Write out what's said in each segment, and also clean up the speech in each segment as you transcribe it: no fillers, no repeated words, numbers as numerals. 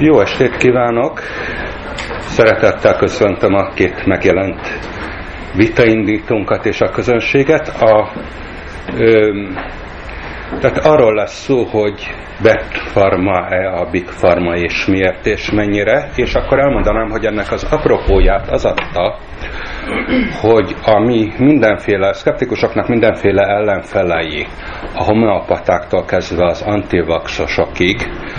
Jó estét kívánok! Szeretettel köszöntöm a két megjelent vitaindítónkat és a közönséget. Tehát arról lesz szó, hogy Big Pharma-e a Big Pharma és miért és mennyire, és akkor elmondanám, hogy ennek az apropóját az adta, hogy a mi mindenféle szkeptikusoknak mindenféle ellenfelei, a homeopatáktól kezdve az antivaxosokig,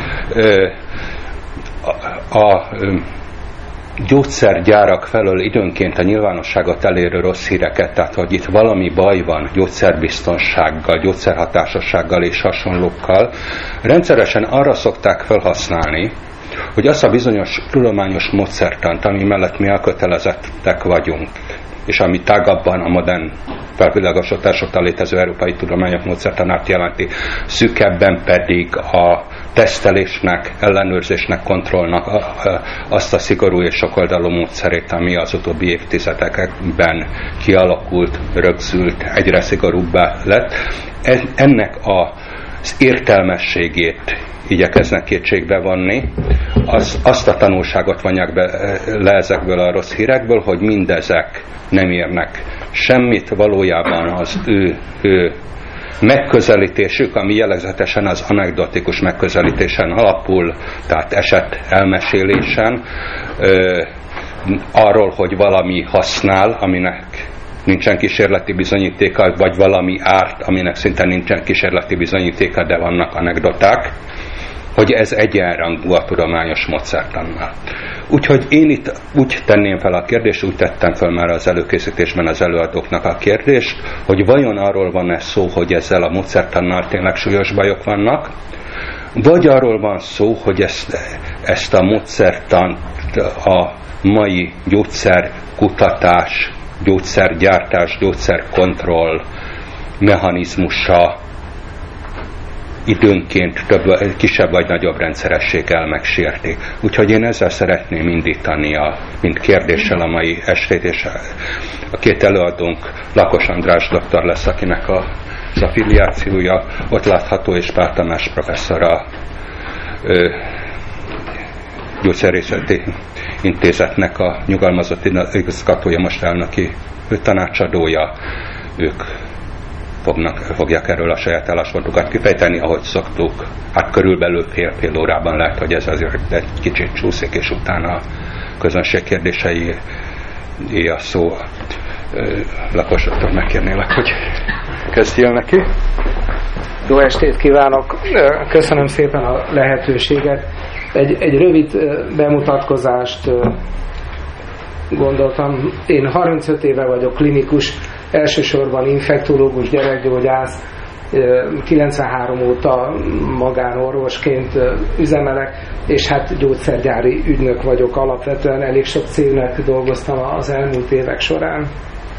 a gyógyszergyárak felől időnként a nyilvánosságot elérő rossz híreket, tehát hogy itt valami baj van gyógyszerbiztonsággal, gyógyszerhatásossággal és hasonlókkal, rendszeresen arra szokták felhasználni, hogy azt a bizonyos tudományos módszertant, ami mellett mi elkötelezettek vagyunk, és ami tágabban a modern felvilágosítás óta létező európai tudományok módszertanát jelenti, szűkebben pedig a tesztelésnek, ellenőrzésnek, kontrollnak azt a szigorú és sokoldalú módszerét, ami az utóbbi évtizedekben kialakult, rögzült, egyre szigorúbbá lett. Ennek az értelmességét igyekeznek kétségbe vonni, azt a tanulságot vonják le ezekből a rossz hírekből, hogy mindezek nem érnek semmit, valójában az ő megközelítésük, ami jellegzetesen az anekdotikus megközelítésen alapul, tehát eset elmesélésen, arról, hogy valami használ, aminek nincsen kísérleti bizonyítéka, vagy valami árt, aminek szinte nincsen kísérleti bizonyítéka, de vannak anekdoták, hogy ez egyenrangú a tudományos módszertannal. Úgyhogy én itt úgy tenném fel a kérdést, úgy tettem fel már az előkészítésben az előadóknak a kérdést, hogy vajon arról van-e szó, hogy ezzel a módszertannal tényleg súlyos bajok vannak, vagy arról van szó, hogy ezt a módszertant a mai gyógyszerkutatás, gyógyszergyártás, gyógyszerkontroll mechanizmusa időnként kisebb vagy nagyobb rendszerességgel megsérti. Úgyhogy én ezzel szeretném indítani mint kérdéssel a mai estét, és a két előadónk Lakos András doktor lesz, akinek az affiliációja ott látható, és Pál Tamás professzor a Gyógyszerészeti Intézetnek a nyugalmazott igazgatója, most elnöki tanácsadója. Ők fogják erről a saját álláspontokat kifejteni, ahogy szoktuk. Hát körülbelül fél órában lehet, hogy ez azért egy kicsit csúszik, és utána a közönség kérdései a szó. Lakos doktor, megkérnélek, hogy kezdjél neki. Jó estét kívánok! Köszönöm szépen a lehetőséget. Egy rövid bemutatkozást gondoltam. Én 35 éve vagyok klinikus, elsősorban infektológus, gyerekgyógyász, 93 óta magánorvosként üzemelek, és hát gyógyszergyári ügynök vagyok alapvetően, elég sok cégnek dolgoztam az elmúlt évek során.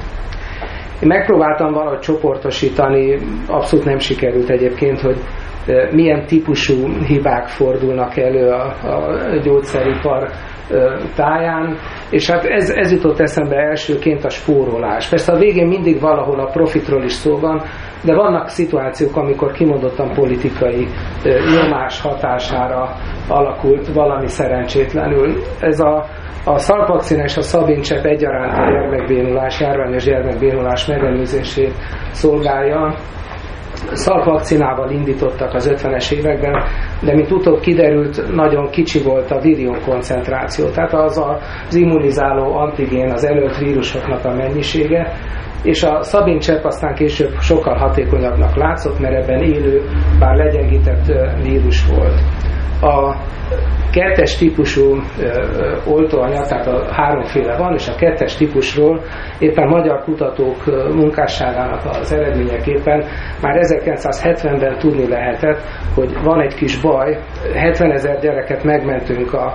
Én megpróbáltam valahogy csoportosítani, abszolút nem sikerült egyébként, hogy milyen típusú hibák fordulnak elő a gyógyszeripar táján, és hát ez jutott eszembe elsőként a spórolás. Persze a végén mindig valahol a profitról is szó van, de vannak szituációk, amikor kimondottan politikai nyomás hatására alakult valami szerencsétlenül. Ez a szalpvakcina és a szabincsepp egyaránt a gyermekbénulás, járványos gyermekbénulás megelőzését szolgálja. Szalpvakcinával indítottak az 50-es években, de mint utóbb kiderült, nagyon kicsi volt a virion koncentráció, tehát az immunizáló antigén, az előtt vírusoknak a mennyisége, és a szabincsepp aztán később sokkal hatékonyabbnak látszott, mert ebben élő, bár legyengített vírus volt. A kettes típusú oltóanyag, tehát a háromféle van, és a kettes típusról éppen magyar kutatók munkásságának az eredményeképpen már 1970-ben tudni lehetett, hogy van egy kis baj, 70 000 gyereket megmentünk a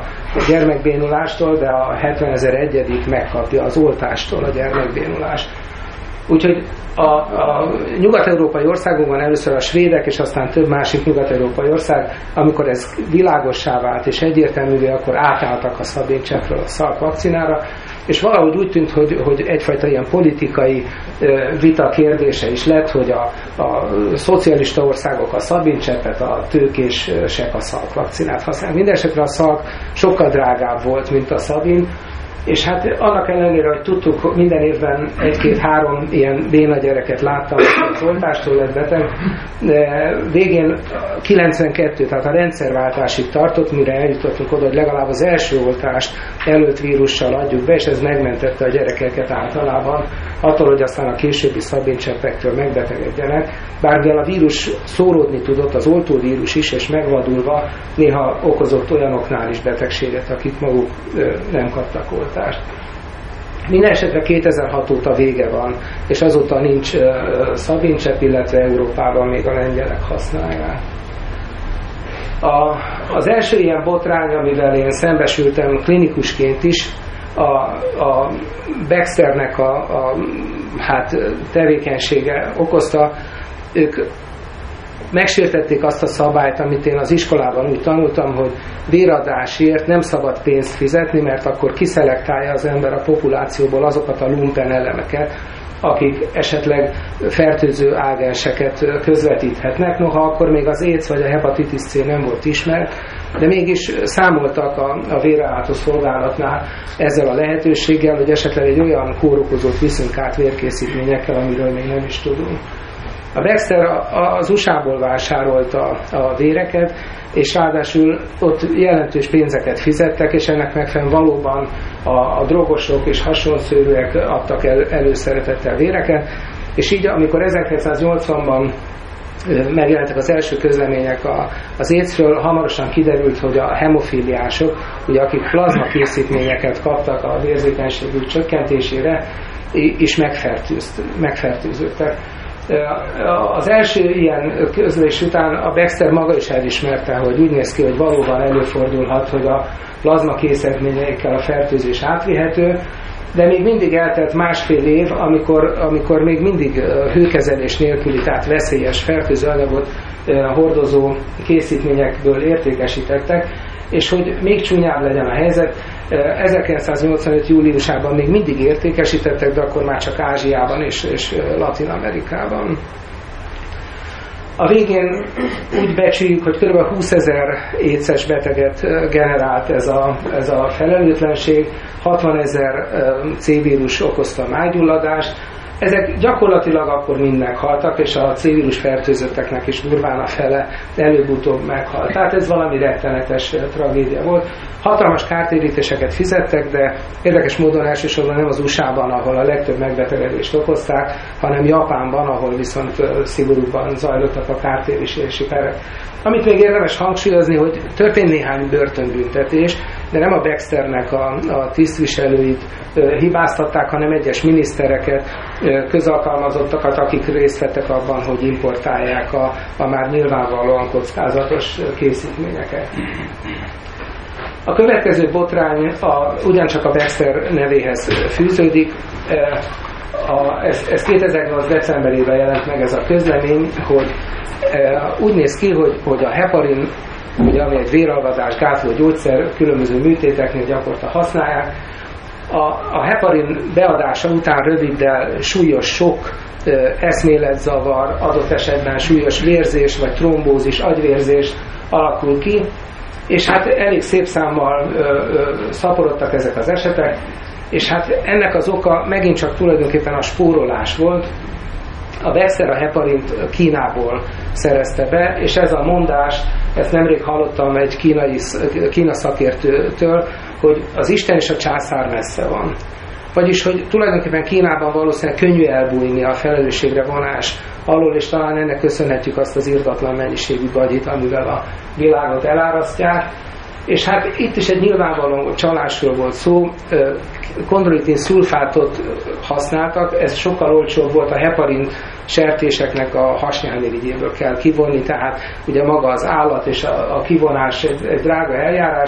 gyermekbénulástól, de a 70 001 megkapja az oltástól a gyermekbénulást. Úgyhogy a nyugat-európai országokban először a svédek, és aztán több másik nyugat-európai ország, amikor ez világossá vált és egyértelművé, akkor átálltak a Sabin-cseppről a Salk vakcinára, és valahogy úgy tűnt, hogy egyfajta ilyen politikai vita kérdése is lett, hogy a szocialista országok a Sabin-cseppet, a tőkések a Salk vakcinát használják. Mindenesetre a Salk sokkal drágább volt, mint a Sabin, és hát annak ellenére, hogy tudtuk, minden évben 1-2-3 ilyen béna gyereket láttam, hogy oltástól lett beteg, de végén 92, tehát a rendszerváltásig tartott, mire eljutottunk oda, hogy legalább az első oltást előtt vírussal adjuk be, és ez megmentette a gyerekeket általában, attól, hogy aztán a későbbi Sabin-cseppektől megbetegedjenek, bár mivel a vírus szóródni tudott, az oltóvírus is, és megvadulva néha okozott olyanoknál is betegséget, akik maguk nem kaptak oltást. Minden esetre 2006 óta vége van, és azóta nincs Sabin-csepp, illetve Európában még a lengyelek használják. Az első ilyen botrány, amivel én szembesültem klinikusként is, a Baxternek a tevékenysége okozta. Ők megsértették azt a szabályt, amit én az iskolában úgy tanultam, hogy véradásért nem szabad pénzt fizetni, mert akkor kiszelektálja az ember a populációból azokat a lumpen elemeket, akik esetleg fertőző ágenseket közvetíthetnek. Noha akkor még az AIDS vagy a hepatitis C nem volt ismert, de mégis számoltak a vérellátó szolgálatnál ezzel a lehetőséggel, hogy esetleg egy olyan kórokozót viszünk át vérkészítményekkel, amiről még nem is tudunk. A Baxter az USA-ból vásárolta a véreket, és ráadásul ott jelentős pénzeket fizettek, és ennek megfelelően valóban a drogosok és hasonszörűek adtak előszeretettel véreket, és így amikor 1980-ban megjelentek az első közlemények az AIDS-ről, hamarosan kiderült, hogy a hemofíliások, ugye akik plazma készítményeket kaptak a vérzékenységük csökkentésére, is megfertőződtek. Az első ilyen közlés után a Baxter maga is elismerte, hogy úgy néz ki, hogy valóban előfordulhat, hogy a plazma készítményeikkel a fertőzés átvihető, de még mindig eltelt másfél év, amikor még mindig hőkezelés nélküli, tehát veszélyes fertőző anyagot hordozó készítményekből értékesítettek, és hogy még csúnyább legyen a helyzet, 1985. júliusában még mindig értékesítettek, de akkor már csak Ázsiában és Latin-Amerikában. A végén úgy becsüljük, hogy kb. 20 000 AIDS-es beteget generált ez a felelőtlenség, 60 000 C-vírus okozta májgyulladást. Ezek gyakorlatilag akkor mind meghaltak, és a C-vírus fertőzötteknek is durván a fele előbb-utóbb meghalt. Tehát ez valami rettenetes tragédia volt. Hatalmas kártérítéseket fizettek, de érdekes módon elsősorban nem az USA-ban, ahol a legtöbb megbetegedést okozták, hanem Japánban, ahol viszont szigorúbban zajlottak a kártérítési perek. Amit még érdemes hangsúlyozni, hogy történt néhány börtönbüntetés, de nem a Baxternek a tisztviselőit hibáztatták, hanem egyes minisztereket, közalkalmazottakat, akik részt vettek abban, hogy importálják a már nyilvánvalóan kockázatos készítményeket. A következő botrány ugyancsak a Baxter nevéhez fűződik. Ez 2008. decemberében jelent meg ez a közlemény, hogy úgy néz ki, hogy a heparin, ugye, ami egy véralvadás gátló gyógyszer, különböző műtéteknél gyakorta használják. A heparin beadása után röviddel súlyos sok, eszméletzavar, adott esetben súlyos vérzés vagy trombózis, agyvérzés alakul ki, és hát elég szép számmal szaporodtak ezek az esetek, és hát ennek az oka megint csak tulajdonképpen a spórolás volt. A Baxter a heparint Kínából szerezte be, és ez a mondás, ezt nemrég hallottam egy Kína szakértőtől, hogy az Isten és a császár messze van. Vagyis, hogy tulajdonképpen Kínában valószínűleg könnyű elbújni a felelősségre vonás alól, és talán ennek köszönhetjük azt az irdatlan mennyiségű gagyit, amivel a világot elárasztják. És hát itt is egy nyilvánvaló csalásról volt szó, kondrolitin szulfátot használtak, ez sokkal olcsóbb volt, a heparin sertéseknek a hasnyálmirigyéből kell kivonni, tehát ugye maga az állat és a kivonás egy drága eljárás,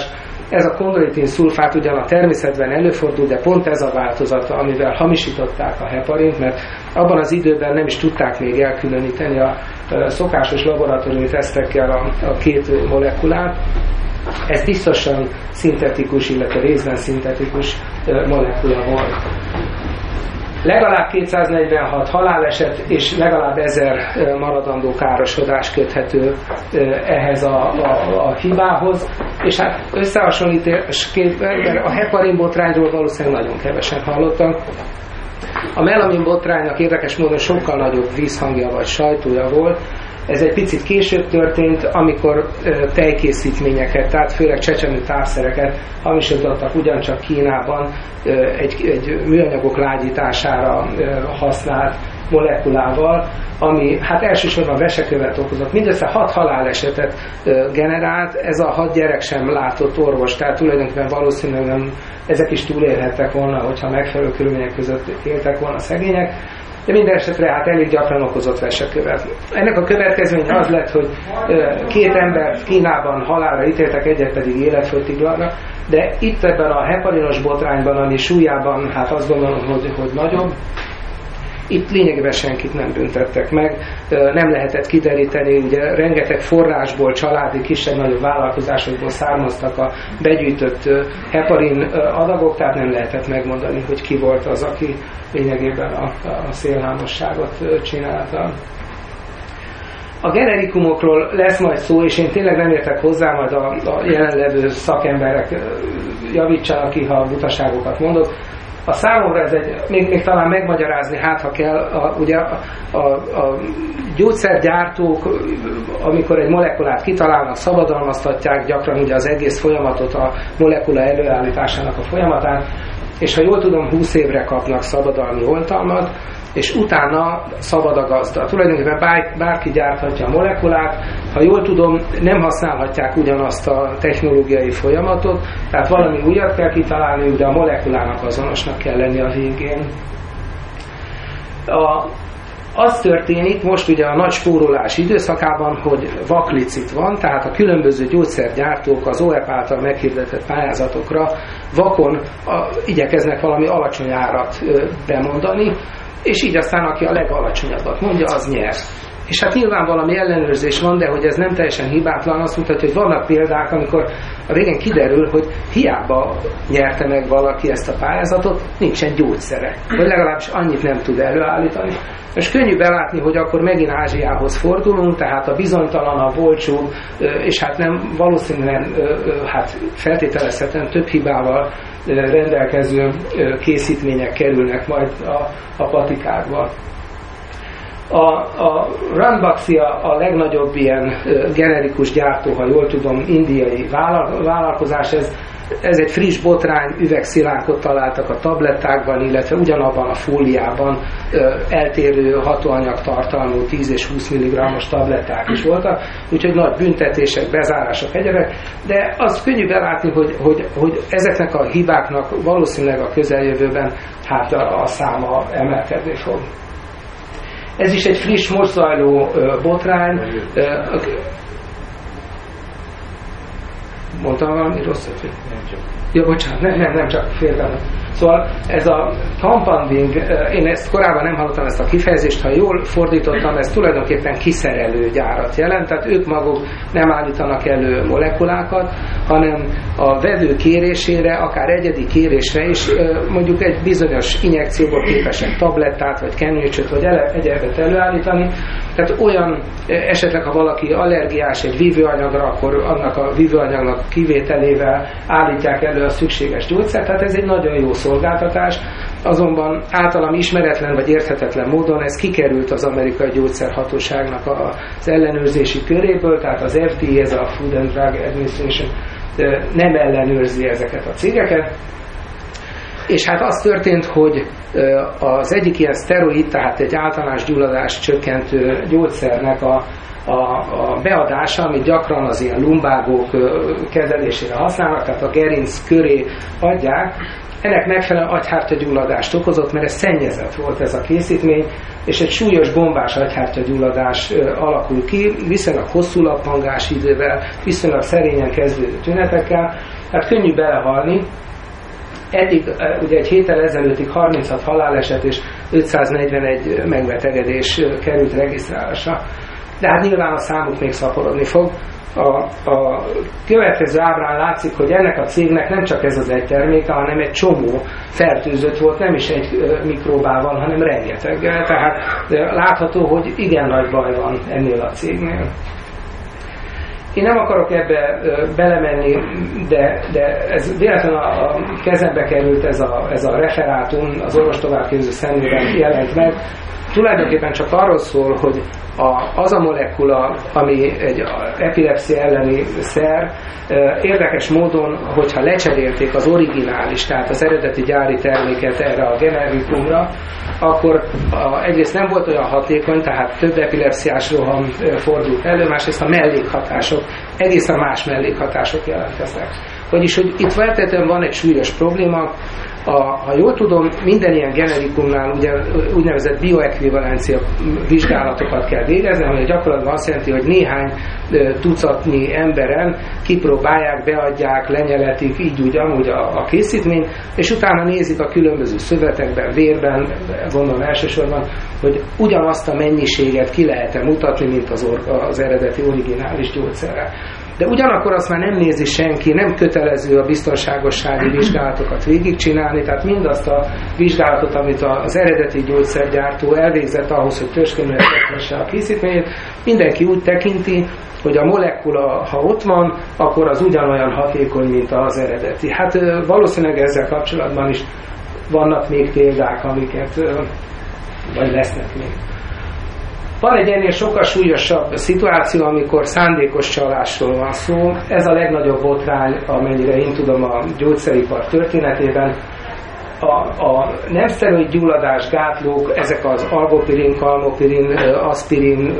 Ez a kondroitin szulfát ugyan a természetben előfordul, de pont ez a változata, amivel hamisították a heparint, mert abban az időben nem is tudták még elkülöníteni a szokásos laboratóriumi tesztekkel a két molekulát. Ez biztosan szintetikus, illetve részben szintetikus molekula volt. Legalább 246 haláleset és legalább 1000 maradandó károsodás köthető ehhez a hibához, és hát összehasonlításképpen a heparin botrányról valószínűleg nagyon kevesen hallottak. A melamin botránynak érdekes módon sokkal nagyobb vízhangja vagy sajtója volt. Ez egy picit később történt, amikor tejkészítményeket, tehát főleg csecsemő tápszereket hamisítottak ugyancsak Kínában egy műanyagok lágyítására használt molekulával, ami hát elsősorban vesekövet okozott. Mindössze 6 halálesetet generált, ez a 6 gyerek sem látott orvos, tehát tulajdonképpen valószínűleg nem, ezek is túlélhettek volna, hogyha megfelelő körülmények között éltek volna szegények. De minden esetre hát elég gyakran okozott vesekövet. Ennek a következménye az lett, hogy 2 embert Kínában halálra ítéltek, egyet pedig életfogytiglanra, de itt ebben a heparinos botrányban, ami súlyában, hát azt gondolom, hogy nagyobb, itt lényegében senkit nem büntettek meg, nem lehetett kideríteni, ugye rengeteg forrásból, családi, kisebb-nagyobb vállalkozásokból származtak a begyűjtött heparin adagok, tehát nem lehetett megmondani, hogy ki volt az, aki lényegében a szélhámosságot csinálta. A generikumokról lesz majd szó, és én tényleg nem értek hozzá, majd a jelenlevő szakemberek javítsanak ki, ha butaságokat mondok. A számomra ez még talán megmagyarázni, hát ha kell, ugye a gyógyszergyártók, amikor egy molekulát kitalálnak, szabadalmaztatják gyakran ugye az egész folyamatot, a molekula előállításának a folyamatát, és ha jól tudom, 20 évre kapnak szabadalmi oltalmat, és utána szabad a gazda. Tulajdonképpen bárki gyárthatja a molekulát, ha jól tudom, nem használhatják ugyanazt a technológiai folyamatot, tehát valami újat kell kitalálni, de a molekulának azonosnak kell lenni a végén. Az történik most ugye a nagy spórolás időszakában, hogy vaklicit van, tehát a különböző gyógyszergyártók az OEP által meghirdetett pályázatokra vakon igyekeznek valami alacsony árat bemondani, és így aztán aki a legalacsonyabbat mondja, az nyer. És hát nyilván valami ellenőrzés van, de hogy ez nem teljesen hibátlan, azt mutatja, hogy vannak példák, amikor a végén kiderül, hogy hiába nyerte meg valaki ezt a pályázatot, nincsen gyógyszere, vagy legalábbis annyit nem tud előállítani. És könnyű belátni, hogy akkor megint Ázsiához fordulunk, tehát a bizonytalanabb, olcsó, és hát nem valószínűleg hát feltételezhetően több hibával rendelkező készítmények kerülnek majd a patikákba. A Ranbaxy a legnagyobb ilyen generikus gyártó, ha jól tudom, indiai vállalkozás, ez egy friss botrány, üvegszilánkot találtak a tablettákban, illetve ugyanabban a fóliában eltérő hatóanyag tartalmú 10 és 20 mg-os tabletták is voltak, úgyhogy nagy büntetések, bezárások, egyebek, de azt könnyű belátni, hogy ezeknek a hibáknak valószínűleg a közeljövőben hát a száma emelkedni fog. Ez is egy friss, most zajló botrány. Mondtam valami rosszat? Ja, bocsánat, nem csak féltem. Szóval ez a compounding, én ezt korábban nem hallottam ezt a kifejezést, ha jól fordítottam, ez tulajdonképpen kiszerelő gyárat jelent, tehát ők maguk nem állítanak elő molekulákat, hanem a vevő kérésére, akár egyedi kérésre is mondjuk egy bizonyos injekcióból képesek tablettát, vagy kenőcsöt, vagy egyebet előállítani. Tehát olyan, esetleg ha valaki allergiás egy vívőanyagra, akkor annak a vívőanyagnak kivételével állítják elő a szükséges gyógyszert, tehát ez egy nagyon jó szolgáltatás, azonban általam ismeretlen vagy érthetetlen módon ez kikerült az amerikai gyógyszerhatóságnak az ellenőrzési köréből, tehát az FDA, ez a Food and Drug Administration nem ellenőrzi ezeket a cégeket, és hát az történt, hogy az egyik ilyen szteroid, tehát egy általános gyulladást csökkentő gyógyszernek a beadása, amit gyakran az ilyen lumbágók kezelésére használnak, tehát a gerinc köré adják, ennek megfelelően agyhártyagyulladást okozott, mert ez szennyezett volt ez a készítmény, és egy súlyos bombás agyhártyagyulladás alakul ki, viszonylag hosszú laphangás idővel, viszonylag szerényen kezdődő tünetekkel, tehát könnyű belehalni. Eddig, ugye egy héttel ezelőttig 36 haláleset és 541 megbetegedés került regisztrálásra. De hát nyilván a számuk még szaporodni fog. A következő ábrán látszik, hogy ennek a cégnek nem csak ez az egy terméke, hanem egy csomó fertőzött volt, nem is egy mikróbával, hanem rengeteggel. Tehát látható, hogy igen nagy baj van ennél a cégnél. Én nem akarok ebbe belemenni, de ez véletlenül a kezembe került ez a referátum, az orvostovábbképző személyben jelent meg. Tulajdonképpen csak arról szól, hogy az a molekula, ami egy epilepszia elleni szer, érdekes módon, hogyha lecserélték az originális, tehát az eredeti gyári terméket erre a generikumra, akkor egyrészt nem volt olyan hatékony, tehát több epilepsziás roham fordult elő, másrészt a mellékhatások, egészen más mellékhatások jelentkeznek. Vagyis, hogy itt feltétlenül van egy súlyos probléma. Ha jól tudom, minden ilyen generikumnál úgynevezett bioekvivalencia vizsgálatokat kell végezni, ami gyakorlatban azt jelenti, hogy néhány tucatnyi emberen kipróbálják, beadják, lenyeletik, így úgy amúgy a készítményt, és utána nézik a különböző szövetekben, vérben, gondolom elsősorban, hogy ugyanazt a mennyiséget ki lehet-e mutatni, mint az eredeti originális gyógyszerrel. De ugyanakkor azt már nem nézi senki, nem kötelező a biztonságossági vizsgálatokat végigcsinálni, tehát mindazt a vizsgálatot, amit az eredeti gyógyszergyártó elvégzett ahhoz, hogy törzskörülményeztesse a készítményét, mindenki úgy tekinti, hogy a molekula, ha ott van, akkor az ugyanolyan hatékony, mint az eredeti. Hát valószínűleg ezzel kapcsolatban is vannak még példák, amiket, vagy lesznek még. Van egy ennél sokkal súlyosabb szituáció, amikor szándékos csalásról van szó. Ez a legnagyobb botrány, amennyire én tudom a gyógyszeripar történetében. A nem szteroid gyulladás gátlók, ezek az algopirin, kalmopirin, aspirin,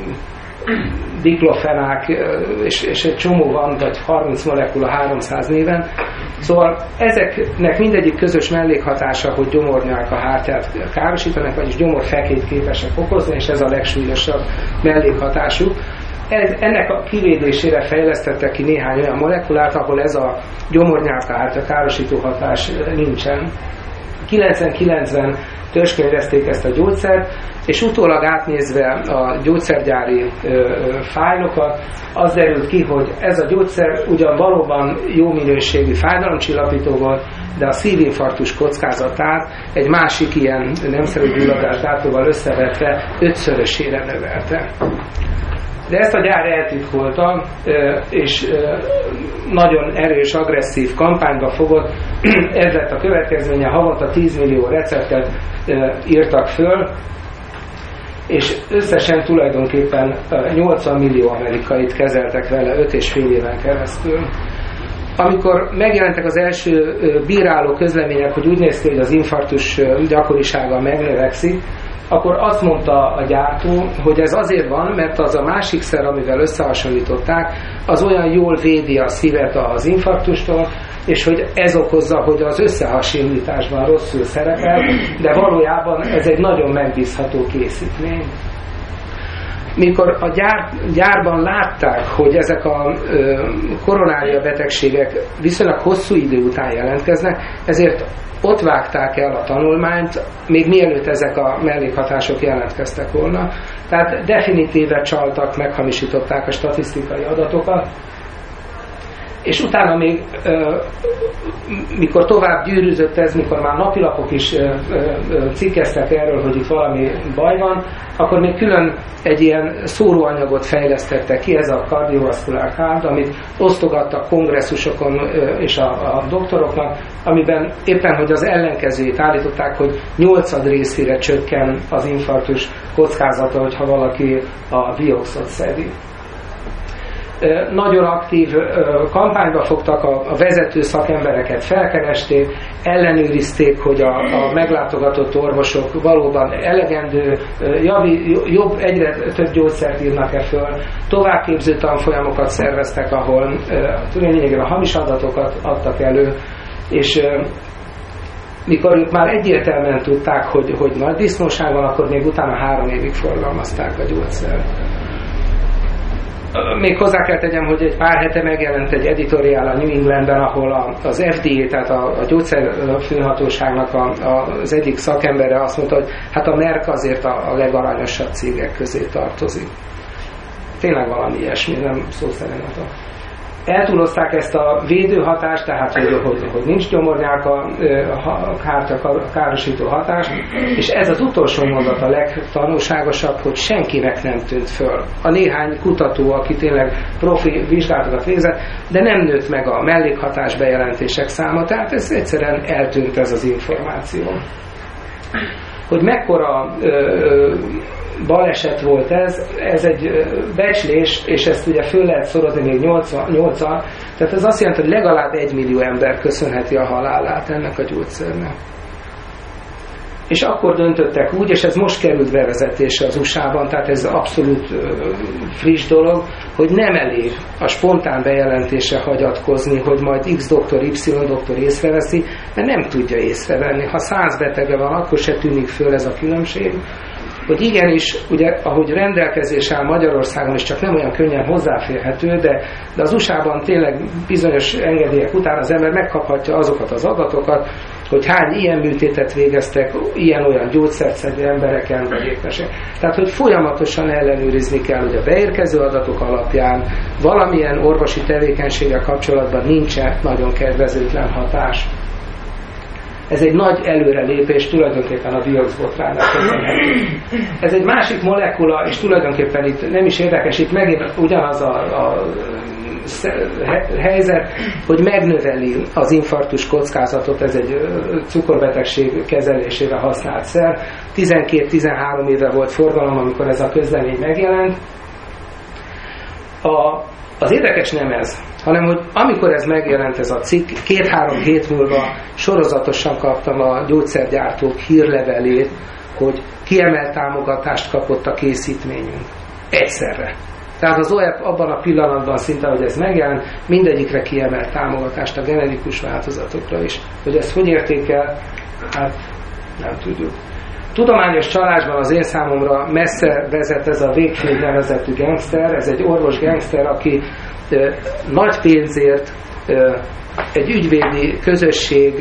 diklofenák, és egy csomó van, vagy 30 molekula 300 néven. Szóval ezeknek mindegyik közös mellékhatása, hogy gyomornyák a hártyát károsítanak, vagyis gyomorfekét képesek okozni, és ez a legsúlyosabb mellékhatásuk. Ennek a kivédésére fejlesztettek ki néhány olyan molekulát, ahol ez a gyomornyálkahártya károsító hatás nincsen. 99-ben törzskönyvezték ezt a gyógyszert, és utólag átnézve a gyógyszergyári fájlokat, az derült ki, hogy ez a gyógyszer ugyan valóban jó minőségű fájdalomcsillapító volt, de a szívinfarktus kockázatát egy másik ilyen nemszerű gyulladás dátummal összevetve 5-szörösére növelte. De ezt a gyár eltitkolta, és nagyon erős, agresszív kampányba fogott. Ez lett a következménye, havonta 10 millió receptet írtak föl, és összesen tulajdonképpen 80 millió amerikait kezeltek vele 5,5 éven keresztül. Amikor megjelentek az első bíráló közlemények, hogy úgy néz ki, hogy az infarktus gyakorisága megnövekszik, akkor azt mondta a gyártó, hogy ez azért van, mert az a másik szer, amivel összehasonlították, az olyan jól védi a szívet az infarktustól, és hogy ez okozza, hogy az összehasonlításban rosszul szerepel, de valójában ez egy nagyon megbízható készítmény. Mikor a gyárban látták, hogy ezek a koronária betegségek viszonylag hosszú idő után jelentkeznek, ezért ott vágták el a tanulmányt, még mielőtt ezek a mellékhatások jelentkeztek volna. Tehát definitíve csaltak, meghamisították a statisztikai adatokat, és utána még, mikor tovább gyűrűzött ez, mikor már napilapok is cikkeztek erről, hogy itt valami baj van, akkor még külön egy ilyen szóróanyagot fejlesztettek ki, ez a Cardiovascular Card, amit osztogattak kongresszusokon és a doktoroknak, amiben éppen, hogy az ellenkezőjét állították, hogy 8 részére csökken az infarktus kockázata, hogyha valaki a Vioxxot szedi. nagyon aktív kampányba fogtak, a vezető szakembereket felkeresték, ellenőrizték, hogy a meglátogatott orvosok valóban elegendő, jobb, egyre több gyógyszert írnak-e föl, továbbképző tanfolyamokat szerveztek, ahol lényegében hamis adatokat adtak elő, és mikor ők már egyértelműen tudták, hogy nagy disznóság van, akkor még utána 3 évig forgalmazták a gyógyszert. Még hozzá kell tegyem, hogy egy pár hete megjelent egy editoriál a New Englandben, ahol az FDA, tehát a gyógyszerfőhatóságnak az egyik szakembere azt mondta, hogy hát a Merck azért a legaranyosabb cégek közé tartozik. Tényleg valami ilyesmi, nem szó szerint. Eltúlozták ezt a védőhatást, tehát hogy nincs gyomornyálka károsító hatás, és ez az utolsó mondat a legtanulságosabb, hogy senkinek nem tűnt föl. A néhány kutató, aki tényleg profi vizsgálatokat végzett, de nem nőtt meg a mellékhatás bejelentések száma, tehát ez egyszerűen eltűnt ez az információ. Hogy mekkora baleset volt ez egy becslés, és ezt ugye föl lehet szorozni még 8-al, tehát ez azt jelenti, hogy legalább 1 millió ember köszönheti a halálát ennek a gyógyszernek. És akkor döntöttek úgy, és ez most került bevezetésre az USA-ban, tehát ez abszolút friss dolog, hogy nem elég a spontán bejelentésre hagyatkozni, hogy majd X doktor, Y doktor észreveszi, mert nem tudja észrevenni. Ha 100 betege van, akkor se tűnik föl ez a különbség. Hogy igenis, ugye, ahogy rendelkezés áll Magyarországon, és csak nem olyan könnyen hozzáférhető, de az USA-ban tényleg bizonyos engedélyek után az ember megkaphatja azokat az adatokat, hogy hány ilyen műtétet végeztek, ilyen-olyan gyógyszert szedő embereken, vagy éppesen. Tehát, hogy folyamatosan ellenőrizni kell, hogy a beérkező adatok alapján valamilyen orvosi tevékenységgel kapcsolatban nincsen nagyon kedvezőtlen hatás. Ez egy nagy előrelépés tulajdonképpen a Vioxx-botránynak köszönhető. Ez egy másik molekula, és tulajdonképpen itt nem is érdekes, itt megint ugyanaz a helyzet, hogy megnöveli az infarktus kockázatot, ez egy cukorbetegség kezelésére használt szer. 12-13 éve volt forgalom, amikor ez a közlemény megjelent. Az érdekes nem ez, hanem hogy amikor ez megjelent ez a cikk, 2-3 hét múlva sorozatosan kaptam a gyógyszergyártók hírlevelét, hogy kiemelt támogatást kapott a készítményünk. Egyszerre. Tehát az OEP abban a pillanatban szinte, hogy ez megjelent, mindegyikre kiemelt támogatást a generikus változatokra is. Hogy ezt hogy értékel, hát nem tudjuk. Tudományos csalásban az én számomra messze vezet ez a Wakefield nevezetű gangster, ez egy orvos gangster, aki nagy pénzért egy ügyvédi közösség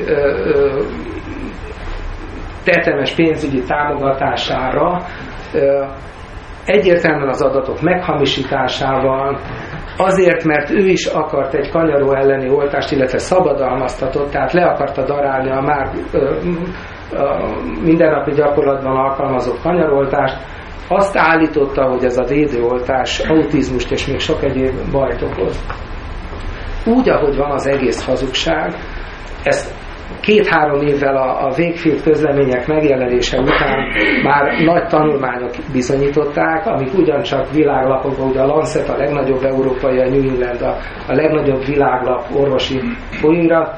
tetemes pénzügyi támogatására egyértelműen az adatok meghamisításával, azért, mert ő is akart egy kanyaró elleni oltást, illetve szabadalmaztatott, tehát le akarta darálni a már mindennapi gyakorlatban alkalmazott kanyaroltást, azt állította, hogy ez a védőoltás autizmust és még sok egyéb bajt okoz. Úgy, ahogy van az egész hazugság, ezt 2-3 évvel a Wakefield közlemények megjelenése után már nagy tanulmányok bizonyították, amik ugyancsak világlapokban, ugye a Lancet a legnagyobb európai, a New England a legnagyobb világlap orvosi folyóirat.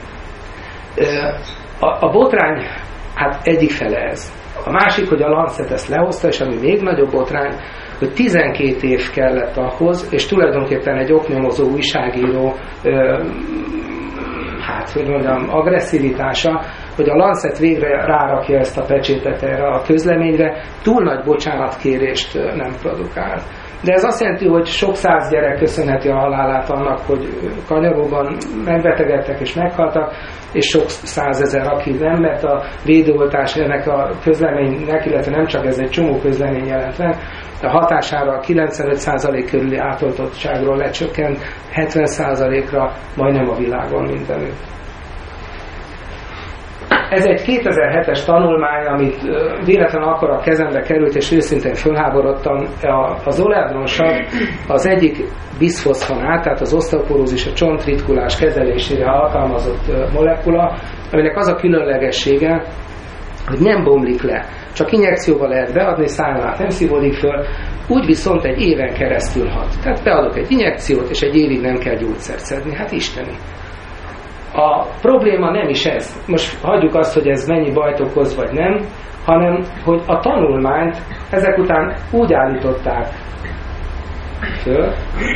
A botrány, hát egyik fele ez. A másik, hogy a Lancet ezt lehozta, és ami még nagyobb botrány, hogy 12 év kellett ahhoz, és tulajdonképpen egy oknyomozó újságíró agresszivitása, hogy a Lancet végre rárakja ezt a pecsétet erre a közleményre, túl nagy bocsánatkérést nem produkált. De ez azt jelenti, hogy sok 100 gyerek köszönheti a halálát annak, hogy kanyaróban megbetegedtek és meghaltak, és sok 100 000, aki nem, mert a védőoltás ennek a közleménynek, illetve nem csak ez egy csomó közlemény jelent meg, a hatására a 95% körüli átoltottságról lecsökkent 70%-ra majdnem a világon mindenütt. Ez egy 2007-es tanulmány, amit véletlenül akkor a kezembe került, és őszintén fölháborodtam. Az olerdronsav az egyik biszfoszfonát, tehát az oszteoporózis, a csontritkulás kezelésére alkalmazott molekula, aminek az a különlegessége, hogy nem bomlik le. Csak injekcióba lehet beadni, szájon át nem szívódik föl, úgy viszont egy éven keresztül hat. Tehát beadok egy injekciót, és egy évig nem kell gyógyszert szedni. Hát isteni. A probléma nem is ez. Most hagyjuk azt, hogy ez mennyi bajt okoz, vagy nem, hanem, hogy a tanulmányt ezek után úgy állították föl,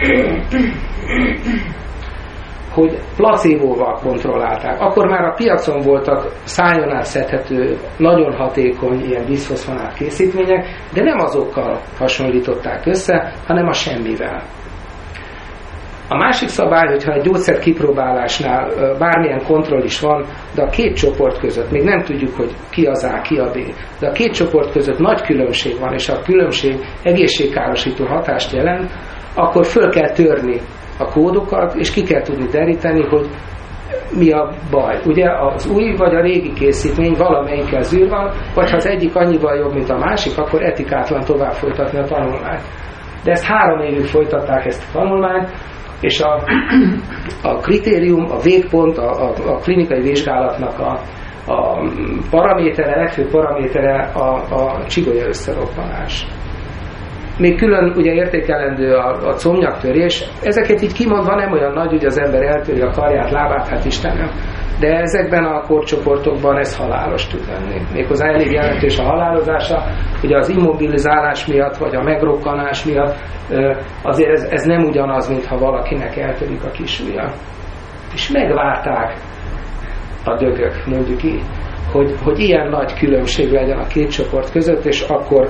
hogy placebóval kontrollálták. Akkor már a piacon voltak szájon át szedhető, nagyon hatékony ilyen biszfoszfonát készítmények, de nem azokkal hasonlították össze, hanem a semmivel. A másik szabály, hogyha egy gyógyszer kipróbálásnál bármilyen kontroll is van, de a két csoport között, még nem tudjuk, hogy ki az A, ki a B, de a két csoport között nagy különbség van, és a különbség egészségkárosító hatást jelent, akkor föl kell törni a kódokat, és ki kell tudni deríteni, hogy mi a baj. Ugye az új vagy a régi készítmény valamelyikkel zűr van, vagy ha az egyik annyival jobb, mint a másik, akkor etikátlan tovább folytatni a tanulmányt. De ezt 3 évig folytatták ezt a tanulmányt, és a kritérium, a végpont, a klinikai vizsgálatnak a paramétere, legfőbb paramétere a csigolya összeroppanás. Még külön ugye értékelendő a combnyaktörés. Ezeket így kimondva nem olyan nagy, hogy az ember eltöri a karját, lábát, hát Istenem. De ezekben a korcsoportokban ez halálos tud lenni. Méghozzá elég jelentős a halálozása. Ugye az immobilizálás miatt, vagy a megrokkanás miatt azért ez nem ugyanaz, mintha valakinek eltörik a kisujja. És megvárták a dögök, mondjuk így, hogy ilyen nagy különbség legyen a két csoport között, és akkor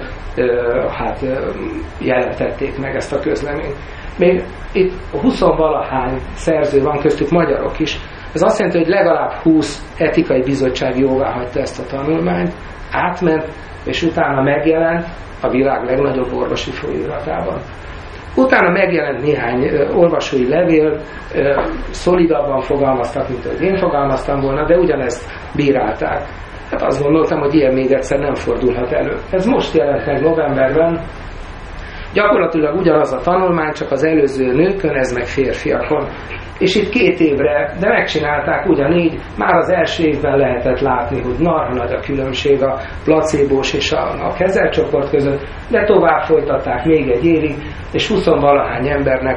jelentették meg ezt a közleményt. Még itt 20-valahány szerző van, köztük magyarok is. Ez azt jelenti, hogy legalább 20 etikai bizottság jóváhagyta ezt a tanulmányt, átment, és utána megjelent a világ legnagyobb orvosi folyóiratában. Utána megjelent néhány olvasói levél, szolidabban fogalmaztak, mint ahogy én fogalmaztam volna, de ugyanezt bírálták. Hát azt gondoltam, hogy ilyen még egyszer nem fordulhat elő. Ez most jelent meg novemberben. Gyakorlatilag ugyanaz a tanulmány, csak az előző nőkön, ez meg férfiakon. És itt 2 évre, de megcsinálták ugyanígy, már az első évben lehetett látni, hogy narha nagy a különbség a placébós és a kezelcsoport között, de tovább folytatták még egy évig, és 20-valahány embernek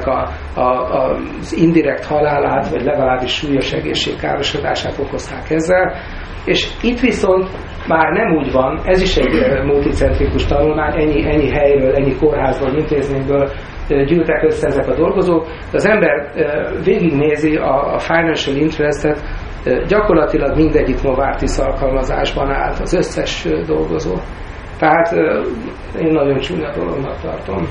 az indirekt halálát, vagy legalábbis súlyos egészségkárosodását okozták ezzel. És itt viszont már nem úgy van, ez is egy multicentrikus tanulmány, ennyi helyről, ennyi kórházból, intézményből gyűltek össze ezek a dolgozók, de az ember végignézi a financial interestet, gyakorlatilag mindegyik Novartis alkalmazásban állt az összes dolgozó. Tehát én nagyon csúnya dolognak tartom.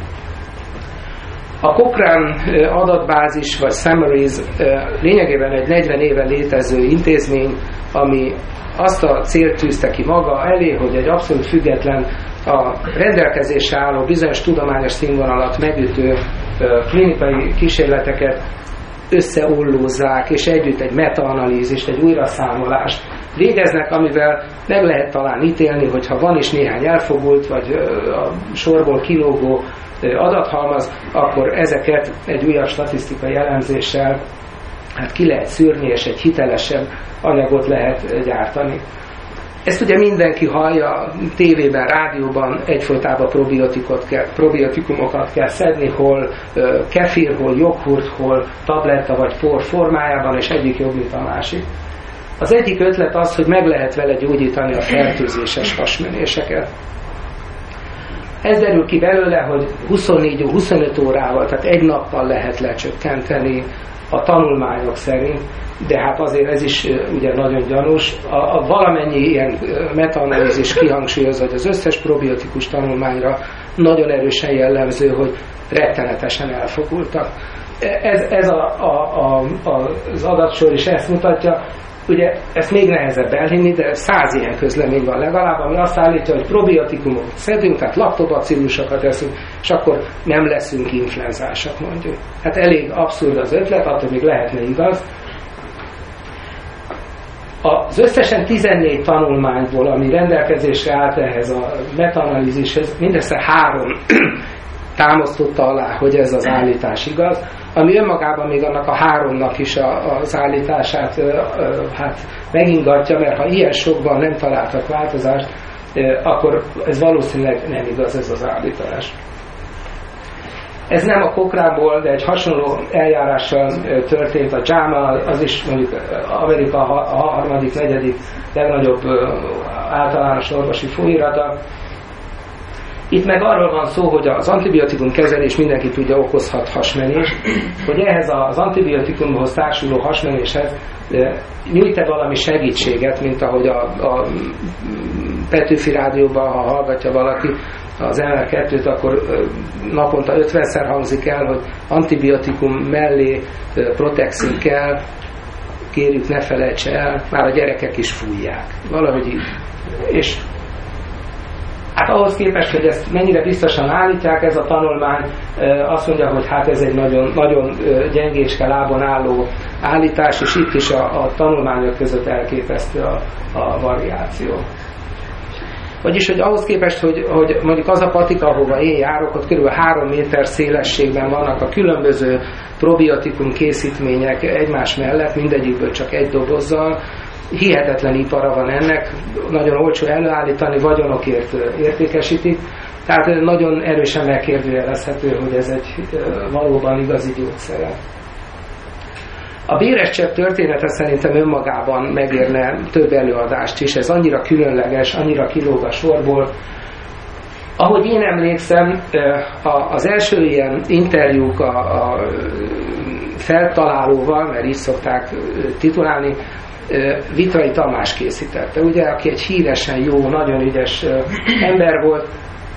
A Cochrane adatbázis, vagy Summaries lényegében egy 40 éve létező intézmény, ami azt a célt tűzte ki maga elé, hogy egy abszolút független, a rendelkezésre álló bizonyos tudományos színvonalat megütő klinikai kísérleteket összeollózzák, és együtt egy metaanalízist, egy újraszámolást végeznek, amivel meg lehet talán ítélni, hogyha van is néhány elfogult, vagy a sorból kilógó adathalmaz, akkor ezeket egy újabb statisztikai elemzéssel ki lehet szűrni, és egy hitelesebb anyagot lehet gyártani. Ezt ugye mindenki hallja, tévében, rádióban egyfolytában probiotikumokat kell szedni, hol kefir, hol joghurt, hol tabletta vagy por formájában, és egyik jobb, mint a másik. Az egyik ötlet az, hogy meg lehet vele gyógyítani a fertőzéses hasmenéseket. Ez derül ki belőle, hogy 24-25 órával, tehát egy nappal lehet lecsökkenteni a tanulmányok szerint, de hát azért ez is ugye nagyon gyanús. A valamennyi ilyen metaanalízis kihangsúlyozza, hogy az összes probiotikus tanulmányra nagyon erősen jellemző, hogy rettenetesen elfogultak. Ez az adatsor is ezt mutatja. Ugye ezt még nehezebb elhinni, de 100 ilyen közlemény van legalább, ami azt állítja, hogy probiotikumot szedünk, tehát laktobacillusokat eszünk, és akkor nem leszünk influenzásak, mondjuk. Hát elég abszurd az ötlet, attól még lehetne igaz. Az összesen 14 tanulmányból, ami rendelkezésre állt ehhez a metaanalízishez, mindössze 3 támasztotta alá, hogy ez az állítás igaz, ami önmagában még annak a 3-nak is az állítását megingatja, mert ha ilyen sokban nem találtak változást, akkor ez valószínűleg nem igaz ez az állítás. Ez nem a Cochraneból, de egy hasonló eljárással történt a JAMA, az is mondjuk Amerika a harmadik, negyedik legnagyobb általános orvosi folyóirata. Itt meg arról van szó, hogy az antibiotikum kezelés, mindenki tudja, okozhat hasmenést, hogy ehhez az antibiotikumhoz társuló hasmenéshez nyújt-e valami segítséget, mint ahogy a Petőfi Rádióban, ha hallgatja valaki az MR2-t, akkor naponta 50-szer hangzik el, hogy antibiotikum mellé Protexin kell, kérjük ne felejtse el, már a gyerekek is fújják. Valahogy így. És hát ahhoz képest, hogy ezt mennyire biztosan állítják, ez a tanulmány azt mondja, hogy hát ez egy nagyon, nagyon gyengécske lábon álló állítás, és itt is a tanulmányok között elképesztő a variáció. Vagyis, hogy ahhoz képest, hogy mondjuk az a patika, ahova én járok, ott kb. 3 méter szélességben vannak a különböző probiotikum készítmények egymás mellett, mindegyikből csak egy dobozzal. Hihetetlen ipara van ennek, nagyon olcsó előállítani, vagyonokért értékesítik, tehát nagyon erősen megkérdőjelezhető, hogy ez egy valóban igazi gyógyszer. A béres csepp története szerintem önmagában megérne több előadást is, ez annyira különleges, annyira kilóg a sorból. Ahogy én emlékszem, az első ilyen interjúk a feltalálóval, mert így szokták titulálni, Vitrai Tamás készítette, ugye, aki egy híresen jó, nagyon ügyes ember volt,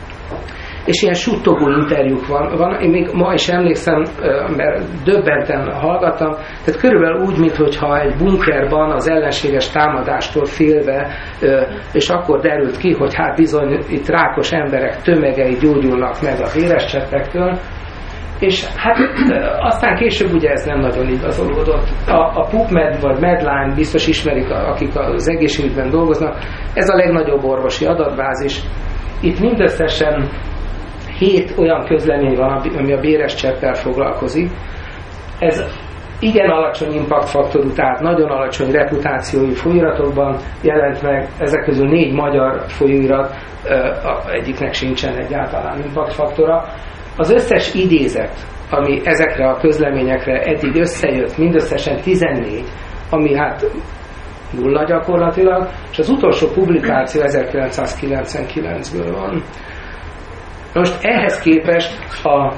és ilyen suttogó interjúk van. Én még ma is emlékszem, mert döbbenten hallgattam, tehát körülbelül úgy, mintha egy bunkerban az ellenséges támadástól félve, és akkor derült ki, hogy hát bizony itt rákos emberek tömegei gyógyulnak meg a véres cseppektől, és hát aztán később ugye ez nem nagyon igazolódott. A PubMed vagy Medline biztos ismerik, akik az egészségügyben dolgoznak, ez a legnagyobb orvosi adatbázis. Itt mindösszesen 7 olyan közlemény van, ami a béres cseppel foglalkozik. Ez igen alacsony impact-faktorú, tehát nagyon alacsony reputációi folyóiratokban jelent meg, ezek közül 4 magyar folyóirat, egyiknek sincsen egyáltalán impact-faktora. Az összes idézet, ami ezekre a közleményekre eddig összejött, mindösszesen 14, ami hát nulla gyakorlatilag, és az utolsó publikáció 1999-ből van. Most ehhez képest a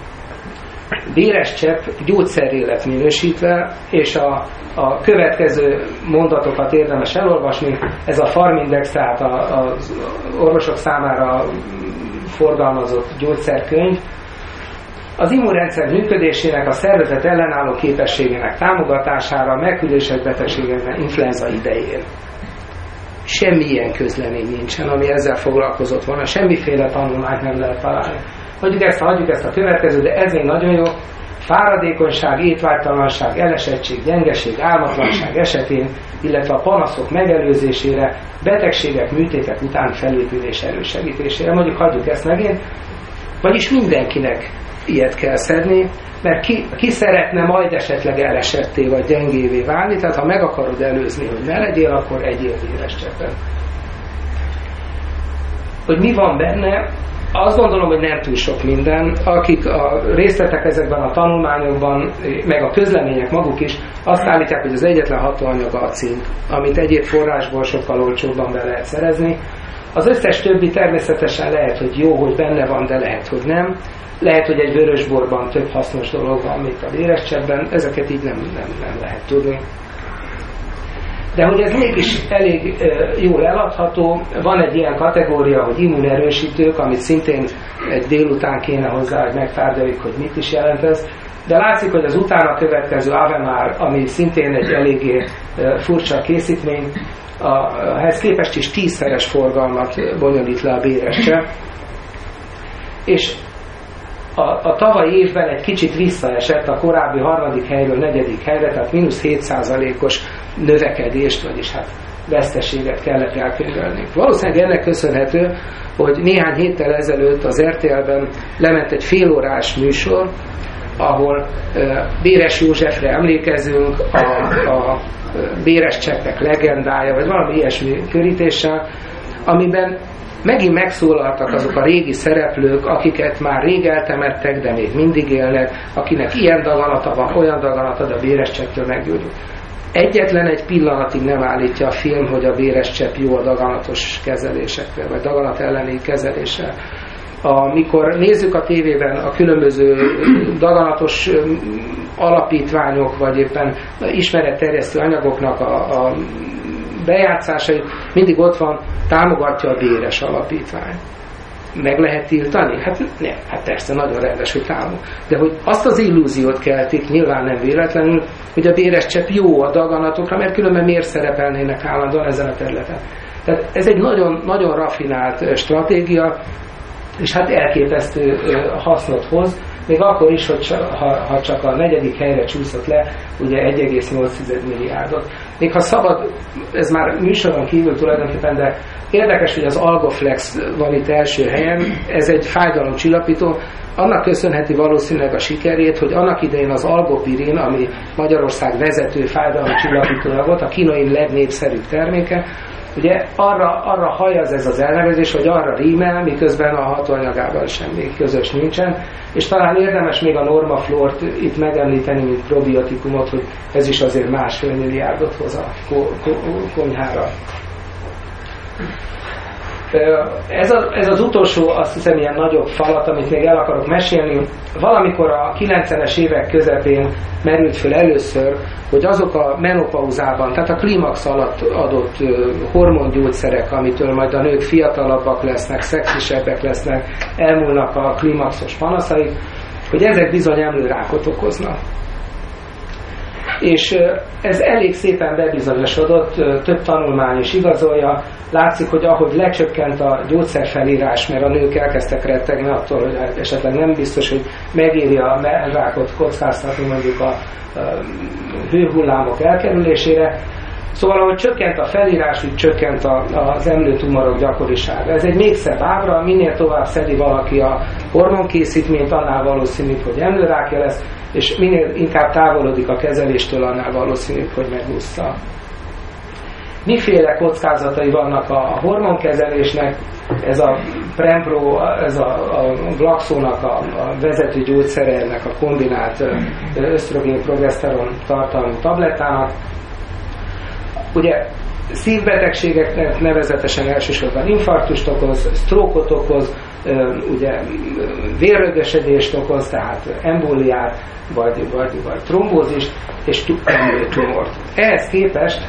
béres csepp gyógyszerré lett minősítve, és a következő mondatokat érdemes elolvasni. Ez a Farmindex, tehát az orvosok számára forgalmazott gyógyszerkönyv. Az immunrendszer működésének, a szervezet ellenálló képességének támogatására, a megküldések betegségekben influenza idején. Semmilyen közlemény nincsen, ami ezzel foglalkozott volna, semmiféle tanulmányt nem lehet találni. Hagyjuk ezt a következő, de ez még nagyon jó. Fáradékonyság, étvágytalanság, elesettség, gyengeség, álmatlanság esetén, illetve a panaszok megelőzésére, betegségek, műtétek után felépülés elősegítésére. Mondjuk hagyjuk ezt megint. Vagyis mindenkinek ilyet kell szedni, mert ki szeretne majd esetleg elesetté vagy gyengévé válni, tehát ha meg akarod előzni, hogy ne legyél, akkor egyél béres cseppet. Hogy mi van benne? Azt gondolom, hogy nem túl sok minden. Akik a részletek ezekben a tanulmányokban, meg a közlemények maguk is azt állítják, hogy az egyetlen hatóanyaga a cink, amit egyéb forrásból sokkal olcsóbban be lehet szerezni. Az összes többi természetesen lehet, hogy jó, hogy benne van, de lehet, hogy nem. Lehet, hogy egy vörösborban több hasznos dolog van, mint a béres cseppben. Ezeket így nem lehet tudni. De hogy ez mégis elég jól eladható, van egy ilyen kategória, hogy immunerősítők, amit szintén egy délután kéne hozzá, hogy megtárgyaljuk, hogy mit is jelent ez. De látszik, hogy az utána következő Avemar, ami szintén egy eléggé furcsa készítmény, ehhez képest is 10-szeres forgalmat bonyolít le a béres csepp. És a tavalyi évben egy kicsit visszaesett a korábbi 3. helyről 4. helyre, tehát -7%-os növekedést, vagyis hát veszteséget kellett elkönyvelni. Valószínűleg ennek köszönhető, hogy néhány héttel ezelőtt az RTL-ben lement egy félórás műsor, ahol Béres Józsefre emlékezünk, a béres cseppek legendája, vagy valami ilyesmi körítéssel, amiben megint megszólaltak azok a régi szereplők, akiket már rég eltemettek, de még mindig élnek, akinek ilyen daganata van, olyan daganata, de a bérescsepptől meggyógyul. Egyetlen egy pillanatig nem állítja a film, hogy a bérescsepp jó a daganatos kezelésekkel, vagy daganat elleni kezeléssel. Amikor nézzük a tévében a különböző daganatos alapítványok, vagy éppen ismeretterjesztő anyagoknak a bejátszásait, mindig ott van, támogatja a béres alapítvány. Meg lehet tiltani? Hát nem, hát persze, nagyon rendes, hogy támog. De hogy azt az illúziót keltik, nyilván nem véletlenül, hogy a bérescsepp jó a daganatokra, mert különben miért szerepelnének állandóan ezen a területen. Tehát ez egy nagyon, nagyon raffinált stratégia, és hát elképesztő hasznot hoz, még akkor is, hogy ha csak a 4. helyre csúszott le, ugye 1,8 milliárdot. Még ha szabad, ez már műsoron kívül tulajdonképpen, de érdekes, hogy az Algoflex van itt első helyen, ez egy fájdalomcsillapító, annak köszönheti valószínűleg a sikerét, hogy annak idején az Algopirin, ami Magyarország vezető fájdalomcsillapítója volt, a kínai legnépszerűbb terméke, ugye arra hajaz ez az elnevezés, hogy arra rímel, miközben a hatóanyagában semmi közös nincsen, és talán érdemes még a Normaflort itt megemlíteni, mint probiotikumot, hogy ez is azért 1,5 milliárdot hoz a konyhára. Ez az utolsó, azt hiszem, ilyen nagyobb falat, amit még el akarok mesélni. Valamikor a 90-es évek közepén merült föl először, hogy azok a menopauzában, tehát a klímax alatt adott hormongyógyszerek, amitől majd a nők fiatalabbak lesznek, szexisebbek lesznek, elmúlnak a klímaxos panaszaik, hogy ezek bizony emlőrákot okoznak. És ez elég szépen bebizonyosodott, több tanulmány is igazolja. Látszik, hogy ahogy lecsökkent a gyógyszerfelírás, mert a nők elkezdtek rettegni attól, hogy esetleg nem biztos, hogy megéri a mellrákot kockáztatni mondjuk a hőhullámok elkerülésére. Szóval, ahogy csökkent a felírás, úgy csökkent az emlőtumorok gyakorisága. Ez egy még szebb ábra, minél tovább szedi valaki a hormonkészítményt, annál valószínűbb, hogy emlőrákja lesz, és minél inkább távolodik a kezeléstől, annál valószínűbb, hogy megúszta. Miféle kockázatai vannak a hormonkezelésnek? Ez a Prempro, ez a Glaxónak a vezető gyógyszere, ennek a kombinált ösztrogén-progeszteron tartalmú tablettának. Ugye szívbetegségeknek nevezetesen elsősorban infarktust okoz, sztrókot okoz, ugye vérrögösödést okoz, tehát embóliát, vagy trombózist, és emlőtumort. Ehhez képest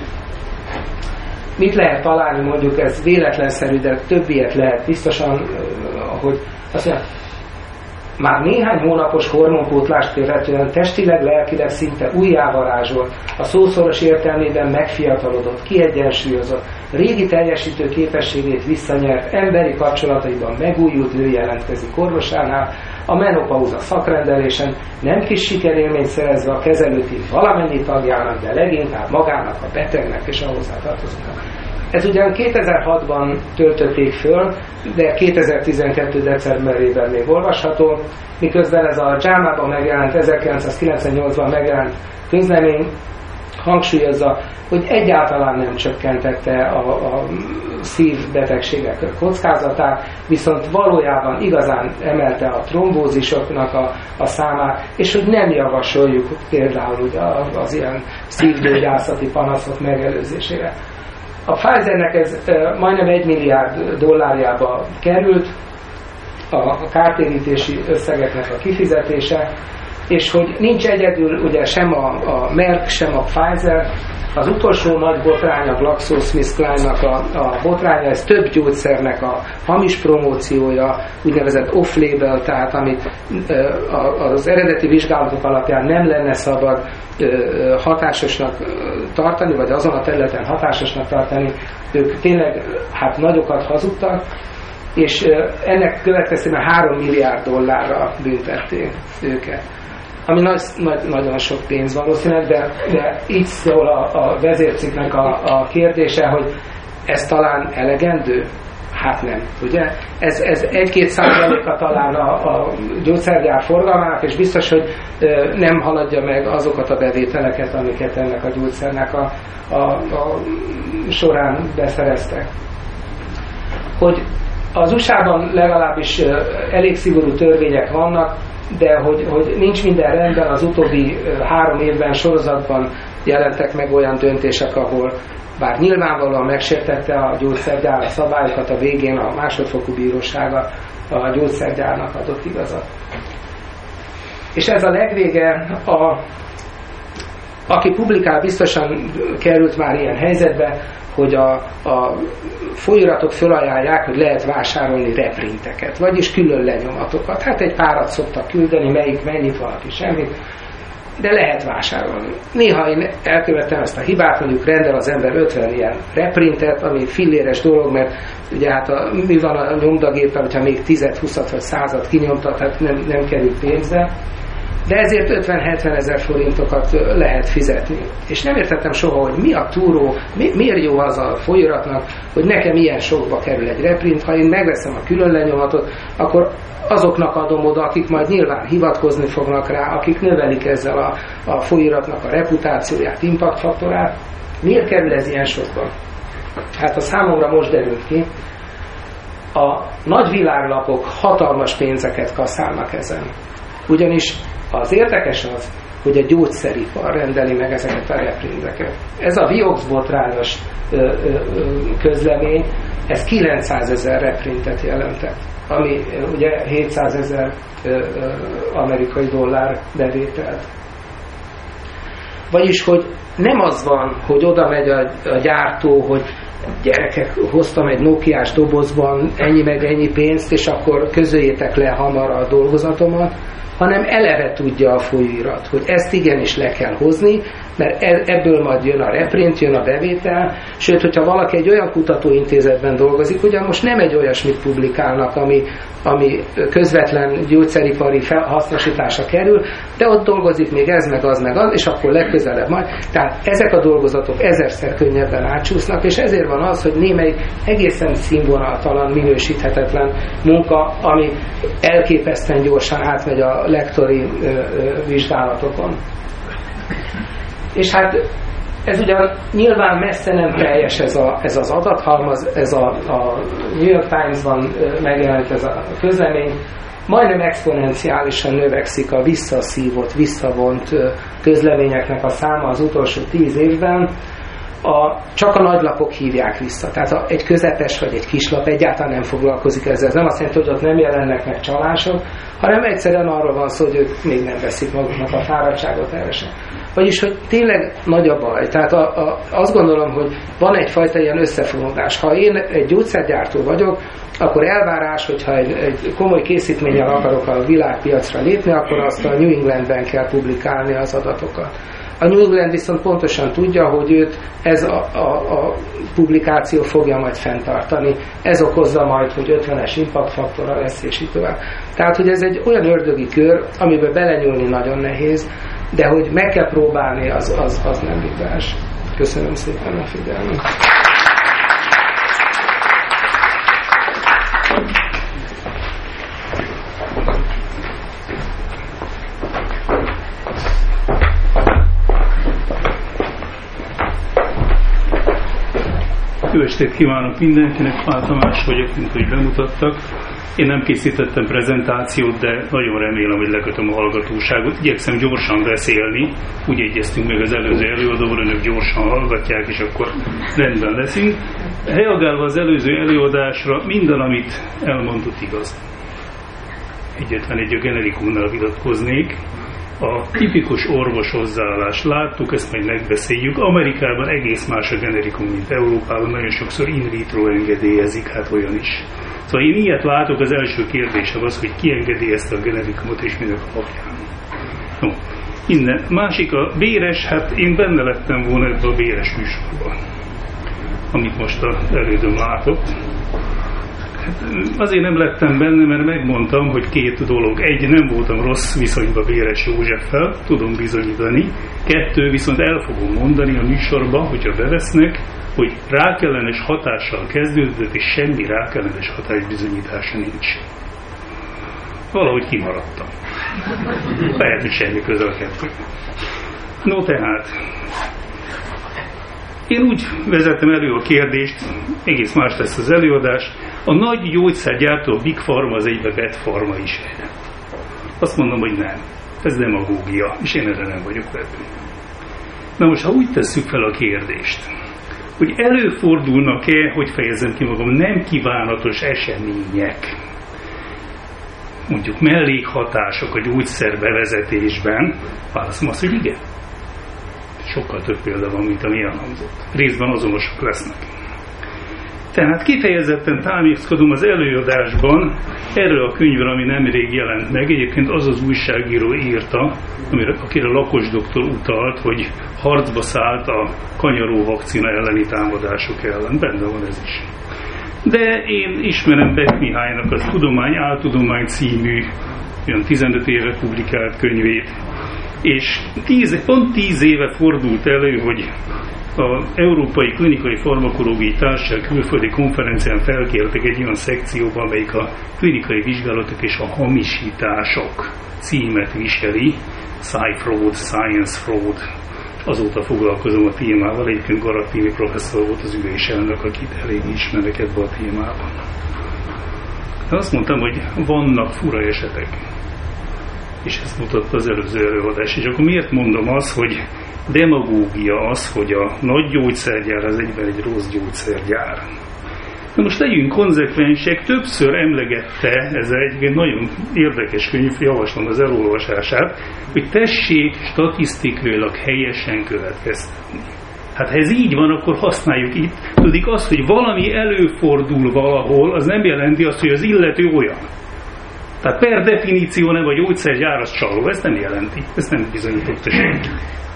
mit lehet találni, mondjuk ez véletlenszerű, de több ilyet lehet biztosan, hogy azt mondja, már néhány hónapos hormonpótlást követően testileg, lelkileg szinte újjávarázsolt, a szószoros értelmében megfiatalodott, kiegyensúlyozott, régi teljesítő képességét visszanyert, emberi kapcsolataiban megújult nő jelentkezik orvosánál, a menopauza szakrendelésen, nem kis sikerélményt szerezve a kezelőtím valamennyi tagjának, de leginkább magának, a betegnek és a hozzátartozóknak. Ez ugyan 2006-ban töltötték föl, de 2012. decemberében még olvasható, miközben ez a JAMA-ban megjelent, 1998-ban megjelent közlemény hangsúlyozza, hogy egyáltalán nem csökkentette a szívbetegségek kockázatát, viszont valójában igazán emelte a trombózisoknak a számát, és hogy nem javasoljuk például ugye az ilyen szívgyógyászati panaszok megelőzésére. A Pfizernek ez majdnem $1 milliárd került, a kártérítési összegeknek a kifizetése, és hogy nincs egyedül ugye sem a Merck, sem a Pfizer, az utolsó nagy botrány, a GlaxoSmithKline-nak a botránya, ez több gyógyszernek a hamis promóciója, úgynevezett off-label, tehát amit az eredeti vizsgálatok alapján nem lenne szabad hatásosnak tartani, vagy azon a területen hatásosnak tartani, ők tényleg hát nagyokat hazudtak, és ennek következtében $3 milliárd büntették őket. Ami nagyon sok pénz valószínűleg, de így szól a vezércikknek a kérdése, hogy ez talán elegendő? Hát nem, ugye? Ez 1-2% talán a gyógyszergyár forgalmának, és biztos, hogy nem haladja meg azokat a bevételeket, amiket ennek a gyógyszernek a során beszereztek. Hogy Az USA-ban legalábbis elég szigorú törvények vannak, de hogy nincs minden rendben, az utóbbi 3 évben sorozatban jelentek meg olyan döntések, ahol bár nyilvánvalóan megsértette a gyógyszergyár a szabályokat, a végén a másodfokú bírósága a gyógyszergyárnak adott igazat. És ez a legvége, aki publikál, biztosan került már ilyen helyzetbe, hogy a folyóiratok felajánlják, hogy lehet vásárolni reprinteket, vagyis külön lenyomatokat. Hát egy párat szoktak küldeni, melyik mennyit, valaki semmit, de lehet vásárolni. Néha én elkövettem ezt a hibát, mondjuk rendel az ember 50 ilyen reprintet, ami filléres dolog, mert ugye hát mi van a nyomdagépen, hogyha még 10-et, 20-at vagy 100-at kinyomtat, hát nem kerül pénzre. De ezért 50-70 ezer forintokat lehet fizetni. És nem értettem soha, hogy mi a túró, miért jó az a folyóiratnak, hogy nekem ilyen sokba kerül egy reprint, ha én megveszem a külön lenyomatot, akkor azoknak adom oda, akik majd nyilván hivatkozni fognak rá, akik növelik ezzel a folyóiratnak a reputációját, impactfaktorát. Miért kerül ez ilyen sokba? Hát a számomra most derült ki. A nagy világlapok hatalmas pénzeket kaszálnak ezen. Ugyanis az érdekes az, hogy a gyógyszeripar rendeli meg ezeket a reprinteket. Ez a Vioxx botrányos közlemény, ez 900 000 reprintet jelentett, ami ugye 700 000 amerikai dollár bevételt. Vagyis, hogy nem az van, hogy oda megy a gyártó, hogy gyerekek, hoztam egy Nokiás dobozban ennyi meg ennyi pénzt, és akkor közöljétek le hamar a dolgozatomat, hanem eleve tudja a folyóirat, hogy ezt igenis le kell hozni, mert ebből majd jön a reprint, jön a bevétel, sőt, hogyha valaki egy olyan kutatóintézetben dolgozik, ugyan most nem egy olyasmit publikálnak, ami közvetlen gyógyszeripari hasznosításra kerül, de ott dolgozik még ez, meg az, és akkor legközelebb majd. Tehát ezek a dolgozatok 1000-szer könnyebben átcsúsznak, és ezért van az, hogy némelyik egészen színvonaltalan, minősíthetetlen munka, ami elképesztően gyorsan átmegy a lektori vizsgálatokon. És hát ez ugyan nyilván messze nem teljes ez az adathalmaz, ez a New York Times-ban megjelent ez a közlemény, majdnem exponenciálisan növekszik a visszaszívott, visszavont közleményeknek a száma az utolsó 10 évben, csak a nagylapok hívják vissza. Tehát egy közepes vagy egy kislap egyáltalán nem foglalkozik ezzel. Ez nem azt jelenti, hogy ott nem jelennek meg csalások, hanem egyszerűen arról van szó, hogy ők még nem veszik maguknak a fáradtságot erre sem. Vagyis, hogy tényleg nagy a baj. Tehát azt gondolom, hogy van egyfajta ilyen összefonódás. Ha én egy gyógyszergyártó vagyok, akkor elvárás, hogyha egy komoly készítménnyel akarok a világpiacra lépni, akkor azt a New Englandben kell publikálni az adatokat. A New England viszont pontosan tudja, hogy őt ez a publikáció fogja majd fenntartani. Ez okozza majd, hogy 50-es impactfaktora lesz, és így tovább. Tehát, hogy ez egy olyan ördögi kör, amiben belenyúlni nagyon nehéz, de hogy meg kell próbálni, az nem vitás. Köszönöm szépen a figyelmet. Jó estét kívánok mindenkinek, Pál Tamás vagyok, mint hogy bemutattak. Én nem készítettem prezentációt, de nagyon remélem, hogy lekötöm a hallgatóságot. Igyekszem gyorsan beszélni, úgy egyeztünk meg az előző előadóval, önök gyorsan hallgatják, és akkor rendben leszünk. Reagálva az előző előadásra, minden, amit elmondott, igaz. Egyetlen egy a generikumnál vitatkoznék. A tipikus orvos hozzáállást láttuk, ezt majd megbeszéljük. Amerikában egész más a generikum, mint Európában, nagyon sokszor in vitro engedélyezik, hát olyan is. Szóval én ilyet látok, az első kérdésem az, hogy ki engedélyezte a generikumot és minek alapján. No, innen. Másik a béres, hát én benne lettem volna ebbe a béres műsorban, amit most az elődöm látott. Azért nem lettem benne, mert megmondtam, hogy 2 dolog. 1, nem voltam rossz viszonyban Béres Józseffel, tudom bizonyítani. 2, viszont el fogom mondani a műsorban, hogyha bevesznek, hogy rákellenes hatással kezdődött, és semmi rákellenes hatás bizonyítása nincs. Valahogy kimaradtam. Lehet, hogy semmi közel a kettő. No tehát, Én úgy vezettem elő a kérdést, egész más lesz az előadás, a nagy gyógyszergyártó, a Big Pharma az egybe Bad Pharma is. Azt mondom, hogy nem. Ez demagógia, és én erre nem vagyok vevő. Na most, ha úgy tesszük fel a kérdést, hogy előfordulnak-e, hogy fejezzem ki magam, nem kívánatos események, mondjuk mellékhatások a gyógyszer bevezetésben, válaszom azt, hogy igen. Sokkal több példa van, mint ami elhangzott. Részben azonosok lesznek. Tehát kifejezetten támaszkodom az előadásban erről a könyvre, ami nemrég jelent meg. Egyébként az az újságíró írta, akire a Lakos doktor utalt, hogy harcba szállt a kanyaró vakcina elleni támadások ellen. Benne van ez is. De én ismerem Beck Mihálynak a Tudomány, Áltudomány című, olyan 15 éve publikált könyvét. És pont 10 éve fordult elő, hogy az Európai Klinikai Farmakológiai Társaság külföldi konferencián felkértek egy olyan szekcióban, amelyik a klinikai vizsgálatok és a hamisítások címet viseli, Sci-Fraud, Science Fraud. Azóta foglalkozom a témával, egyébként Garattini professzor volt az üléselnök, akit elég ismernek ebbe a témában. De azt mondtam, hogy vannak fura esetek. És ezt mutatta az előző előadás. És akkor miért mondom azt, hogy demagógia az, hogy a nagy gyógyszergyár az egyben egy rossz gyógyszergyár. Na most legyünk konzekvensek, többször emlegette, ez egy nagyon érdekes könyv, javaslom az elolvasását, hogy tessék statisztikailag helyesen következtetni. Hát ha ez így van, akkor használjuk itt. Tudik az, hogy valami előfordul valahol, az nem jelenti azt, hogy az illető olyan. Tehát per definíció nem a gyógyszergyár az csaló, ezt nem jelenti, ezt nem bizonyította senki.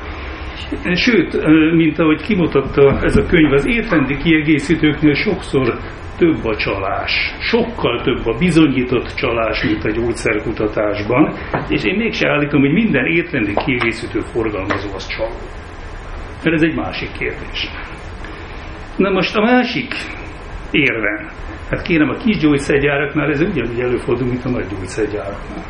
Sőt, mint ahogy kimutatta ez a könyv, az étrendi kiegészítőknél sokszor több a csalás. Sokkal több a bizonyított csalás, mint a gyógyszerkutatásban, és én mégse állítom, hogy minden étrendi kiegészítő forgalmazó az csaló. Mert ez egy másik kérdés. Na most a másik érven, hát kérem, a kis gyógyszergyáraknál ez ugyanúgy előfordul, mint a nagy gyógyszergyáraknál.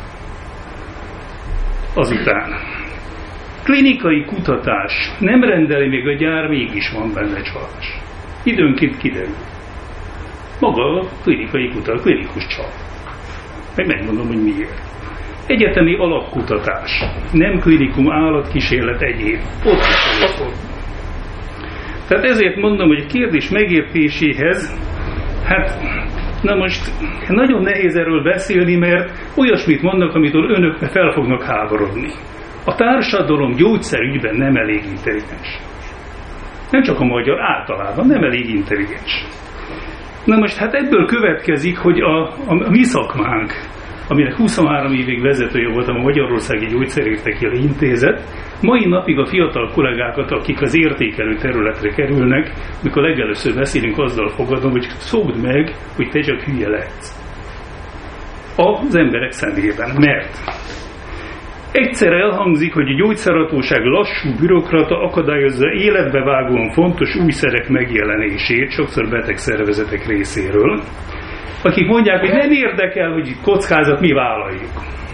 Azután klinikai kutatás nem rendeli még a gyár, mégis van benne csalás. Időnként kiderül. Maga a klinikai kutatás, klinikus csal. Meg megmondom, hogy miért. Egyetemi alapkutatás, nem klinikum, állatkísérlet, egyéb. Ott is előfordul. Tehát ezért mondom, hogy a kérdés megértéséhez, hát, na most nagyon nehéz erről beszélni, mert olyasmit mondnak, amitől önök fel fognak háborodni. A társadalom gyógyszerügyben nem elég intelligens. Nem csak a magyar, általában nem elég intelligens. Na most hát ebből következik, hogy a mi szakmánk, aminek 23 évig vezetője voltam a Magyarországi Gyógyszerértékelő Intézet, mai napig a fiatal kollégákat, akik az értékelő területre kerülnek, mikor legelőször beszélünk, azzal fogadom, hogy szokd meg, hogy te csak hülye lehetsz. Az emberek szemében. Mert egyszer elhangzik, hogy a gyógyszerhatóság lassú bürokrata akadályozza életbevágóan fontos új szerek megjelenését, sokszor beteg szervezetek részéről, akik mondják, hogy nem érdekel, hogy kockázat, mi vállaljuk.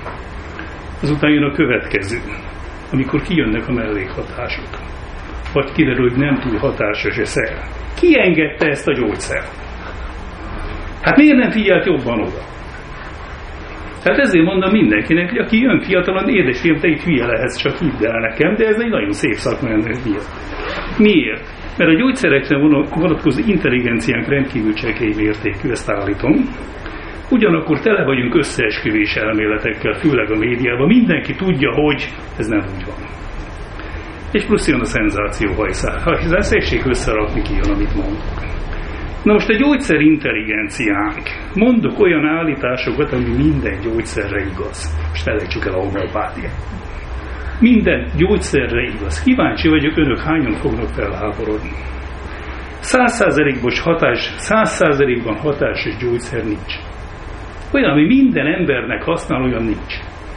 Azután jön a következő, amikor kijönnek a mellékhatások. Vagy kiderül, hogy nem túl hatásos a szer. Ki engedte ezt a gyógyszert? Hát miért nem figyelt jobban oda? Tehát ezért mondom mindenkinek, hogy aki jön fiatalon, édesfiam, te itt hülye lehetsz, csak hidd el nekem, de ez egy nagyon szép szakma ennek miatt. Miért? Mert a gyógyszerekre vonatkozó intelligenciánk rendkívül csekély mértékű, ezt állítom. Ugyanakkor tele vagyunk összeesküvés elméletekkel, főleg a médiában. Mindenki tudja, hogy ez nem úgy van. És plusz jön a szenzációhajszál. Ha szessék összerakni, ki jön, amit mondok. Na most a gyógyszer intelligenciánk. Mondok olyan állításokat, ami minden gyógyszerre igaz. Most felejtsük el a homeopátiát. Minden gyógyszerre igaz. Kíváncsi vagyok, önök hányan fognak felháborodni. 100%-ban hatásos gyógyszer nincs. Olyan, ami minden embernek használ, olyan nincs.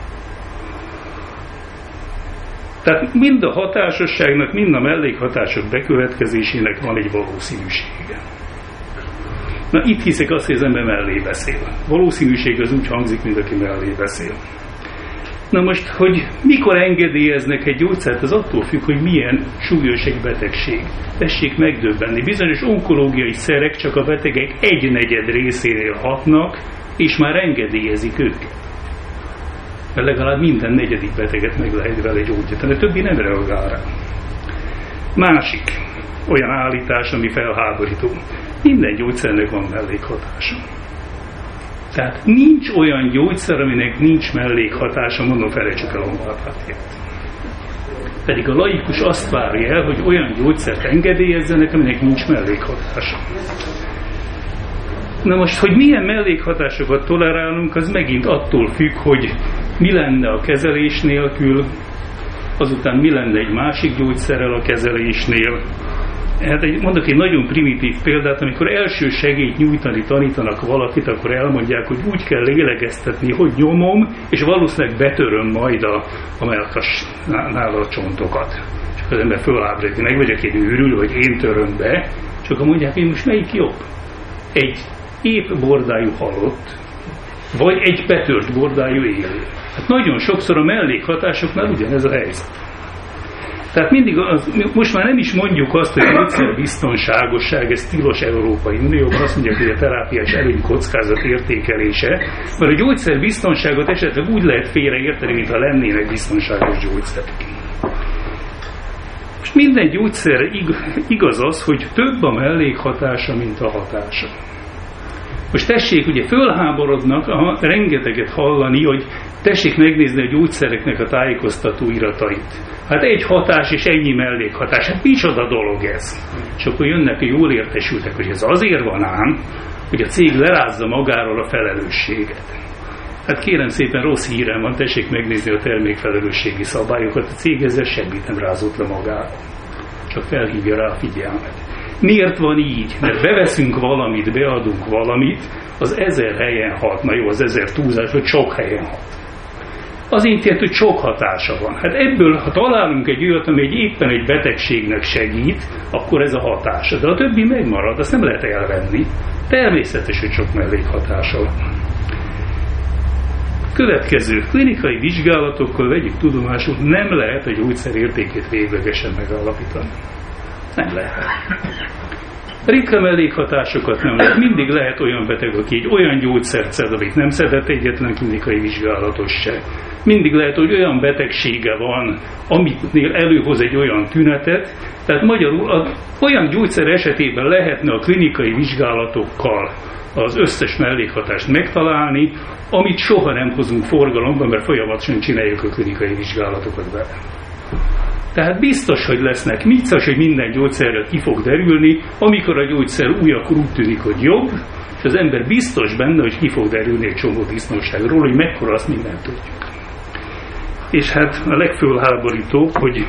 Tehát mind a hatásosságnak, mind a mellékhatások bekövetkezésének van egy valószínűsége. Na itt hiszek azt, hogy az ember mellé beszél. Valószínűség az úgy hangzik, mint aki mellé beszél. Na most, hogy mikor engedélyeznek egy gyógyszert, az attól függ, hogy milyen súlyos egy betegség. Tessék megdöbbenni. Bizonyos onkológiai szerek csak a betegek 1/4 részénél hatnak, és már engedélyezik őket. Mert legalább minden 4. beteget meg lehet vele gyógyítani, a többi nem reagál rá. Másik olyan állítás, ami felháborító. Minden gyógyszernek van mellékhatása. Tehát nincs olyan gyógyszer, aminek nincs mellékhatása, mondom, felejtsük el a homeopátiát. Pedig a laikus azt várja el, hogy olyan gyógyszert engedélyezzenek, aminek nincs mellékhatása. Na most, hogy milyen mellékhatásokat tolerálunk, az megint attól függ, hogy mi lenne a kezelés nélkül, azután mi lenne egy másik gyógyszerrel a kezelésnél. Hát mondok egy nagyon primitív példát, amikor első segélyt nyújtani tanítanak valakit, akkor elmondják, hogy úgy kell lélegeztetni, hogy nyomom, és valószínűleg betöröm majd a mellkasnál a csontokat. Csak az ember fölábredik, meg vagyok egy őrül, hogy én töröm be, csak akkor mondják, hogy most melyik jobb? Egy épp bordájú halott, vagy egy betört bordájú élő. Hát nagyon sokszor a mellékhatásoknál ugyanez a helyzet. Tehát mindig most már nem is mondjuk azt, hogy a gyógyszerbiztonságosság, ez tilos Európai Unióban, azt mondják, hogy a terápiás előny-kockázat értékelése, mert a gyógyszerbiztonságot esetleg úgy lehet félreérteni, mintha lennének biztonságos gyógyszerek. Most minden gyógyszer igaz az, hogy több a mellékhatása, mint a hatása. Most tessék, ugye fölháborodnak rengeteget hallani, hogy tessék megnézni a gyógyszereknek a tájékoztató iratait. Hát egy hatás és ennyi mellékhatás. Hát micsoda dolog ez? És akkor jönnek a jól értesültek, hogy ez azért van ám, hogy a cég lerázza magáról a felelősséget. Hát kérem szépen, rossz hírem van, tessék megnézni a termékfelelősségi szabályokat. A cég ezzel semmit nem rázott le magára. Csak felhívja rá a figyelmet. Miért van így? Mert beveszünk valamit, beadunk valamit, az 1000 helyen hat. Na jó, az 1000 túlzás, hogy sok helyen hat. Azért jelent, hogy sok hatása van. Hát ebből, ha találunk egy olyat, ami éppen egy betegségnek segít, akkor ez a hatása. De a többi megmarad, azt nem lehet elvenni. Természetes, hogy sok mellékhatása van. Következő klinikai vizsgálatokkal vegyük tudomásul, nem lehet a gyógyszer értékét véglegesen megállapítani. Nem lehet. Ritka mellékhatásokat nem lehet. Mindig lehet olyan beteg, aki egy olyan gyógyszert szed, amit nem szedett egyetlen klinikai vizsgálatos se. Mindig lehet, hogy olyan betegsége van, amitnél előhoz egy olyan tünetet. Tehát magyarul olyan gyógyszer esetében lehetne a klinikai vizsgálatokkal az összes mellékhatást megtalálni, amit soha nem hozunk forgalomba, mert folyamatosan csináljuk a klinikai vizsgálatokat vele. Tehát biztos, hogy lesznek, biztos, hogy minden gyógyszerről ki fog derülni, amikor a gyógyszer új, akkor úgy tűnik, hogy jobb, és az ember biztos benne, hogy ki fog derülni egy csomó disznóságról, hogy mekkora, azt mindent tudjuk. És hát a legfölháborítóbb, hogy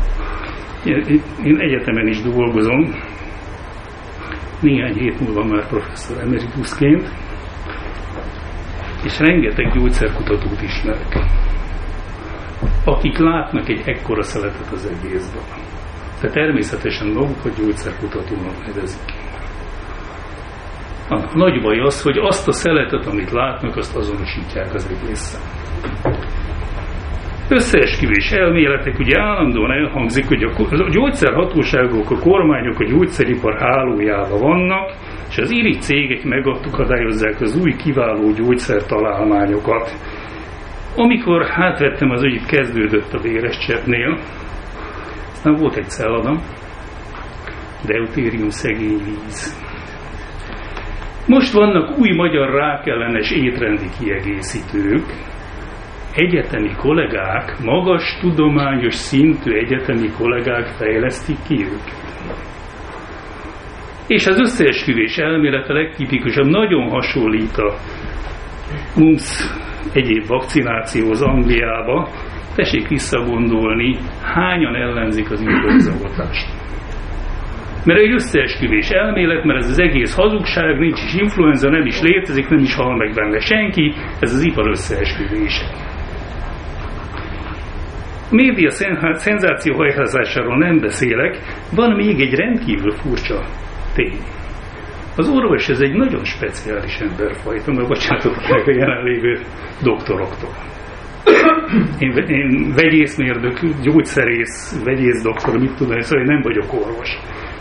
én egyetemen is dolgozom, néhány hét múlva már professzor emeritusként, és rengeteg gyógyszerkutatót ismerek, akik látnak egy ekkora szeletet az egészben. De természetesen magukat gyógyszerkutatónak nevezik. A nagy baj az, hogy azt a szeletet, amit látnak, azt azonosítják az egészen. Összeesküvés elméletek, ugye állandóan elhangzik, hogy a gyógyszerhatóságok, a kormányok a gyógyszeripar hálójában vannak, és az irigy cégek megakadályozzák az új kiváló gyógyszertalálmányokat. Amikor hátvettem az, hogy itt kezdődött a véres cseppnél, aztán volt egy celladam, deutérium szegény víz. Most vannak új magyar rákellenes étrendi kiegészítők, egyetemi kollégák, magas tudományos szintű egyetemi kollégák fejlesztik ki őket. És az összeesküvés elmélete legtipikusabb, nagyon hasonlít a mumps egyéb vakcinációhoz Angliába. Tessék visszagondolni, hányan ellenzik az influenzaoltást. Mert egy összeesküvés elmélet, mert ez az egész hazugság, nincs is influenza, nem is létezik, nem is hal meg benne senki, ez az ipar összeesküvése. A média szenzációhajházásáról nem beszélek, van még egy rendkívül furcsa tény. Az orvos ez egy nagyon speciális emberfajta, mert bocsánatot meg a jelenlévő doktoroktól. én vegyészmérnök, gyógyszerész, vegyészdoktor, mit tudom, szóval én nem vagyok orvos.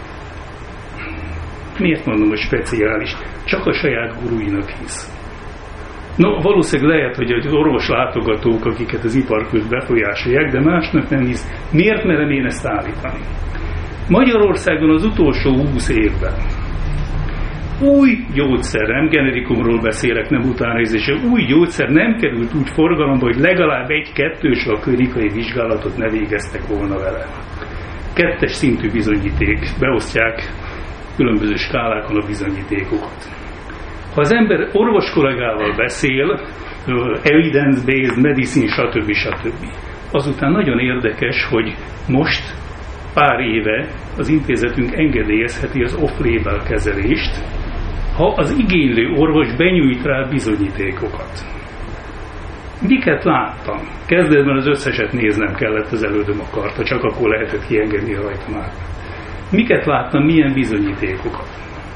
Miért mondom, hogy speciális? Csak a saját guruinak hisz. No, valószínűleg lehet, hogy az orvos látogatók, akiket az iparkült befolyásolják, de másnak nem hisz. Miért merem én ezt állítani? Magyarországon az utolsó 20 évben új gyógyszer, nem generikumról beszélek, nem utánézésre, új gyógyszer nem került úgy forgalomba, hogy legalább 1-2 a klinikai vizsgálatot ne végeztek volna vele. 2. szintű bizonyíték, beosztják különböző skálákon a bizonyítékokat. Ha az ember orvos kollégával beszél, evidence-based medicine, stb. Azután nagyon érdekes, hogy most pár éve az intézetünk engedélyezheti az off-label kezelést, ha az igénylő orvos benyújt rá bizonyítékokat. Miket láttam? Kezdetben az összeset néznem kellett, az elődöm akarta, csak akkor lehetett kiengedni rajtam át. Miket láttam, milyen bizonyítékokat?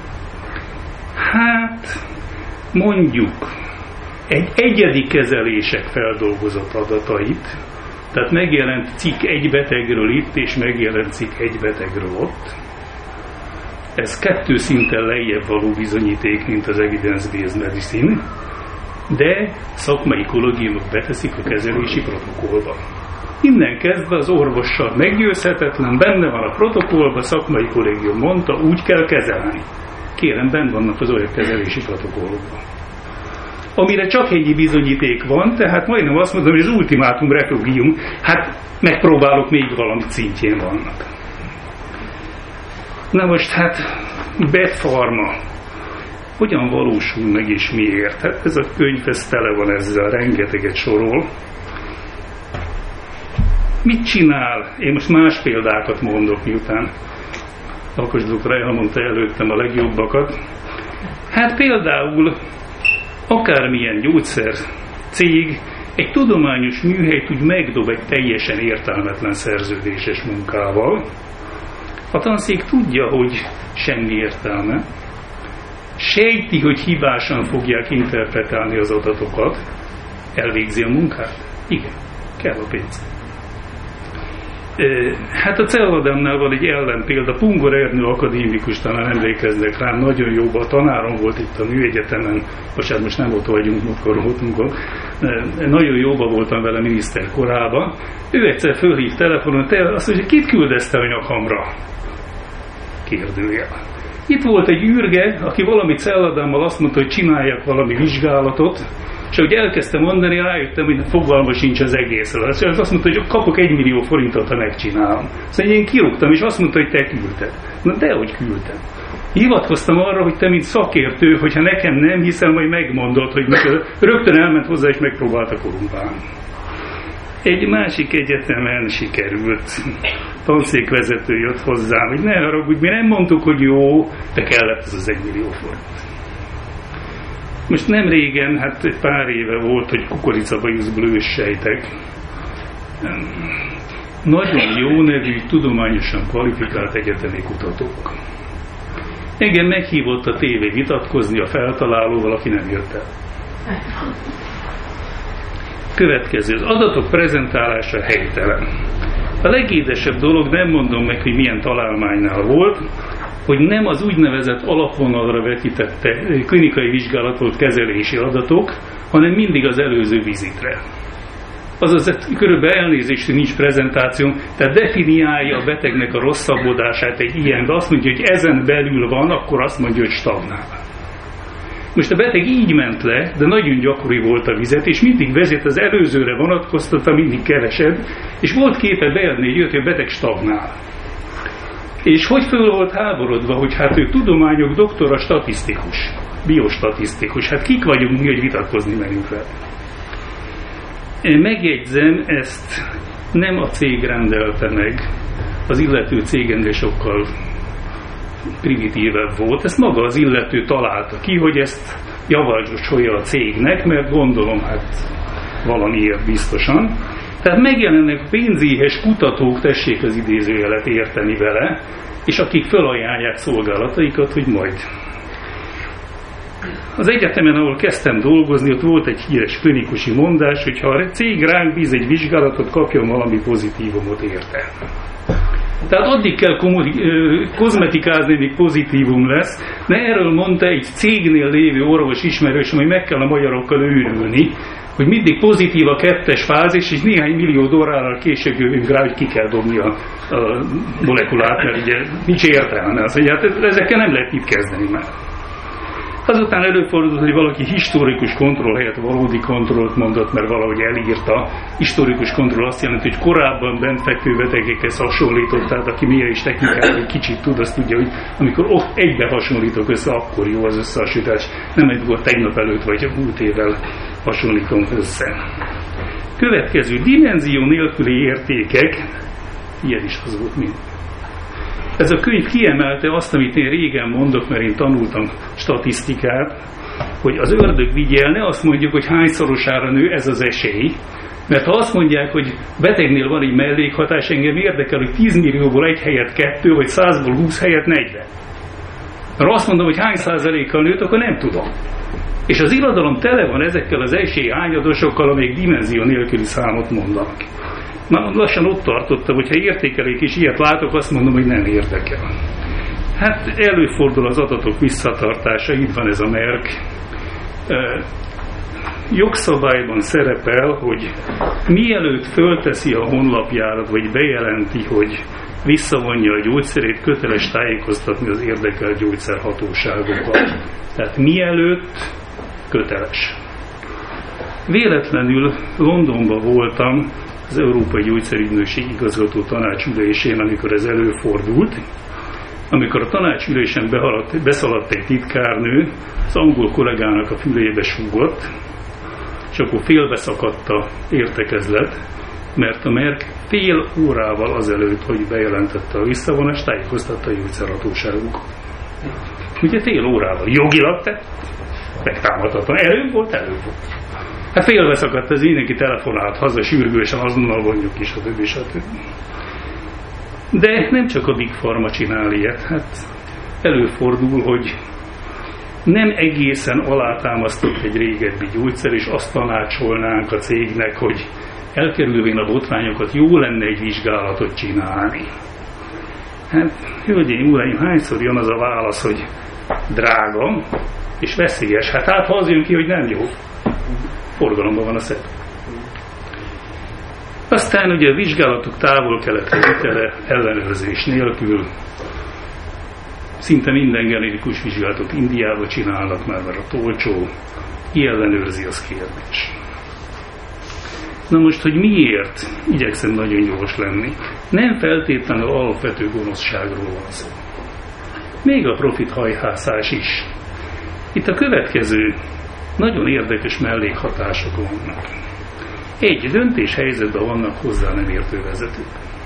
Hát, mondjuk egy egyedi kezelések feldolgozott adatait, tehát megjelent cikk egy betegről itt, és megjelent cikk egy betegről ott. Ez 2 szinten lejjebb való bizonyíték, mint az evidence-based medicine, de szakmai kollégiumok beteszik a kezelési protokollba. Innen kezdve az orvossal meggyőzhetetlen, benne van a protokollba, szakmai kollégium mondta, úgy kell kezelni. Kérem, benn vannak az olyan kezelési protokollokban. Amire csak ennyi bizonyíték van, tehát majdnem azt mondom, hogy az ultimátum refugium, hát megpróbálok, még valami szintjén vannak. Na most hát Betpharma hogyan valósul meg és miért? Hát ez a könyv, ez tele van ezzel, rengeteget sorol. Mit csinál? Én most más példákat mondok, miután Alkos doktor elmondta előttem a legjobbakat. Hát például akármilyen gyógyszer cég egy tudományos műhelyt úgy megdob egy teljesen értelmetlen szerződéses munkával. A tanszék tudja, hogy semmi értelme. Sejti, hogy hibásan fogják interpretálni az adatokat. Elvégzi a munkát? Igen, kell a pénz. Hát a Celadamnál van egy ellenpélda, Pungor Ernő akadémikus, talán emlékeznek rám, nagyon jó, a tanárom volt itt a műegyetemen, most nem ott vagyunk, múltkor voltunk, nagyon jóba voltam vele miniszter korában. Ő egyszer fölhív telefonon, azt mondja, kit küldezte a nyakamra? Kérdőjel. Itt volt egy űrge, aki valami Celadammal azt mondta, hogy csináljak valami vizsgálatot, és ahogy elkezdtem mondani, rájöttem, hogy fogalma sincs az egészről. Azt mondta, hogy kapok 1 millió forintot, ha megcsinálom. Szóval én kirúgtam, és azt mondta, hogy te küldted. Na dehogy küldtem. Hivatkoztam arra, hogy te, mint szakértő, hogyha nekem nem hiszel, majd megmondod, hogy rögtön elment hozzá, és megpróbálta korumpálni. Egy másik egyetemen sikerült. Tanszékvezető jött hozzám, hogy ne haragudj, mi nem mondtuk, hogy jó, de kellett ez az 1 millió forint. Most nem régen, hát egy pár éve volt, hogy kukoricabajuszból őssejtek. Nagyon jó nevű, tudományosan kvalifikált egyetemi kutatók. Engem meghívott a tévé vitatkozni a feltalálóval, aki nem jött el. Következő, az adatok prezentálása helytelen. A legédesebb dolog, nem mondom meg, hogy milyen találmánynál volt, hogy nem az úgynevezett alapvonalra vetítette klinikai vizsgálatot kezelési adatok, hanem mindig az előző vizitre. Azaz körülbelül elnézést, nincs prezentáció, tehát definiálja a betegnek a rosszabbodását egy ilyenbe, azt mondja, hogy ezen belül van, akkor azt mondja, hogy stagnál. Most a beteg így ment le, de nagyon gyakori volt a vizet, és mindig vezet az előzőre vonatkoztatta, mindig kevesebb, és volt képe beadni, hogy a beteg stagnál. És hogy föl volt háborodva, hogy hát ő tudományok doktora, statisztikus, biostatisztikus. Hát kik vagyunk mi, hogy vitatkozni menjünk vele. Én megjegyzem, ezt nem a cég rendelte meg, az illető cég ennél sokkal primitívebb volt. Ezt maga az illető találta ki, hogy ezt javasolja a cégnek, mert gondolom, hát valamiért biztosan. Tehát megjelennek pénzéhes kutatók, tessék az idézőjelet érteni vele, és akik felajánlják szolgálataikat, hogy majd. Az egyetemen, ahol kezdtem dolgozni, ott volt egy híres klinikusi mondás, hogy ha a cég ránk bíz egy vizsgálatot, kapjon valami pozitívumot érte. Tehát addig kell kozmetikázni, míg pozitívum lesz, de erről mondta egy cégnél lévő orvos ismerősöm, hogy meg kell a magyarokkal őrülni, hogy mindig pozitív a 2. fázis, és néhány millió dollárral később jövünk rá, hogy ki kell dobni a molekulát, mert ugye nincs értelme. Azt mondja, hát ezekkel nem lehet itt kezdeni már. Azután előfordult, hogy valaki historikus kontroll helyett valódi kontrollt mondott, mert valahogy elírta. Historikus kontroll azt jelenti, hogy korábban bent fekvő betegekhez hasonlított, tehát aki milyen is technikát egy kicsit tud, azt tudja, hogy amikor ott egybe hasonlítok össze, akkor jó az összehasonlítás. Nem egy volt tegnap előtt vagy múlt évvel hasonlítom össze. Következő dimenzió nélküli értékek, ilyen is az volt mind. Ez a könyv kiemelte azt, amit én régen mondok, mert én tanultam statisztikát, hogy az ördög vigyel, ne azt mondjuk, hogy hányszorosára nő ez az esély, mert ha azt mondják, hogy betegnél van egy mellékhatás, engem érdekel, hogy 10 millióból 1 helyett 2, vagy 100-ból 20 helyett 40. Mert azt mondom, hogy hány százalékkal nőtt, akkor nem tudom. És az irodalom tele van ezekkel az esély hányadosokkal, amelyek dimenzió nélküli számot mondanak. Már lassan ott tartottam, hogy ha értékelik és ilyet látok, azt mondom, hogy nem érdekel. Hát előfordul az adatok visszatartása, itt van ez a Merck. Jogszabályban szerepel, hogy mielőtt fölteszi a honlapjára, vagy bejelenti, hogy visszavonja a gyógyszerét, köteles tájékoztatni az érdekelt gyógyszerhatóságokat. Tehát mielőtt köteles. Véletlenül Londonban voltam az Európai Gyógyszerügynökség igazgató tanácsülésén, amikor ez előfordult. Amikor a tanácsülésen beszaladt egy titkárnő, az angol kollégának a fülébe súgott, és akkor félbeszakadt a értekezlet, mert a Merck fél órával azelőtt, hogy bejelentette a visszavonást, tájékoztatta a gyógyszerhatóságokat. Ugye fél órával. Jogilag tett, megtámadhatom. Előbb volt. Hát félbeszakadt, ez mindenki telefonált haza, sürgősen azonnal vonjuk is, stb. De nem csak a Big Pharma csinál ilyet. Hát előfordul, hogy nem egészen alátámasztott egy régebbi gyógyszer, és azt tanácsolnánk a cégnek, hogy elkerülvén a botrányokat jó lenne egy vizsgálatot csinálni. Hát, hölgyeim, uraim, hányszor jön az a válasz, hogy drága és veszélyes. Hát ha az jön ki, hogy nem jó. Forgalomban van a szed. Aztán ugye a vizsgálatok távol-keletre vitele, ellenőrzés nélkül, szinte minden generikus vizsgálatot Indiába csinálnak már, mert a olcsó, ki ellenőrzi, az kérdés. Na most, hogy miért igyekszem nagyon gyors lenni? Nem feltétlenül alapvető gonoszságról van szó. Még a profit hajhászás is. Itt a következő nagyon érdekes mellékhatások vannak. Egy döntéshelyzetben vannak hozzá nem értő vezetők.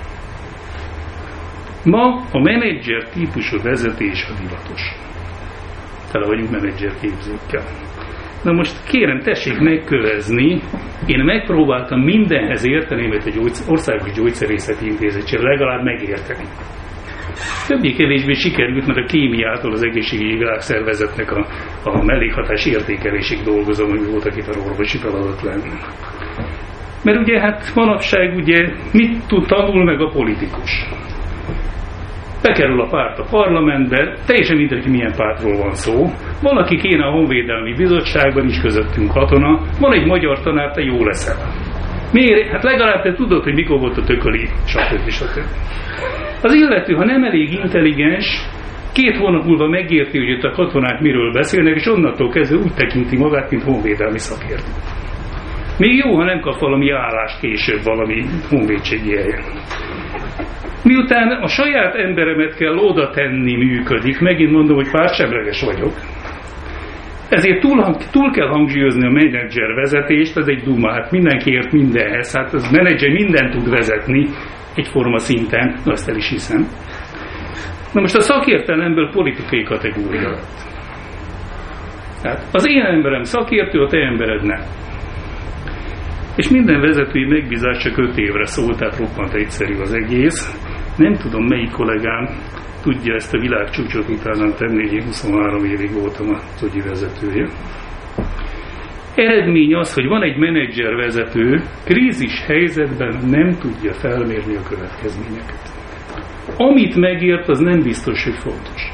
Ma a menedzser típusú vezetés a divatos. Tele vagyunk menedzser képzőkkel. Na most kérem, tessék megkövezni, én megpróbáltam mindenhez érteni, mert egy országos gyógyszerészeti intézettség legalább megérteni. Többé-kevésbé sikerült, mert a kémiától az egészségügyi világszervezetnek a mellékhatás értékelésig dolgozom, hogy voltak itt a orvosi feladat lenni. Mert ugye hát manapság ugye mit tud tanul meg a politikus? Bekerül a párt a parlamentbe, teljesen mindegy, milyen pártról van szó. Valaki kéne a Honvédelmi Bizottságban, is közöttünk katona, van egy magyar tanár, te jó leszel. Miért? Hát legalább te tudod, hogy mikor volt a tököli, stb. Az illető, ha nem elég intelligens, 2 hónap múlva megérti, hogy itt a katonák miről beszélnek, és onnantól kezdve úgy tekinti magát, mint honvédelmi szakértő. Még jó, ha nem kap valami állást később valami honvédségi helyen. Miután a saját emberemet kell oda tenni működik, megint mondom, hogy pártsemleges vagyok. Ezért túl kell hangsúlyozni a menedzser vezetést, ez egy duma, hát mindenki ért mindenhez, hát az menedzser mindent tud vezetni egyforma szinten, azt el is hiszem. Na most a szakértelemből politikai kategória lett. Tehát az én emberem szakértő, a te embered nem. És minden vezetői megbízás csak 5 évre szól, tehát roppant egyszerű az egész. Nem tudom, melyik kollégám tudja ezt a világcsúcsot utánam tenni, én 23 évig voltam a Szogyi vezetője. Eredmény az, hogy van egy menedzservezető, krízis helyzetben nem tudja felmérni a következményeket. Amit megért, az nem biztos, hogy fontos.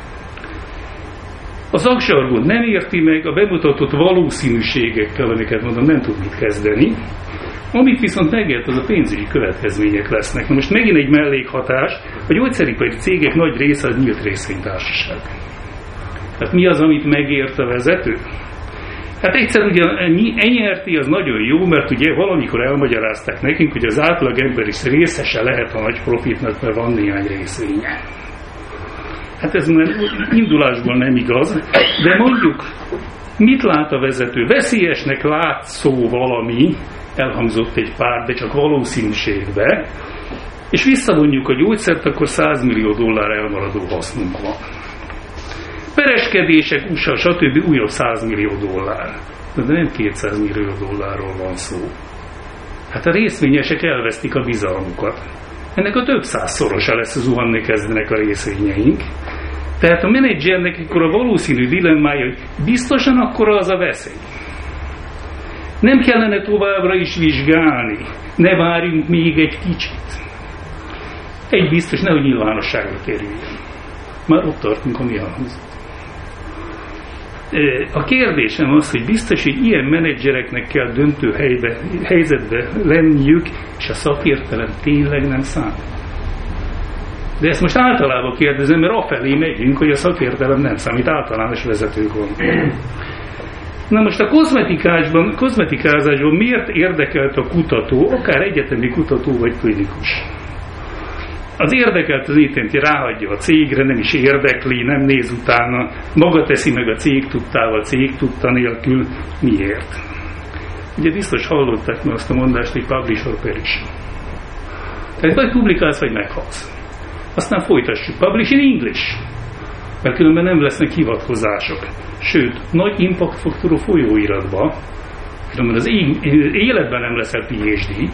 A szakzsargon nem érti meg, a bemutatott valószínűségekkel, amiket mondom, nem tud mit kezdeni. Amit viszont megért, az a pénzügyi következmények lesznek. Na most megint egy mellékhatás, a gyógyszeripari cégek nagy része az nyílt részvénytársaság. Tehát mi az, amit megért a vezető? Hát egyszer ugye enyerti az nagyon jó, mert ugye valamikor elmagyarázták nekünk, hogy az átlag ember is részese lehet a nagy profitnak, mert van néhány részvénye. Hát ez már indulásból nem igaz, de mondjuk mit lát a vezető? Veszélyesnek látszó valami, elhangzott egy pár, de csak valószínűségbe, és visszavonjuk a gyógyszert, akkor $100 millió elmaradó hasznunk van. Pereskedések, USA, stb. Újabb $100 millió. De nem $200 millió van szó. Hát a részvényesek elvesztik a bizalmukat. Ennek a több százszorosa lesz, zuhanni kezdenek a részvényeink. Tehát a menedzsernek akkor a valószínű dilemmája, hogy biztosan akkora az a veszély. Nem kellene továbbra is vizsgálni. Ne várjunk még egy kicsit. Egy biztos, nehogy nyilvánosságra kerüljön. Már ott tartunk, ami elhangzott. A kérdésem az, hogy biztos, hogy ilyen menedzsereknek kell döntő helyzetbe lenniük, és a szakértelem tényleg nem számít. De ezt most általában kérdezem, mert afelé megyünk, hogy a szakértelem nem számít, általános vezetők van. Na most a kozmetikázásban miért érdekelt a kutató, akár egyetemi kutató vagy klinikus? Az érdekelt az étenti ráhagyja a cégre, nem is érdekli, nem néz utána, maga teszi meg a cég tudtával, cég tudta nélkül. Miért? Ugye biztos hallották meg azt a mondást, hogy publish or perish. Tehát vagy publikálsz, vagy meghalsz. Aztán folytassuk. Publish in English. Mert különben nem lesznek hivatkozások. Sőt, nagy impact faktorú folyóiratba, különben az életben nem leszel PhD.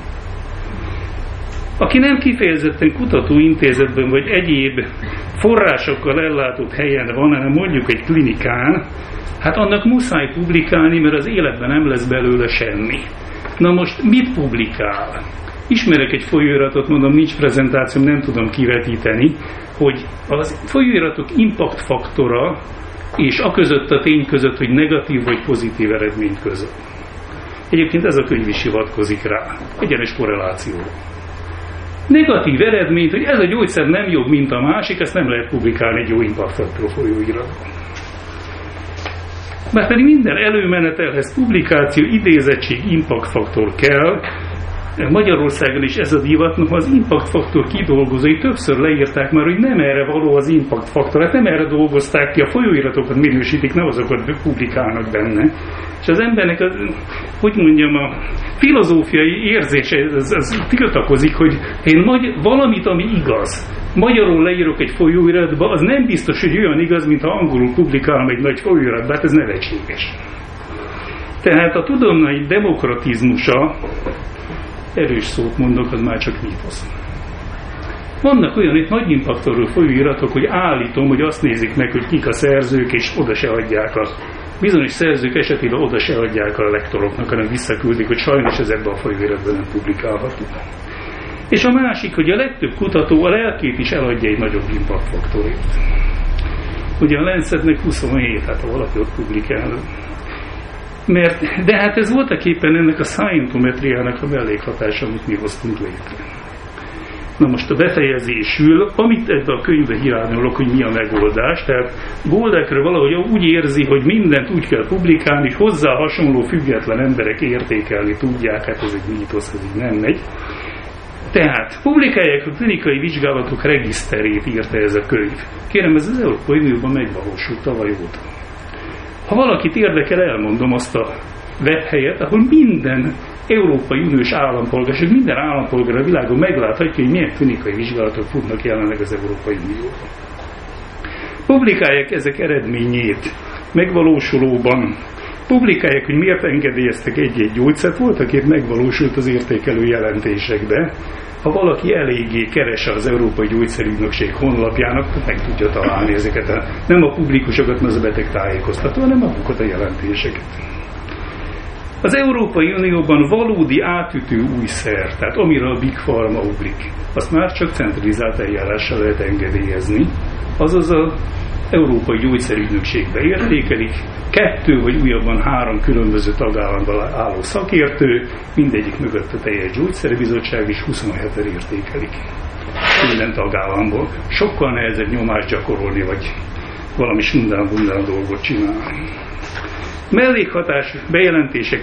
Aki nem kifejezetten kutatóintézetben vagy egyéb forrásokkal ellátott helyen van, hanem mondjuk egy klinikán, hát annak muszáj publikálni, mert az életben nem lesz belőle semmi. Na most mit publikál? Ismerek egy folyóiratot, mondom, nincs prezentációm, nem tudom kivetíteni, hogy az folyóiratok impact faktora és aközött a tény között, hogy negatív vagy pozitív eredmény között. Egyébként ez a könyv is hivatkozik rá. Egyenes korreláció. Negatív eredményt, hogy ez a gyógyszer nem jobb, mint a másik, ezt nem lehet publikálni egy jó impact faktor folyóiratban. Márpedig minden előmenetelhez publikáció, idézettség, impact faktor kell. Magyarországon is ez a divat, noha az impact faktor kidolgozói többször leírták már, hogy nem erre való az impact faktor, hát nem erre dolgozták ki, a folyóiratokat minősítik, nem azokat publikálnak benne. És az embernek, hogy mondjam, a filozófiai érzése az tiltakozik, hogy én valamit, ami igaz, magyarul leírok egy folyóiratba, az nem biztos, hogy olyan igaz, mint ha angolul publikálom egy nagy folyóiratba, hát ez nevetséges. Tehát a tudomány demokratizmusa, erős szót mondok, az már csak mítosz. Vannak olyan itt nagy impaktorú folyóiratok, hogy állítom, hogy azt nézik meg, hogy kik a szerzők, és oda se adják a bizonyos szerzők esetében oda se adják a lektoroknak, hanem visszaküldik, hogy sajnos ez ebben a folyóiratban nem publikálható. És a másik, hogy a legtöbb kutató a lelkét is eladja egy nagyobb impact faktorért. Ugye a Lancetnek 27, hát ha valaki ott publikál. De hát ez voltaképpen ennek a scientometriának a mellékhatása, amit mi hoztunk létre. Na most a befejezésül, amit ebben a könyvben hiányolok, hogy mi a megoldás, tehát Goldacre valahogy úgy érzi, hogy mindent úgy kell publikálni, hogy hozzá hasonló független emberek értékelni tudják, hát ez egy mítosz, ez így nem megy. Tehát publikálják a klinikai vizsgálatok regiszterét, írta ez a könyv. Kérem, ez az Európai Unióban megvalósult tavaly óta. Ha valakit érdekel, elmondom azt a webhelyet, ahol minden Európai Uniós állampolgár, és minden állampolgár a világon megláthatja, hogy milyen klinikai vizsgálatok futnak jelenleg az Európai Unióban. Publikálják ezek eredményét megvalósulóban, publikálják, hogy miért engedélyeztek egy-egy gyógyszert, voltak épp megvalósult az értékelő jelentésekbe, Ha valaki eléggé keres az Európai Gyógyszerügynökség honlapjának, meg tudja találni ezeket, nem a publikusokat, mert az a betegtájékoztató, hanem magukat a jelentéseket. Az Európai Unióban valódi átütő új szer, tehát amire a Big Pharma ugrik, azt már csak centralizált eljárással lehet engedélyezni, azaz az Európai Gyógyszerügynökségbe értékelik, 2 vagy újabban 3 különböző tagállamban álló szakértő, mindegyik mögött a teljes gyógyszerbizottság is 27-en értékelik minden tagállamból. Sokkal nehezebb nyomást gyakorolni, vagy valami sundán-bundán dolgot csinálni. Mellékhatás bejelentések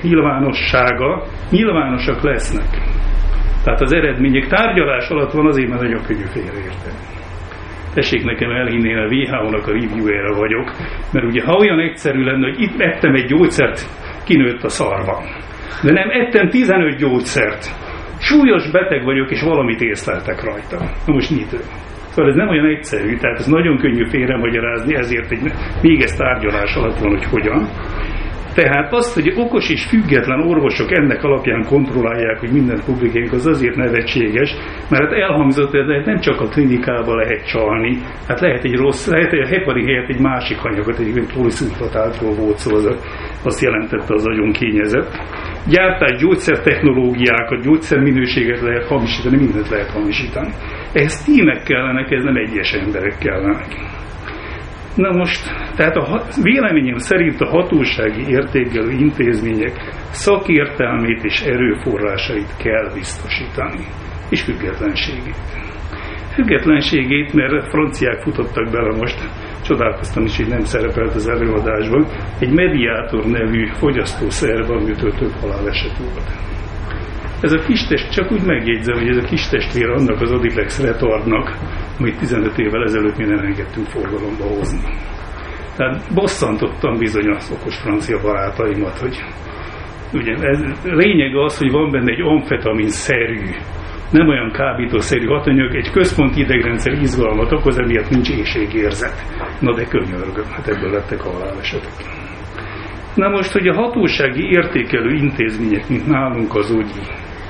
nyilvánosak lesznek. Tehát az eredmények tárgyalás alatt van, azért mert nagyon könnyű félreérteni. Tessék nekem elhinni, én a WHO-nak a review-ére vagyok, mert ugye ha olyan egyszerű lenne, hogy itt ettem egy gyógyszert, kinőtt a szarva. De nem, ettem 15 gyógyszert. Súlyos beteg vagyok, és valamit észleltek rajta. Na most mitől? Szóval ez nem olyan egyszerű, tehát ez nagyon könnyű félremagyarázni, ezért még ez tárgyalás alatt van, hogy hogyan. Tehát azt, hogy okos és független orvosok ennek alapján kontrollálják, hogy mindent publikáljunk, az azért nevetséges, mert elhangzott, hogy nem csak a klinikában lehet csalni, hát lehet egy heparin helyett egy másik anyagot, egy poliszulfatátról volt szó, azt jelentette az agyon kényezet. Gyártás, gyógyszertechnológiákat, gyógyszerminőséget lehet hamisítani, mindent lehet hamisítani. Ehhez tímek kellenek, ez nem egyes emberek kellenek. Na most, tehát a véleményem szerint a hatósági értékelő intézmények szakértelmét és erőforrásait kell biztosítani, és függetlenségét. Függetlenségét, mert franciák futottak bele most, csodálkoztam is, hogy nem szerepelt az előadásban, egy mediátor nevű fogyasztószerben, amitől több haláleset volt. Ez a kistest, csak úgy megjegyzem, hogy ez a kistestvér annak az Odiplex retardnak, amit 15 évvel ezelőtt mi nem engedtünk forgalomba hozni. Tehát bosszantottam bizony az okos francia barátaimat, hogy ugye ez lényeg az, hogy van benne egy amfetamin-szerű, nem olyan kábítószerű hatanyag, egy központi idegrendszer izgalmat okoz, emiatt nincs éhségérzet. Na de könyörgöm, hát ebből lettek a halálesetek. Na most, hogy a hatósági értékelő intézmények, mint nálunk az UGI,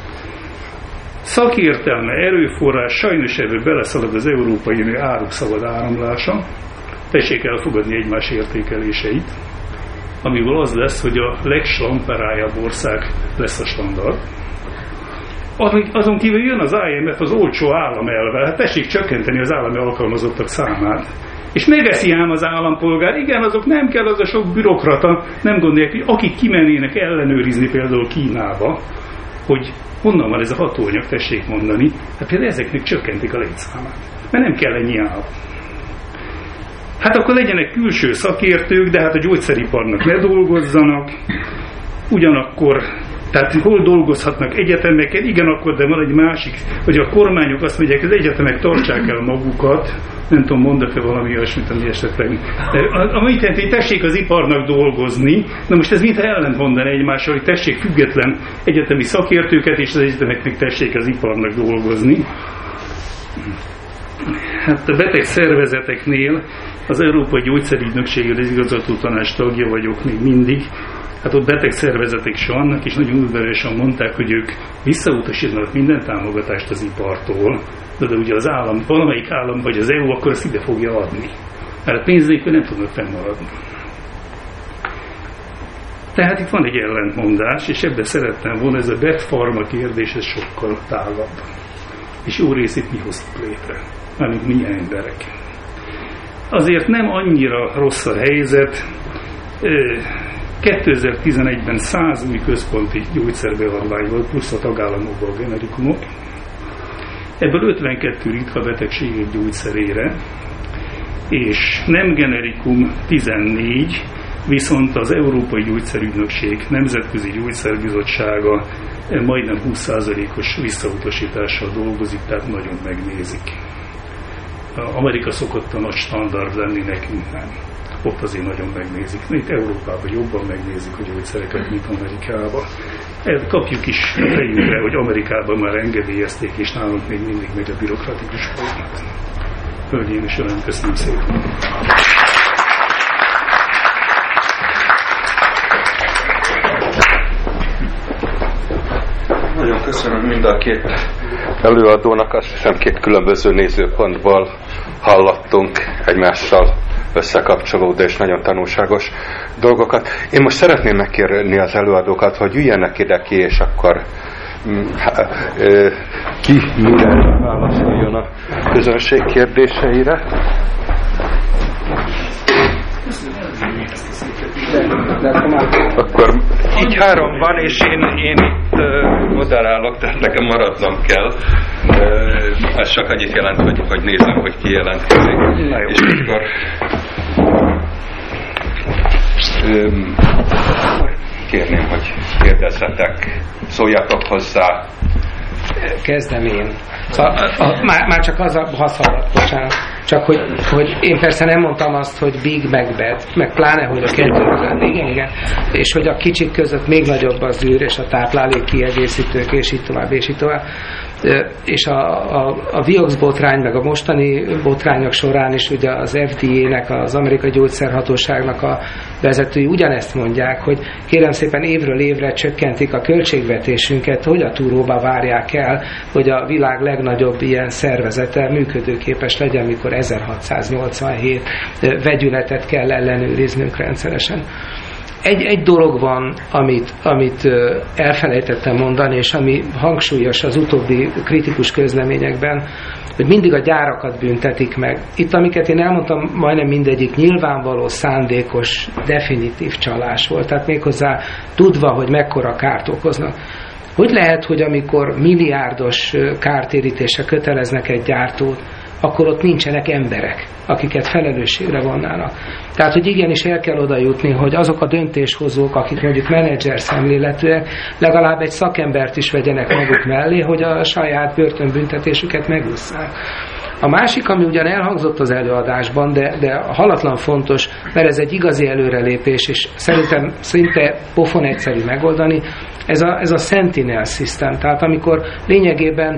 szakértelme, erőforrás, sajnos ebből beleszalad az Európai Unió áruk szabad áramlása, tessék elfogadni egymás értékeléseit, amiből az lesz, hogy a legslamperájabb ország lesz a standard. Azon kívül jön az IMF az olcsó államelvvel, hát tessék csökkenteni az állami alkalmazottak számát, és megeszi ám az állampolgár, igen, azok nem kell, az a sok bürokrata, nem gondolják, hogy akik kimennének ellenőrizni például Kínába, hogy honnan van ez a hatóanyag, tessék mondani, hát például ezeknek csökkentik a létszámát, mert nem kell ennyi állam. Hát akkor legyenek külső szakértők, de hát a gyógyszeriparnak ne dolgozzanak, ugyanakkor, tehát hol dolgozhatnak egyetemeken, igen, akkor, de van egy másik, hogy a kormányok azt mondják, hogy az egyetemek tartsák el magukat, nem tudom, mondok-e valami olyasmit, ami esetleg. Amit jelenti, hogy tessék az iparnak dolgozni, na most ez mintha ellentmondani egymással, hogy tessék független egyetemi szakértőket, és az egyetemeknek tessék az iparnak dolgozni. Hát a beteg szervezeteknél az Európai Gyógyszerügynökségről az igazgatótanács tagja vagyok még mindig, hát ott beteg szervezetek is vannak, és nagyon udvariasan mondták, hogy ők visszautasítanak minden támogatást az ipartól, de ugye az állam, valamelyik állam vagy az EU akkor ezt ide fogja adni. Mert a pénz nélkül nem tudnak fennmaradni. Tehát itt van egy ellentmondás, és ebben szerettem volna, ez a Big Pharma kérdés, ez sokkal tágabb. És jó részét mi hoztuk létre, mármint mi emberek. Azért nem annyira rossz a helyzet. 2011-ben 100 új központi gyógyszerbeadvány volt, plusz a tagállamokban a generikumok. Ebből 52 ritka betegségek gyógyszerére, és nem generikum 14, viszont az Európai Gyógyszerügynökség Nemzetközi Gyógyszerbizottsága majdnem 20%-os visszautasítással dolgozik, tehát nagyon megnézik. Amerika szokott a nagy standard lenni, nekünk nem. Ott azért nagyon megnézik. Itt Európában jobban megnézik a gyógyszereket, mint Amerikában. Kapjuk is a fejünkre, hogy Amerikában már engedélyezték, és nálunk még mindig megy a bürokratikus folyamat. Hölgyeim és uraim, köszönöm szépen! Nagyon köszönöm mind a két előadónak. Azt hiszem 2 különböző nézőpontból hallottunk egymással összekapcsolódó és nagyon tanulságos dolgokat. Én most szeretném megkérni az előadókat, hogy üljenek ide ki, és akkor ki mire válaszoljon a közönség kérdéseire. Akkor így 3 van, és én itt odaállok, tehát nekem maradnom kell. Ez csak annyit jelent, hogy nézem, hogy ki jelentkezik. És akkor kérném, hogy kérdezzetek, szóljatok hozzá. Kezdem én. Szóval, már csak az a használat, bocsánat. Csak hogy én persze nem mondtam azt, hogy Big Macbeth, meg pláne, hogy a kettő, igen, és hogy a kicsik között még nagyobb az űr, és a táplálék kiegészítők, és így tovább, és így tovább. És a Vioxx botrány, meg a mostani botrányok során is ugye az FDA-nek, az Amerikai Gyógyszerhatóságnak a vezetői ugyanezt mondják, hogy kérem szépen évről évre csökkentik a költségvetésünket, hogy a túróba várják el, hogy a világ legnagyobb ilyen szervezete működőképes legyen, mikor 1687 vegyületet kell ellenőriznünk rendszeresen. Egy dolog van, amit elfelejtettem mondani, és ami hangsúlyos az utóbbi kritikus közleményekben, hogy mindig a gyárakat büntetik meg. Itt, amiket én elmondtam, majdnem mindegyik nyilvánvaló, szándékos, definitív csalás volt. Tehát méghozzá tudva, hogy mekkora kárt okoznak. Hogy lehet, hogy amikor milliárdos kártérítésre köteleznek egy gyártót, akkor ott nincsenek emberek, akiket felelősségre vonnának. Tehát, hogy igenis el kell oda jutni, hogy azok a döntéshozók, akik mondjuk menedzser szemléletűek, legalább egy szakembert is vegyenek maguk mellé, hogy a saját börtönbüntetésüket megússzák. A másik, ami ugyan elhangzott az előadásban, de halatlan fontos, mert ez egy igazi előrelépés, és szerintem szinte pofon egyszerű megoldani, ez a Sentinel System, tehát amikor lényegében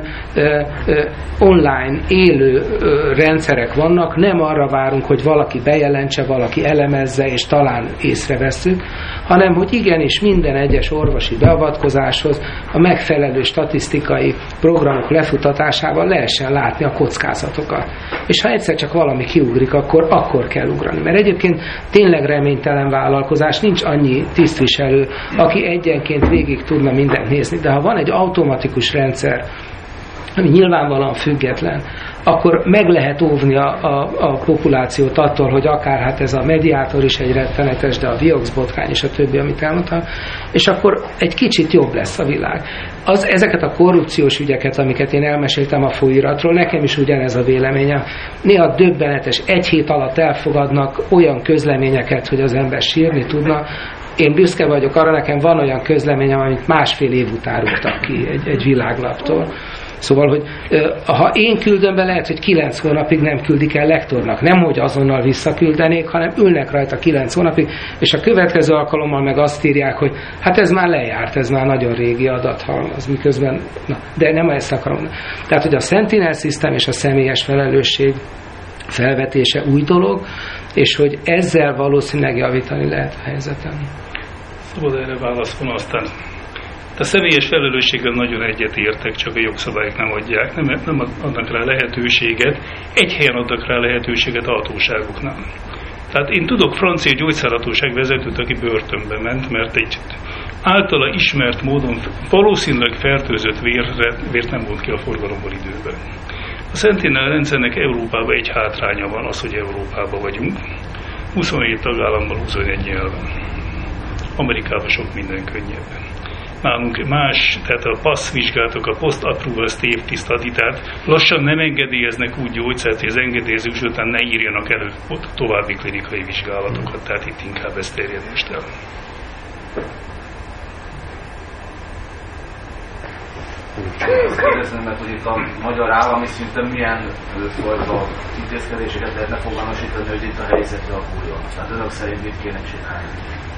online élő rendszerek vannak, nem arra várunk, hogy valaki bejelentse, valaki elemezze, és talán észrevesszük, hanem hogy igenis minden egyes orvosi beavatkozáshoz a megfelelő statisztikai programok lefutatásával lehessen látni a kockázatokat. És ha egyszer csak valami kiugrik, akkor kell ugrani. Mert egyébként tényleg reménytelen vállalkozás, nincs annyi tisztviselő, aki egyenként végig tudna mindent nézni. De ha van egy automatikus rendszer, ami nyilvánvalóan független, akkor meg lehet óvni a populációt attól, hogy akár hát ez a mediátor is egy rettenetes, de a Vioxx botrány és a többi, amit elmondtam, és akkor egy kicsit jobb lesz a világ. Ezeket a korrupciós ügyeket, amiket én elmeséltem a folyóiratról, nekem is ugyanez a véleményem. Néha döbbenetes, 1 hét alatt elfogadnak olyan közleményeket, hogy az ember sírni tudna. Én büszke vagyok arra, nekem van olyan közleményem, amit 1,5 év után rúgtak ki egy világlaptól. Szóval, hogy ha én küldöm be, lehet, hogy 9 hónapig nem küldik el lektornak. Nem, hogy azonnal visszaküldenék, hanem ülnek rajta 9 hónapig, és a következő alkalommal meg azt írják, hogy hát ez már lejárt, ez már nagyon régi adathalmaz, miközben, de nem ezt akarom. Tehát, hogy a Sentinel System és a személyes felelősség felvetése új dolog, és hogy ezzel valószínűleg javítani lehet a helyzeten. Szabad erre válaszolni aztán. A személyes felelősségben nagyon egyetértek, csak a jogszabályok nem adják, nem adnak rá lehetőséget, egy helyen adnak rá lehetőséget a hatóságoknál. Tehát én tudok francia gyógyszerhatóság vezetőt, aki börtönbe ment, mert egy általa ismert módon valószínűleg fertőzött vért nem vont ki a forgalomból időben. A Sentinel rendszernek Európában egy hátránya van, az, hogy Európában vagyunk. 27 tagállammal 21 nyelven. Amerikában sok minden könnyebben. Nálunk más, tehát a passzvizsgálatok, a post-approval study, tehát lassan nem engedélyeznek úgy gyógyszert, hogy az engedélyezés után ne írjanak elő további klinikai vizsgálatokat, tehát itt inkább ez terjed most el. Azt kérdezem meg, hogy itt a magyar állami szinten milyen fajta intézkedéseket lehetne fogalmasítani, hogy itt a helyzet alakuljon. Tehát önök szerint mit kéne csinálni?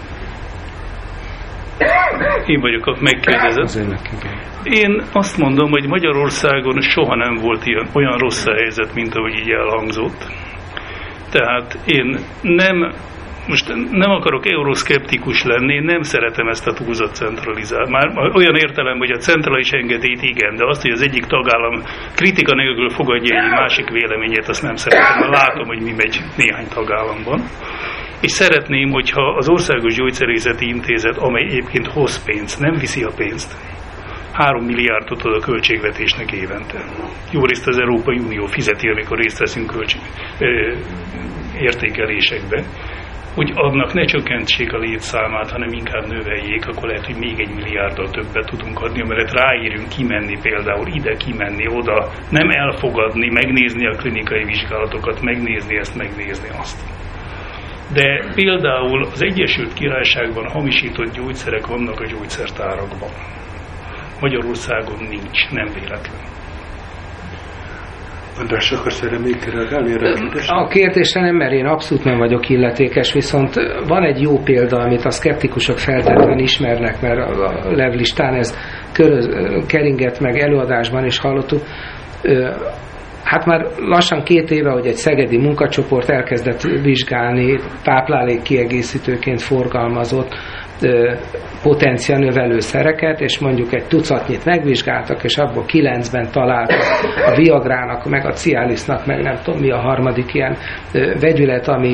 Én vagyok a megkérdezett. Én azt mondom, hogy Magyarországon soha nem volt olyan rossz a helyzet, mint ahogy így elhangzott. Tehát én nem most nem akarok euroszkeptikus lenni, én nem szeretem ezt a túlzott centralizációt. Már olyan értelemben, hogy a centrális engedélyt igen, de azt, hogy az egyik tagállam kritika nélkül fogadja egy másik véleményét, azt nem szeretem, mert látom, hogy mi megy néhány tagállamban. És szeretném, hogyha az Országos Gyógyszerészeti Intézet, amely egyébként hoz pénzt, nem viszi a pénzt, 3 milliárdot ad a költségvetésnek évente. Jó részt az Európai Unió fizeti, amikor részt veszünk értékelésekben, hogy annak ne csökkentsék a létszámát, hanem inkább növeljék, akkor lehet, hogy még 1 milliárddal többet tudunk adni, mert ráérünk kimenni például ide, kimenni oda, nem elfogadni, megnézni a klinikai vizsgálatokat, megnézni ezt, megnézni azt. De például az Egyesült Királyságban hamisított gyógyszerek vannak a gyógyszertárakban. Magyarországon nincs, nem véletlen. András, akarsz erre még reagálni? A kérdésre nem, mert én abszolút nem vagyok illetékes, viszont van egy jó példa, amit a szkeptikusok feltétlenül ismernek, mert a levlistán ez keringett meg előadásban is hallottuk. Hát már lassan 2 éve, hogy egy szegedi munkacsoport elkezdett vizsgálni táplálékkiegészítőként forgalmazott potencia növelőszereket, és mondjuk egy tucatnyit megvizsgáltak, és abból 9-ben találtak a Viagrának, meg a Cialisnak, meg nem tudom mi a harmadik ilyen vegyület, ami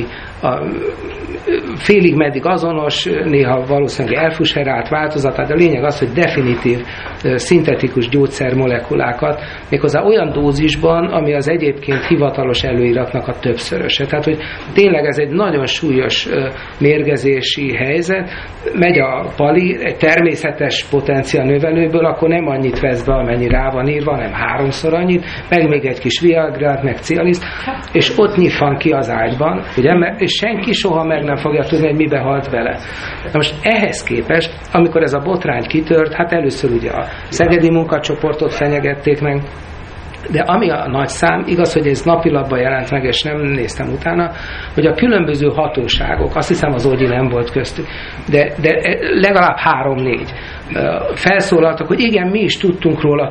félig meddig azonos, néha valószínűleg elfuserált változatát, de a lényeg az, hogy definitív szintetikus gyógyszermolekulákat, méghozzá olyan dózisban, ami az egyébként hivatalos előíratnak a többszöröse. Tehát, hogy tényleg ez egy nagyon súlyos mérgezési helyzet, megy a pali egy természetes potencia növelőből, akkor nem annyit vesz be, amennyi rá van írva, hanem 3-szor annyit, meg még egy kis Viagrát, meg Cialiszt, és ott nyitvan ki az ágyban, ugye, és senki soha meg nem fogja tudni, hogy mibe halt vele. Na most ehhez képest, amikor ez a botrány kitört, hát először ugye a szegedi munkacsoportot fenyegették meg, de ami a nagy szám, igaz, hogy ez napilapban jelent meg, és nem néztem utána, hogy a különböző hatóságok, azt hiszem az Ogyi nem volt köztük, de legalább 3-4 felszólaltak, hogy igen, mi is tudtunk róla,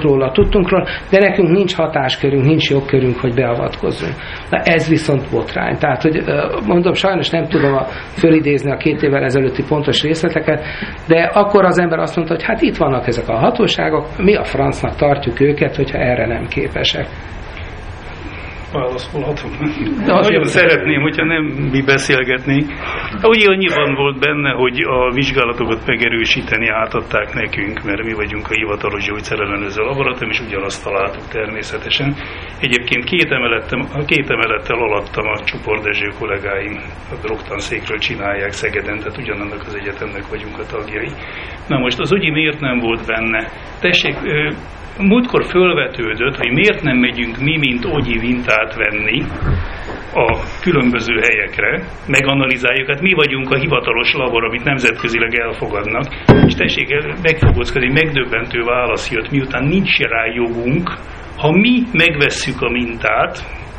de nekünk nincs hatáskörünk, nincs jogkörünk, hogy beavatkozzunk. Na ez viszont botrány. Tehát, hogy mondom, sajnos nem tudom fölidézni a 2 évvel ezelőtti pontos részleteket, de akkor az ember azt mondta, hogy hát itt vannak ezek a hatóságok, mi a francnak tartjuk őket, hogyha erre nem képesek. Válaszolhatok. Nagyon szeretném, hogyha nem mi beszélgetnénk. Ugye annyiban volt benne, hogy a vizsgálatokat megerősíteni átadták nekünk, mert mi vagyunk a hivatalos gyógyszerellenőrző laboratórium, és ugyanazt találtuk természetesen. Egyébként 2 emelettel alattam a Csupor Dezső kollégáim, a roktanszékről csinálják Szegeden, tehát ugyanannak az egyetemnek vagyunk a tagjai. Na most az Ogyi miért nem volt benne? Tessék, múltkor fölvetődött, hogy miért nem megyünk mi, mint Ogyi mintát venni a különböző helyekre, meganalizáljuk, hát mi vagyunk a hivatalos labor, amit nemzetközileg elfogadnak, és tessék, megfogózkodni, megdöbbentő válasz jött, miután nincs rá jogunk, ha mi megvesszük a mintát,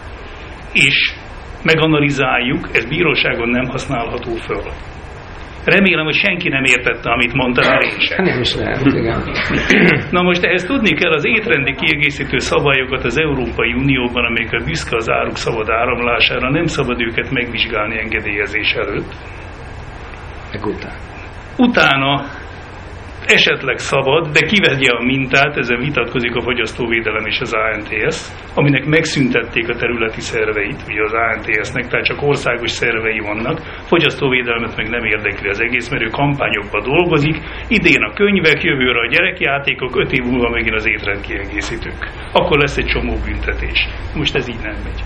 és meganalizáljuk, ez bíróságon nem használható föl. Remélem, hogy senki nem értette, amit mondtam, mert én sem. Nem is lehet, igen. Na most ehhez tudni kell az étrendi kiegészítő szabályokat az Európai Unióban, amelyek büszke az áruk szabad áramlására, nem szabad őket megvizsgálni engedélyezés előtt. Meg utána esetleg szabad, de kivegye a mintát, ezen vitatkozik a fogyasztóvédelem és az ANTS, aminek megszüntették a területi szerveit, ugye az ANTS-nek, tehát csak országos szervei vannak, fogyasztóvédelmet meg nem érdekli az egész, mert ő kampányokban dolgozik, idén a könyvek, jövőre a gyerekjátékok, 5 év múlva megint az étrendkiegészítők. Akkor lesz egy csomó büntetés. Most ez így nem megy.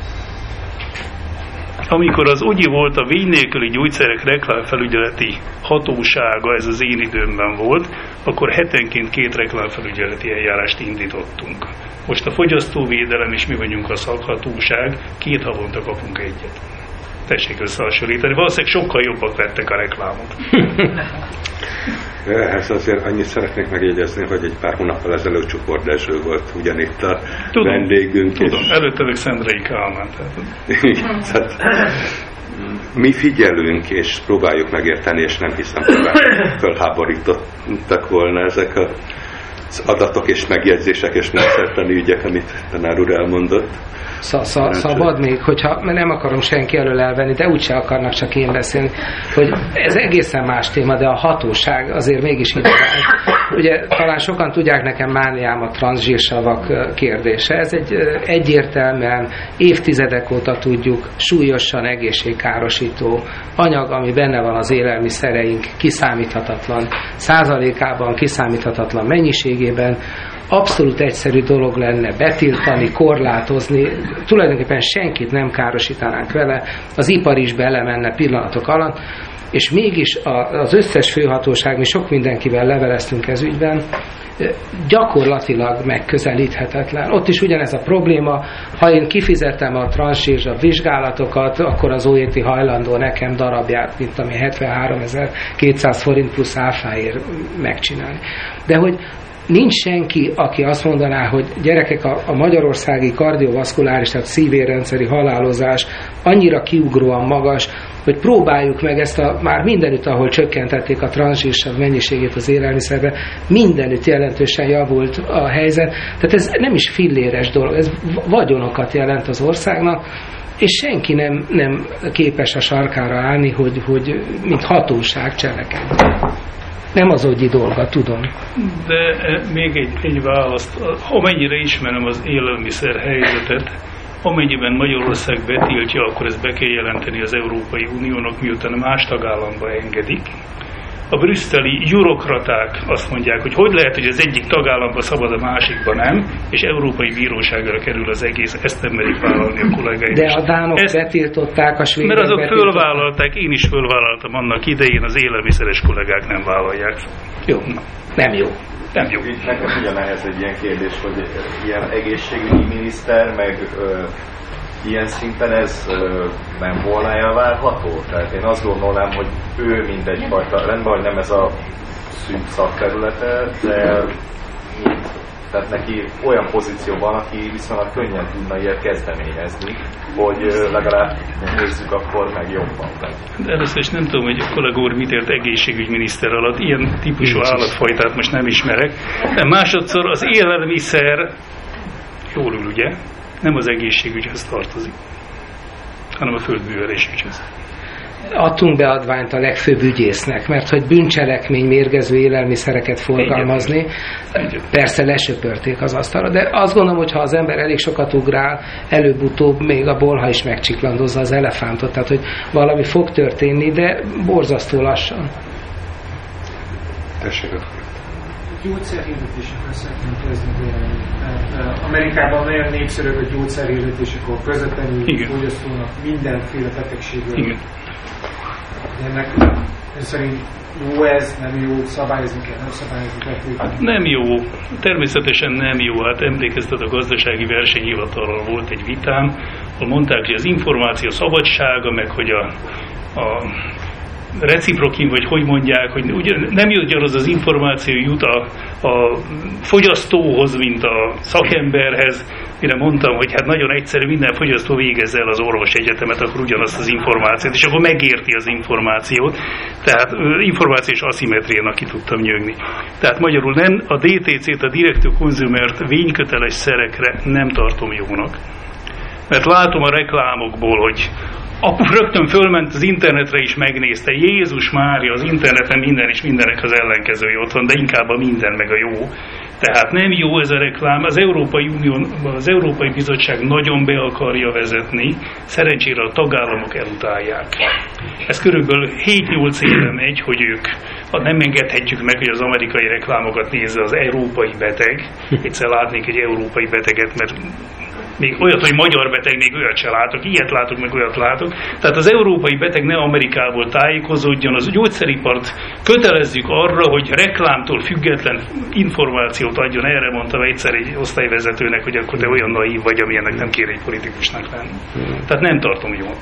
Amikor az Ogyi volt a vény nélküli gyógyszerek reklámfelügyeleti hatósága, ez az én időmben volt, akkor hetenként 2 reklámfelügyeleti eljárást indítottunk. Most a fogyasztóvédelem és mi vagyunk a szakhatóság, 2 havonta kapunk egyet. Tessék összehasonlítani. Valószínűleg sokkal jobbak lettek a reklámok. Ehhez azért annyit szeretnék megjegyezni, hogy egy pár hónappal ezelőtt Csupor Dezső volt ugyanitt a vendégünk. Tudom, előtte meg Szendrei Kálmán. Tehát, mi figyelünk és próbáljuk megérteni, és nem hiszem, hogy fölháborítottak volna ezek az adatok és megjegyzések és módszertani ügyek, amit tanár úr elmondott. Szabad még, hogyha nem akarom senki elől elvenni, de úgyse akarnak csak én beszélni, hogy ez egészen más téma, de a hatóság azért mégis ide vált. Ugye talán sokan tudják, nekem mániám a transzsírsavak kérdése. Ez egy egyértelműen évtizedek óta tudjuk, súlyosan egészségkárosító anyag, ami benne van az élelmiszereink, kiszámíthatatlan százalékában, kiszámíthatatlan mennyiségében. Abszolút egyszerű dolog lenne betiltani, korlátozni, tulajdonképpen senkit nem károsítanánk vele, az ipar is belemenne pillanatok alatt, és mégis az összes főhatóság, mi sok mindenkivel leveleztünk ez ügyben, gyakorlatilag megközelíthetetlen. Ott is ugyanez a probléma, ha én kifizetem a transzsírzsav vizsgálatokat, akkor az OET hajlandó nekem darabját, mint ami 73.200 forint plusz áfáért megcsinálni. De hogy nincs senki, aki azt mondaná, hogy gyerekek, a magyarországi kardiovaszkuláris, tehát szívérrendszeri halálozás annyira kiugróan magas, hogy próbáljuk meg ezt már mindenütt, ahol csökkentették a transzsírsav mennyiségét az élelmiszerbe, mindenütt jelentősen javult a helyzet. Tehát ez nem is filléres dolog, ez vagyonokat jelent az országnak, és senki nem képes a sarkára állni, hogy mint hatóság cselekedjen. Nem az ogyi dolga, tudom. De még egy választ. Amennyire ismerem az élelmiszer helyzetet, amennyiben Magyarország betiltja, akkor ezt be kell jelenteni az Európai Uniónak, miután más tagállamba engedik. A brüsszeli bürokraták azt mondják, hogy lehet, hogy az egyik tagállamba szabad, a másikba nem, és Európai Bíróságra kerül az egész, ezt nem merik vállalni a kollégáim. De a dánok betiltották, a svédek mert azok fölvállalták, én is fölvállaltam annak idején, az élelmiszeres kollégák nem vállalják. Jó, nem jó. Nem jó. Nekem ugyanehhez egy ilyen kérdés, hogy ilyen egészségügyi miniszter, meg ilyen szinten ez nem volna elvárható? Tehát én azt gondolnám, hogy ő mindegyfajta, rendben, hogy nem ez a szűk szakterülete, de tehát neki olyan pozícióban, aki viszonylag könnyen tudna ilyet kezdeményezni, hogy legalább nézzük akkor meg jobban. De először is nem tudom, hogy a kollega úr mit ért egészségügyminiszter alatt, ilyen típusú állatfajtát most nem ismerek. De másodszor az élelmiszer, jól ül ugye, nem az egészségügyhez tartozik, hanem a földművelés ügyhez. Adtunk beadványt a legfőbb ügyésznek, mert hogy bűncselekmény mérgező élelmiszereket forgalmazni, persze lesöpörték az asztalra, de azt gondolom, hogy ha az ember elég sokat ugrál, előbb-utóbb még a bolha is megcsiklandozza az elefántot, tehát hogy valami fog történni, de borzasztó lassan. Tessék. Gyógyszerhirdetésekről szeretném kezdeni. Amerikában nagyon népszerű a gyógyszerhirdetésekor közvetlenül fogyasztónak mindenféle betegségről. Igen. Ennek szerint jó ez, nem jó, szabályozni kell, nem szabályozni kell. Hát nem jó, természetesen nem jó. Hát emlékeztet, a gazdasági versenyhivatalról volt egy vitám, ahol mondták, hogy az információ szabadsága, meg hogy a reciprokin, vagy hogy mondják, hogy ugye nem jut az információ jut a fogyasztóhoz, mint a szakemberhez, mire mondtam, hogy hát nagyon egyszerű, minden fogyasztó végezze el az orvosegyetemet, akkor ugyanazt az információt, és akkor megérti az információt. Tehát információs aszimetriának ki tudtam nyögni. Tehát magyarul nem, a DTC-t, a Direct to Consumer-t vényköteles szerekre nem tartom jónak. Mert látom a reklámokból, hogy rögtön fölment az internetre is megnézte, Jézus Mária, az interneten minden és mindenek az ellenkezője ott van, de inkább a minden meg a jó. Tehát nem jó ez a reklám. Az Európai Unió, az Európai Bizottság nagyon be akarja vezetni, szerencsére a tagállamok elutálják. Ez körülbelül 7-8 éve megy, hogy ők nem engedhetjük meg, hogy az amerikai reklámokat nézze az európai beteg. Egyszer látnék egy európai beteget, mert még olyat, hogy magyar beteg, még olyat se látok, ilyet látok, meg olyat látok. Tehát az európai beteg ne Amerikából tájékozódjon, az gyógyszeripart kötelezzük arra, hogy reklámtól független információt adjon. Erre mondtam egyszer egy osztályvezetőnek, hogy akkor te olyan naív vagy, amilyennek nem kér egy politikusnak lenni. Tehát nem tartom jól.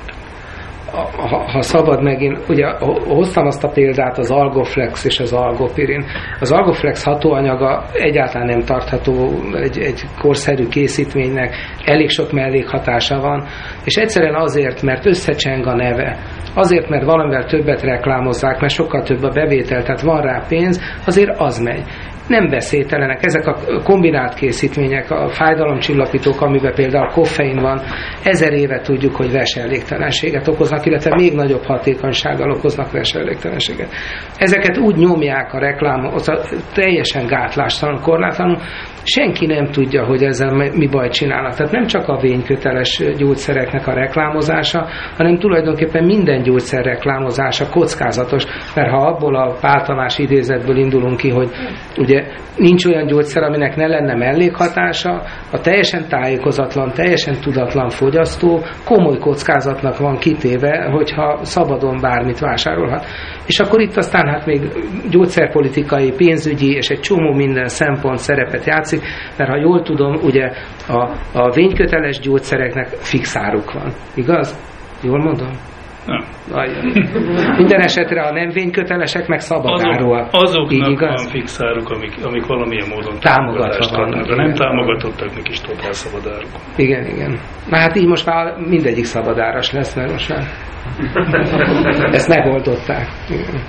Ha szabad megint, ugye hoztam azt a példát, az Algoflex és az Algopirin. Az Algoflex hatóanyaga egyáltalán nem tartható egy korszerű készítménynek, elég sok mellékhatása van, és egyszerűen azért, mert összecseng a neve, azért, mert valamivel többet reklámozzák, mert sokkal több a bevétel, tehát van rá pénz, azért az megy. nem veszélytelenek. Ezek a kombinált készítmények, a fájdalomcsillapítók, amiben például koffein van, 1000 éve tudjuk, hogy veselégtelenséget okoznak, illetve még nagyobb hatékonysággal okoznak veselégtelenséget. Ezeket úgy nyomják a reklámot, teljesen gátlástalan, korlátlanul, senki nem tudja, hogy ezzel mi bajt csinálnak. Tehát nem csak a vényköteles gyógyszereknek a reklámozása, hanem tulajdonképpen minden gyógyszer reklámozása kockázatos, mert ha abból a Pál Tamás idézetből indulunk ki, hogy ugye nincs olyan gyógyszer, aminek ne lenne mellékhatása, a teljesen tájékozatlan, teljesen tudatlan fogyasztó komoly kockázatnak van kitéve, hogyha szabadon bármit vásárolhat. És akkor itt aztán hát még gyógyszerpolitikai, pénzügyi és egy csomó minden szempont szerepet játszik, mert ha jól tudom, ugye a vényköteles gyógyszereknek fix áruk van. Igaz? Jól mondom? Nem. Minden esetre a nem vénykötelesek meg szabadárúak. Azoknak van fix áruk, amik valamilyen módon támogatást kapnak. De nem támogatottak, is totál szabadáruk. Igen. Na hát így most már mindegyik szabadáras lesz, mert most már ezt megoldották. Igen.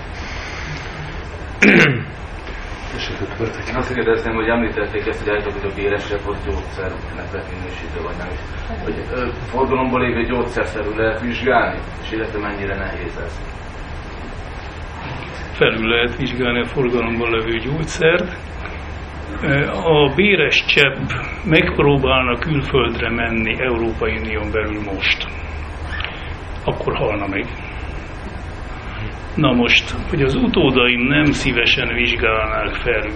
Én azt kérdezném, hogy említették ezt, hogy állítok, hogy a BRS-rep az gyógyszernek befinősítő, vagy nem is. Hogy forgalomban lévő gyógyszerszerű lehet vizsgálni, és illetve mennyire nehéz ez? Felül lehet vizsgálni a forgalomban levő gyógyszert. A BRS csepp megpróbálna külföldre menni Európai Unión belül most. Akkor halna meg. Na most, hogy az utódaim nem szívesen vizsgálnák felül.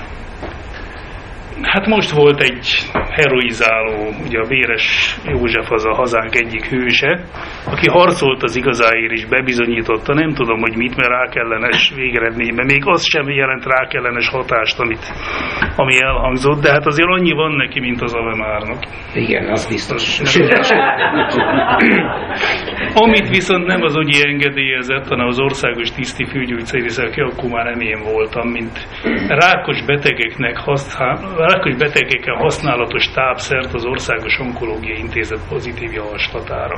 Hát most volt egy heroizáló, ugye a Béres József az a hazánk egyik hőse, aki harcolt az igazáért és bebizonyította, nem tudom, hogy mit, mert rákellenes végeredményben, még az sem jelent rákellenes hatást, ami elhangzott, de hát azért annyi van neki, mint az Avemárnak. Igen, az biztos. Amit viszont nem az UGI engedélyezett, hanem az Országos Tiszti Főgyógyszerészek, akkor már nem én voltam, mint rákos betegeken használatos tápszert az Országos Onkológiai Intézet pozitív javaslatára.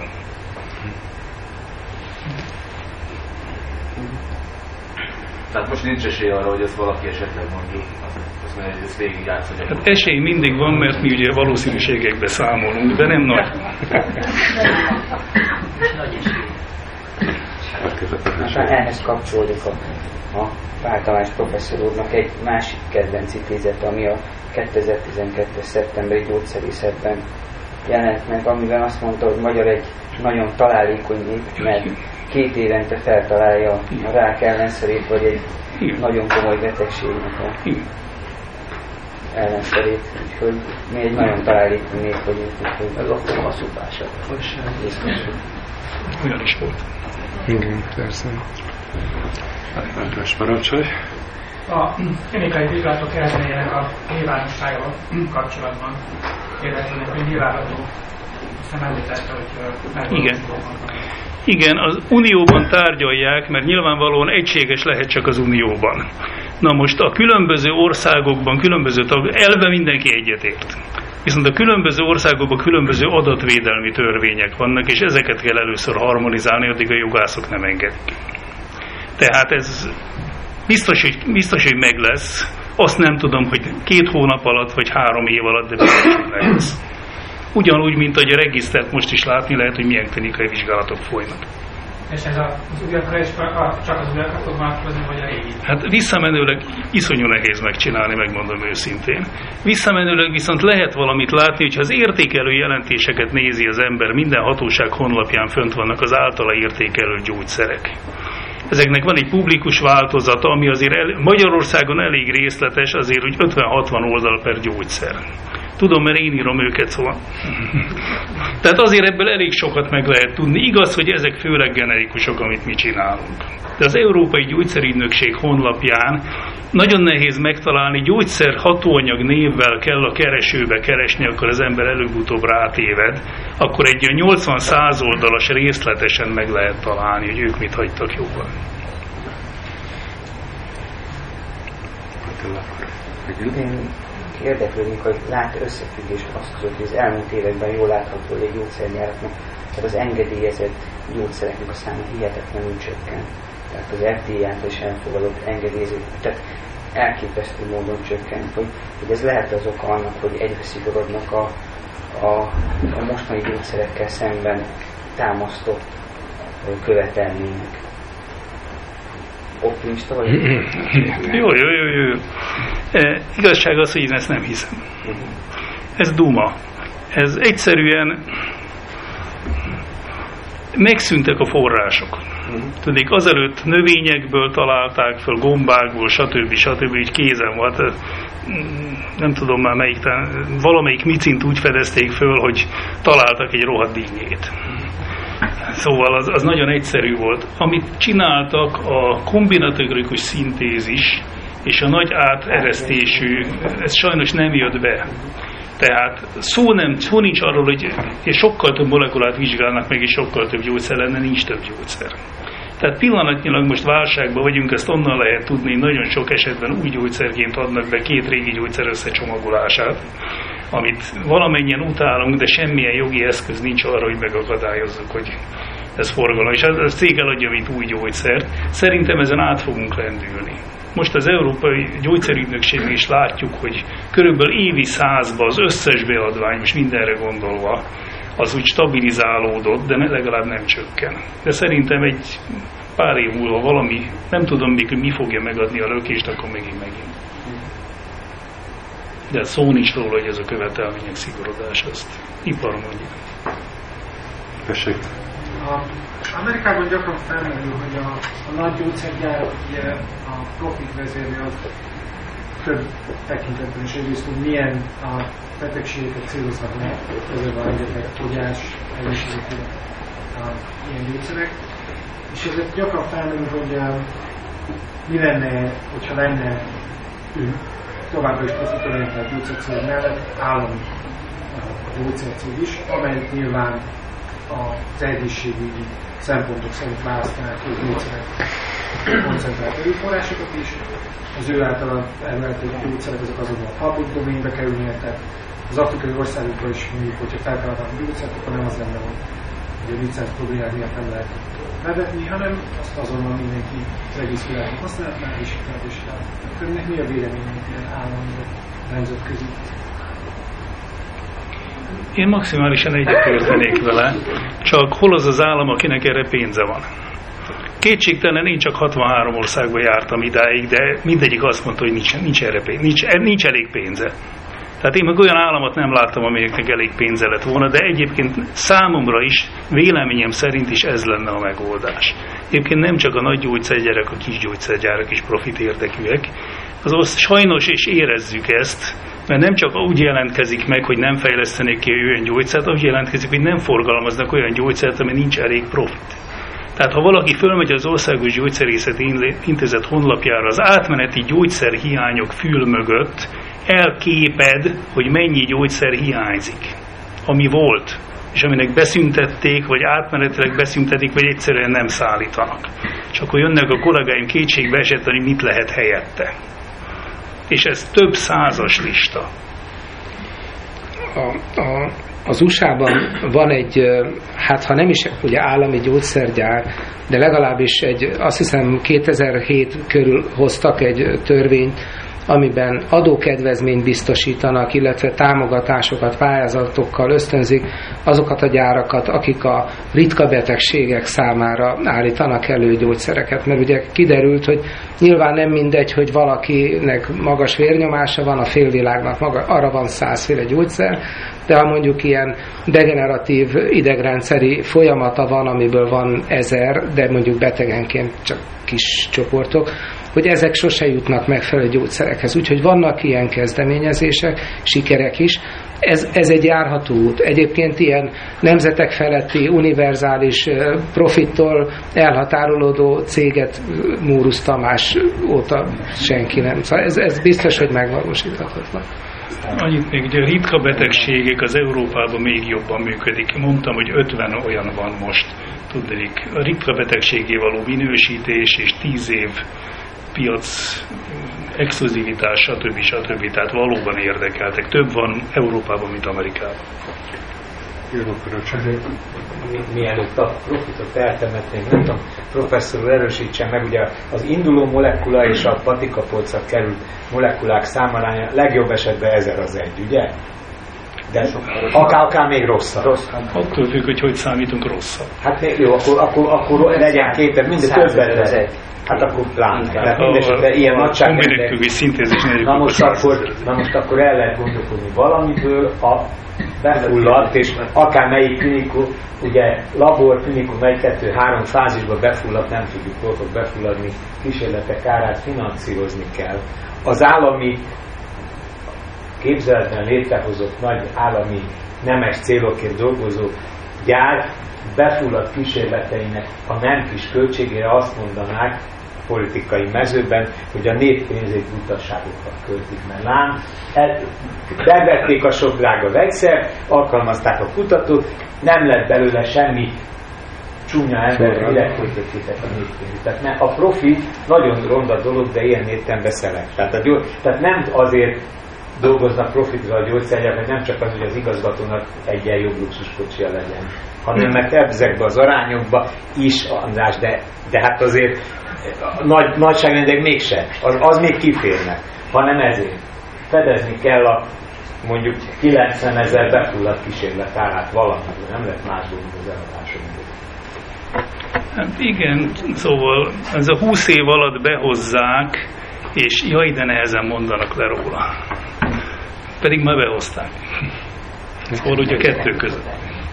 Tehát most nincs esély arra, hogy ezt valaki esetleg mondjuk, azt mondja, hogy ezt végig játszodja. Hát esély mindig van, mert mi ugye valószínűségekbe számolunk, de nem nagy. Hát ehhez kapcsolódik a Pál Tamás professzor úrnak egy másik kedvenc idézet, ami a 2012. szeptemberi gyógyszerészetben jelent meg, amiben azt mondta, hogy magyar egy nagyon találékony nép, mert 2 évente feltalálja a rák ellenszerét, vagy egy nagyon komoly betegségnek a ellenszerét. Úgyhogy mi egy nagyon találékony nép vagyunk, úgyhogy ez a szupása. Olyan is volt. Igen, persze. András, parancsolj! A klinikai vizsgálatok eredményének a nyilvánosságával kapcsolatban kérdezőnek, hogy nyilvánható, hiszen említette, hogy Igen, az Unióban tárgyalják, mert nyilvánvalóan egységes lehet csak az Unióban. Na most a különböző országokban, elve mindenki egyetért. Viszont a különböző országokban különböző adatvédelmi törvények vannak, és ezeket kell először harmonizálni, addig a jogászok nem engedik. Tehát ez biztos, hogy meg lesz. Azt nem tudom, hogy 2 hónap alatt, vagy 3 év alatt, de biztos, hogy meg lesz. Ugyanúgy, mint hogy a regisztert most is látni lehet, hogy milyen klinikai vizsgálatok folynak. És ez az újakra is csak az újakra fog vonatkozni, vagy a régi? Hát visszamenőleg iszonyú nehéz megcsinálni, megmondom őszintén. Visszamenőleg viszont lehet valamit látni, hogyha az értékelő jelentéseket nézi az ember, minden hatóság honlapján fönt vannak az általa értékelő gyógyszerek. Ezeknek van egy publikus változata, ami azért Magyarországon elég részletes, azért úgy 50-60 oldal per gyógyszer. Tudom, mert én írom őket, szóval. Tehát azért ebből elég sokat meg lehet tudni. Igaz, hogy ezek főleg generikusok, amit mi csinálunk. De az Európai Gyógyszerügynökség honlapján nagyon nehéz megtalálni, gyógyszer hatóanyag névvel kell a keresőbe keresni, akkor az ember előbb-utóbb rátéved, akkor egy 80-100 oldalas részletesen meg lehet találni, hogy ők mit hagytak jóval. Érdeklődnék, hogy lát összefüggést azt között, hogy az elmúlt években jól látható, hogy egy gyógyszergyáraknak, tehát az engedélyezett gyógyszereknek a száma hihetetlenül csökkent. Tehát az FDA által is elfogadott engedélyezett. Tehát elképesztő módon csökkent, hogy ez lehet az oka annak, hogy egyre szigorodnak a mostani gyógyszerekkel szemben támasztott követelmények. Optimista vagy? Jó. Igazság az, hogy én ezt nem hiszem. Ez duma. Ez egyszerűen megszűntek a források. Tudnék, azelőtt növényekből találták fel, gombákból, stb. Így kézen volt. Nem tudom már melyik, valamelyik micint úgy fedezték föl, hogy találtak egy rohadt dinnyét. Szóval az nagyon egyszerű volt. Amit csináltak, a kombinatorikus szintézis és a nagy áteresztésű, ez sajnos nem jött be. Tehát szó nincs arról, hogy sokkal több molekulát vizsgálnak meg, és sokkal több gyógyszer lenne, nincs több gyógyszer. Tehát pillanatnyilag most válságban vagyunk, ezt onnan lehet tudni, nagyon sok esetben új gyógyszerként adnak be 2 régi gyógyszer összecsomagolását, amit valamennyien utálunk, de semmilyen jogi eszköz nincs arra, hogy megakadályozzuk, hogy ez forgalom. És ez cég eladja, mint új gyógyszer. Szerintem ezen át fogunk lendülni. Most az Európai Gyógyszerügynökségnél is látjuk, hogy körülbelül évi 100-ba az összes beadvány, most mindenre gondolva, az úgy stabilizálódott, de legalább nem csökken. De szerintem egy pár év múlva valami, nem tudom még, hogy mi fogja megadni a lökést, akkor megint. De szó nincs róla, hogy ez a követelmények szigorodás, azt ipar mondja. Köszönjük. Amerikában gyakran felmerül, hogy a nagy gyógyszergyárak ugye a profit vezérli az több tekintetben is egyrészt, hogy milyen a betegségeket céloznak meg, ezzel van egyetek fogyás, egészségügyi ilyen gyógyszerek. És ezért gyakran felmerül, hogy mi lenne, hogyha lenne továbbra is profitorientált gyógyszercég mellett állami gyógyszercég is, amely nyilván az egészségügyi szempontok szerint választanák hogy gyógyszerek koncentrált erőforrásokat is. Az ő által elmélhető gyógyszerek azok azonban a public domainbe kerülnének, tehát az afrikai országokban is mondjuk, hogyha feltalálnak gyógyszert, akkor nem az lenne, hogy a licenc problémák miatt nem lehet bevetni, hanem azt azonnal mindenki az egész világon használhatná, és önnek mi a véleményünk ilyen állami nemzetközi? Én maximálisan egyetértenék vele, csak hol az az állam, akinek erre pénze van. Kétségtelen én csak 63 országba jártam idáig, de mindegyik azt mondta, hogy nincs erre pénze, nincs elég pénze. Tehát én meg olyan államot nem láttam, amelyeknek elég pénze lett volna, de egyébként számomra is, véleményem szerint is ez lenne a megoldás. Egyébként nem csak a nagy gyógyszergyárak, a kis gyógyszergyárak is profit érdekűek. Azaz sajnos és érezzük ezt, mert nem csak úgy jelentkezik meg, hogy nem fejlesztenék ki olyan gyógyszert, úgy jelentkezik, hogy nem forgalmaznak olyan gyógyszert, ami nincs elég profit. Tehát ha valaki fölmegy az Országos Gyógyszerészeti Intézet honlapjára, az átmeneti gyógyszerhiányok fül mögött elképed, hogy mennyi gyógyszer hiányzik, ami volt, és aminek beszüntették, vagy átmenetileg beszüntetik, vagy egyszerűen nem szállítanak. És akkor jönnek a kollégáim kétségbe esett, hogy mit lehet helyette. És ez több százas lista. Az USA-ban van egy, hát ha nem is ugye állami gyógyszergyár, de legalábbis azt hiszem 2007 körül hoztak egy törvényt, amiben adókedvezményt biztosítanak, illetve támogatásokat, pályázatokkal ösztönzik azokat a gyárakat, akik a ritka betegségek számára állítanak elő gyógyszereket. Mert ugye kiderült, hogy nyilván nem mindegy, hogy valakinek magas vérnyomása van, a félvilágnak arra van 100 féle gyógyszer, de ha mondjuk ilyen degeneratív idegrendszeri folyamata van, amiből van 1000, de mondjuk betegenként csak kis csoportok, hogy ezek sose jutnak megfelelő gyógyszerekhez. Úgyhogy vannak ilyen kezdeményezések, sikerek is. Ez egy járható út. Egyébként ilyen nemzetek feletti, univerzális, profittól elhatárolódó céget Mórusz Tamás óta senki nem. Szóval ez biztos, hogy megvalósíthatatlan. Annyit még, ugye a ritka betegségek az Európában még jobban működik. Mondtam, hogy 50 olyan van most. Tudnék, a ritka betegségé való minősítés és 10 év piac exkluzivitás, stb. Tehát valóban érdekeltek. Több van Európában, mint Amerikában. Mielőtt a profitot eltemetnénk, nem tudom, professzor úr erősítsen meg, ugye az induló molekula és a patikapolcra került molekulák számaránya legjobb esetben 1000/1, ugye? De akár még rosszabb. Attól függ, hogy számítunk rosszabb. Hát jó, akkor legyen 2000, minden többet lesz. Hát akkor pláne. Tehát mindesetre ilyen nagyságrendek. Na most akkor el lehet gondolkodni valamiből, a befulladt, és akármelyik klinikum, ugye labor, klinikum 1-2-3 fázisban befulladt, nem tudjuk hol fog befulladni, kísérletek árát finanszírozni kell. Az állami képzeletben létrehozott nagy állami nemes célokért dolgozó gyár befulladt kísérleteinek a nem kis költségére azt mondanák politikai mezőben, hogy a nép pénzét butaságokat költik, mert lám, bevették a sok drága vegyszert, alkalmazták a kutatót, nem lett belőle semmi csúnya ember, mire költöttétek a nép pénzét. Tehát a profit nagyon ronda dolog, de ilyen értelemben szelek. Tehát nem azért dolgoznak profitra a gyógyszergyárak, nem csak az, hogy az igazgatónak egyen jobb luxuskocsia legyen, hanem mert ezekben az arányokban is, András, de hát azért nagyságrendek mégse, az még kiférnek, hanem ezért. Fedezni kell a mondjuk 90 000 befulladt kísérlet árát valamiből, nem lett más dolog az eladásokból. Hát igen, szóval ez a 20 év alatt behozzák, és jaj, de nehezen mondanak le róla. Pedig már behozták. Szóval ugye a kettő között.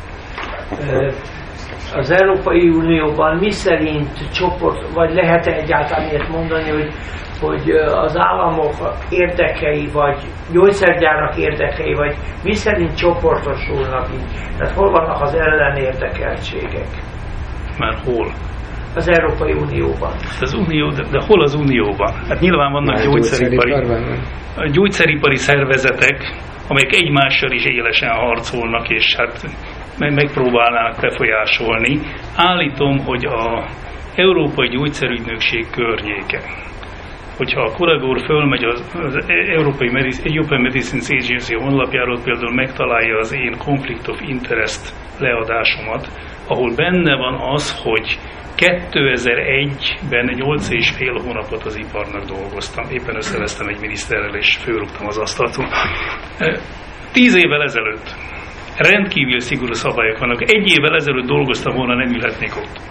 Az Európai Unióban mi szerint csoport, vagy lehet-e egyáltalán ilyet mondani, hogy az államok érdekei, vagy gyógyszergyárak érdekei, vagy mi szerint csoportosulnak így? Tehát hol vannak az ellenérdekeltségek? Már hol? Az Európai Unióban. Az Unió, de hol az Unióban? Hát nyilván vannak gyógyszeripari szervezetek, amelyek egymással is élesen harcolnak, és hát megpróbálnának befolyásolni. Állítom, hogy az Európai Gyógyszerügynökség környéke, hogyha a kollégór fölmegy az European Medicines Agency honlapjáról, például megtalálja az én Conflict of Interest leadásomat, ahol benne van az, hogy 2001-ben 8,5 hónapot az iparnak dolgoztam. Éppen összevesztem egy miniszterrel, és fölrúgtam az asztalt. 10 évvel ezelőtt rendkívül szigorú szabályok vannak. 1 évvel ezelőtt dolgoztam volna, nem ülhetnék ott.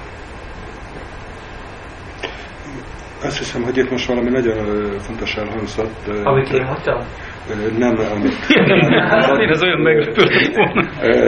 Azt hiszem, hogy itt most valami nagyon fontos elhangzott. Amit én mondtam? Nem, amit... Én ez olyan meglepődött volna.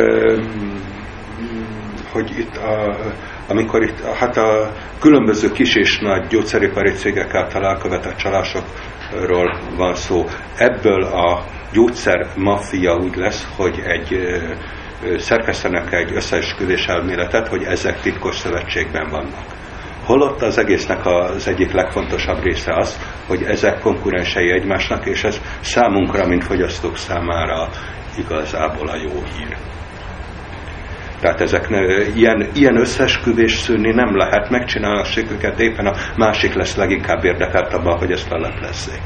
Hogy itt amikor itt hát a különböző kis és nagy gyógyszeripari cégek által elkövetett csalásokról van szó. Ebből a gyógyszer maffia úgy lesz, hogy szerkesztenek egy összeesküvés elméletet, hogy ezek titkos szövetségben vannak. Holott az egésznek az egyik legfontosabb része az, hogy ezek konkurensei egymásnak, és ez számunkra, mint fogyasztók számára igazából a jó hír. Tehát ezek ilyen összeesküvés szűnni nem lehet, megcsinálni őket, éppen a másik lesz leginkább érdekelt abban, hogy ezt leleplezzék.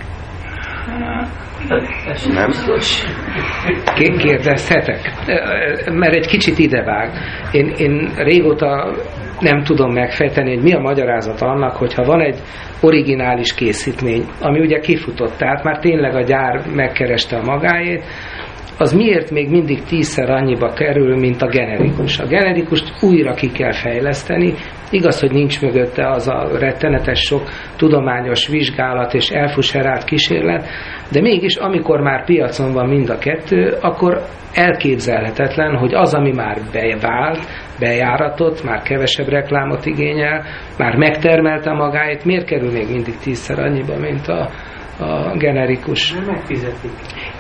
Nem? Kérdezhetek? Mert egy kicsit idevág. Én régóta nem tudom megfejteni, hogy mi a magyarázat annak, hogyha van egy originális készítmény, ami ugye kifutott, tehát már tényleg a gyár megkereste a magáét, az miért még mindig 10-szer annyiba kerül, mint a generikus. A generikust újra ki kell fejleszteni. Igaz, hogy nincs mögötte az a rettenetes sok tudományos vizsgálat és elfuserált kísérlet, de mégis, amikor már piacon van mind a kettő, akkor elképzelhetetlen, hogy az, ami már bevált, bejáratott, már kevesebb reklámot igényel, már megtermelte magáit, miért kerül még mindig 10-szer annyiba, mint a generikus? Nem megfizetik.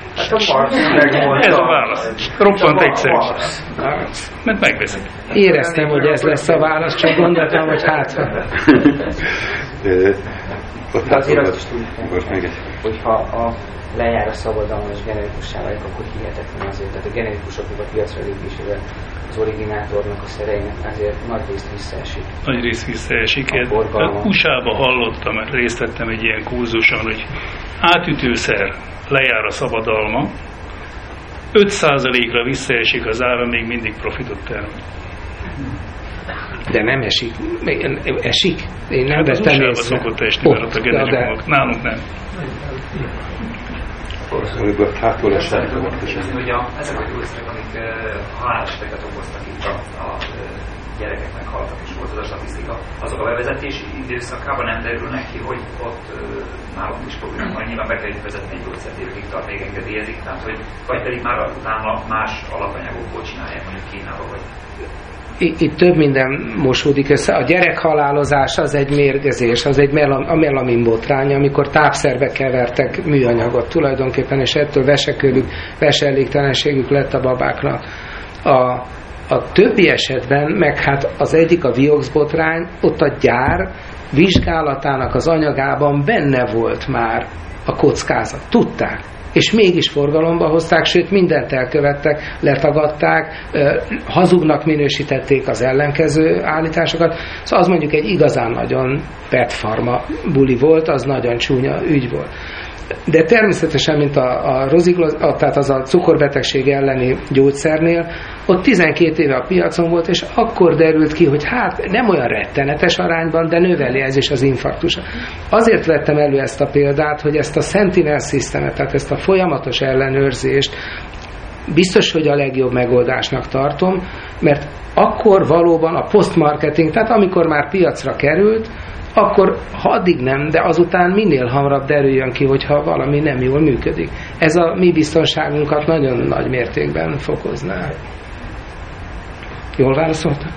Ez a válasz. Roppant egyszerű. Mert megveszik. Éreztem, hogy ez lesz a válasz, csak gondoltam, hogy hát. De azért azt is tudjuk, hogyha lejár a szabadalom és generikussá válik, akkor hihetetlen azért. Tehát a generikusoknak a piacra lépésével az originátornak, a szereinek azért nagy részt visszaesik. Nagy részt visszaesik. USA-ba hallottam, mert részt vettem egy ilyen kurzuson, hogy átütőszer lejár a szabadalma, 5%-ra visszaesik az ára, még mindig profitot termel. De nem esik. Esik? Én nem vettem észre. Szokott esni, mert a generikумok. Nálunk nem. Amikor hátul esett. Hogy ezek a gyógyszerek, amik haláleseteket okoztak itt a gyerekeknek haltak, és volt az a statisztika, azok a bevezetési időszakában nem derülnek ki, hogy ott nálunk is problémák van. Nyilván be kell vezetni egy gyógyszert, évekig tart, még engedélyezik, tehát hogy vagy pedig már utána más alapanyagokból csinálják, mondjuk Kínába vagy. Itt több minden mosódik össze. A gyerekhalálozás az egy mérgezés, az egy a melamin botrány, amikor tápszerbe kevertek műanyagot tulajdonképpen, és ettől vesekőlük, veseelégtelenségük lett a babáknak. A többi esetben, meg hát az egyik a Vioxx botrány, ott a gyár vizsgálatának az anyagában benne volt már a kockázat. Tudták. És mégis forgalomba hozták, sőt mindent elkövettek, letagadták, hazugnak minősítették az ellenkező állításokat. Szóval az mondjuk egy igazán nagyon petfarma buli volt, az nagyon csúnya ügy volt. De természetesen, mint tehát az a cukorbetegség elleni gyógyszernél, ott 12 éve a piacon volt, és akkor derült ki, hogy hát nem olyan rettenetes arányban, de növeli ez is az infarktusot. Azért vettem elő ezt a példát, hogy ezt a Sentinel Systemet, tehát ezt a folyamatos ellenőrzést biztos, hogy a legjobb megoldásnak tartom, mert akkor valóban a post-marketing, tehát amikor már piacra került, akkor ha addig nem, de azután minél hamarabb derüljön ki, hogyha valami nem jól működik. Ez a mi biztonságunkat nagyon nagy mértékben fokozná. Jól válaszoltam?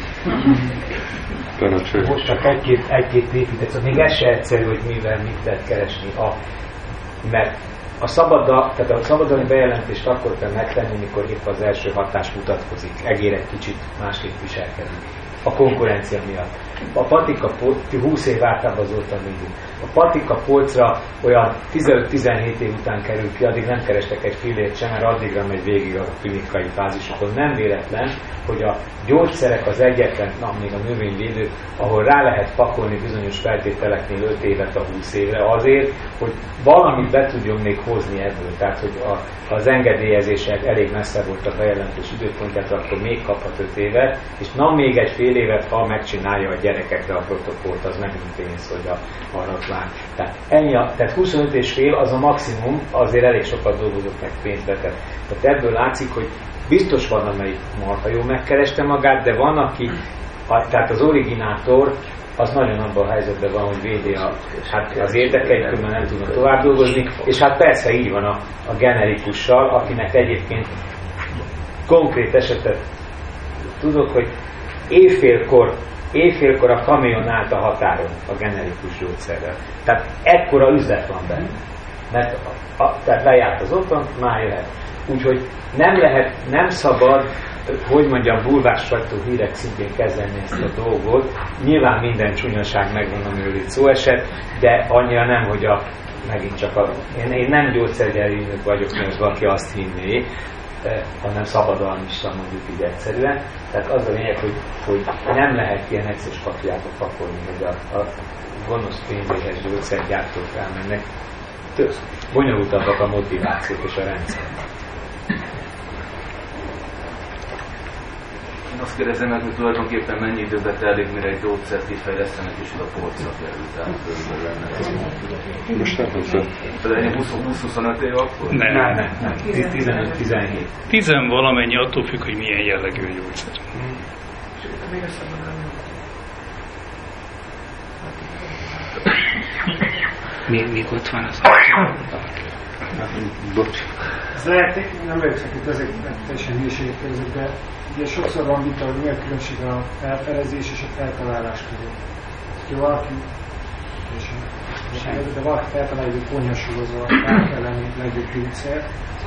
Most csak egy-két épített, még ez se egyszerű, hogy mivel mit lehet keresni. Mert a szabadalmi bejelentést akkor kell megtenni, mikor épp az első hatás mutatkozik. Egér egy kicsit másképp viselkedik. A konkurencia miatt. A patika 20 év általában azóta megyünk. A patika polcra olyan 15-17 év után kerül ki, addig nem kerestek egy fillért sem, mert addigra megy végig a klinikai fázisokon. Nem véletlen, hogy a gyógyszerek az egyetlen, még a növényvédők, ahol rá lehet pakolni bizonyos feltételeknél 5 évet a 20 évre azért, hogy valamit be tudjon még hozni ebből. Tehát, hogy az engedélyezések elég messze volt a bejelentés időpontját, akkor még kaphat 5 évet, és még egy fél évet, ha megcsinálja a gyerekekre a protokollt, az megint pénz, hogy a harapvány. Tehát 25 és fél az a maximum, azért elég sokat dolgozok, meg pénzt betett. Tehát ebből látszik, hogy biztos van, amelyik marha jól megkereste magát, de van, aki, tehát az originátor, az nagyon abban a helyzetben van, hogy védi az érdekeit, mert nem tudna tovább dolgozni, és hát persze így van a generikussal, akinek egyébként konkrét esetet tudok, hogy éjfélkor a kamion állt a határon a generikus gyógyszerrel. Tehát ekkora üzlet van benne. Mert tehát lejárt az otthon, már jöhet. Úgyhogy nem szabad, hogy mondjam, bulvár sajtó hírek szintén kezelni ezt a dolgot. Nyilván minden csúnyaság megvan, amiről itt szó esett, de annyira nem, hogy megint csak én nem gyógyszergyári vagyok, mert valaki azt hinné, hanem szabadalmista, mondjuk így egyszerűen. Tehát az a lényeg, hogy nem lehet ilyen egyszerűs papírjába pakolni, hogy a gonosz pénzéhes gyógyszergyártók elmennek. Bonyolultabbak a motivációk és a rendszer. Én azt kérdezem meg, hogy tulajdonképpen mennyi időbe telik, mire egy gyógyszert kifejlesztenek, és a polcra kerül, tehát körülbelül lenne. Most nem hozzá. Tehát ennyi 20-25 év akkor? Nem. 15-17. 10 valamennyi, attól függ, hogy milyen jellegű a gyógyszer. Még ott van az Bocs. Ez lehet, nem vagyok itt ezek teljesen hülyeségek között, de ugye sokszor van vita, hogy mi a különbség a felfedezés és a feltalálás között. Ha valaki, de valaki feltalálja, hogy konyhasúhozva rá kell lenni legjobb gyógyszer,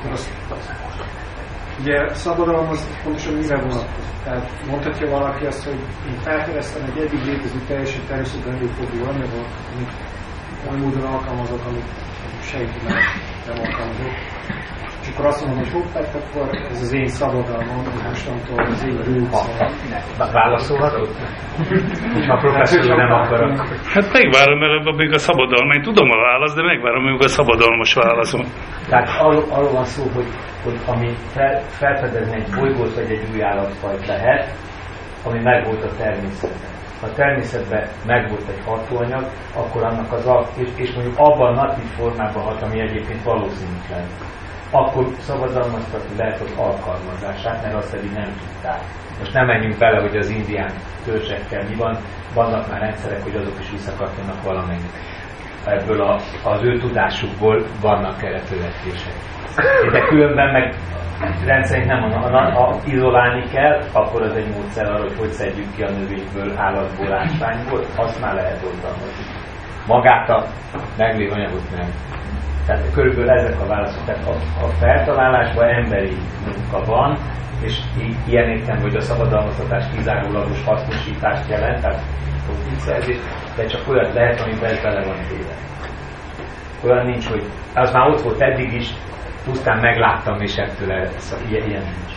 ugye szabadalom az pontosan mire vonatkozik. Tehát mondhatja valaki azt, hogy én felfedeztem egy eddig létező teljesen természetben előforduló anyagot, amit oly módon alkalmazok, amit senki más nem alkalmazott. és akkor azt mondom, hogy hoppá, akkor ez az én szabadalmam, hogy mostantól az én rúgszal. Válaszolhatod? Ha a professzor nem akarok. Hát megvárom, mert még a szabadalom, én tudom a választ, de megvárom még a szabadalmas válaszom. Tehát arról van szó, hogy ami felfedezni egy bolygót vagy egy új állatfajt lehet, ami megvolt a természetben. Ha a természetben megvolt egy hatóanyag, akkor annak és mondjuk abban a natív formában hat, ami egyébként valószínűtlen, akkor szabadalmaztatni lehet az alkalmazását, mert azt eddig nem tudták. Most nem menjünk bele, hogy az indián törzsekkel mi van, vannak már rendszerek, hogy azok is visszakapjanak valamennyit. Ebből az ő tudásukból vannak erre törekvések. De különben meg rendszerint nem ha izolálni kell, akkor az egy módszer arra, hogy szedjük ki a növényből, állatból, ásványból, azt már lehet oltalmazni. Magát a meglévő anyagot nem. Tehát körülbelül ezek a válaszok. Tehát a feltalálásban emberi munka van, és ilyen értem, hogy a szabadalmaztatás kizárólagos hasznosítást jelent, tehát profitszerzés, de csak olyat lehet, amiben ez bele van téve. Olyan nincs, hogy az már ott volt eddig is, pusztán megláttam, és ettől ilyen nincs.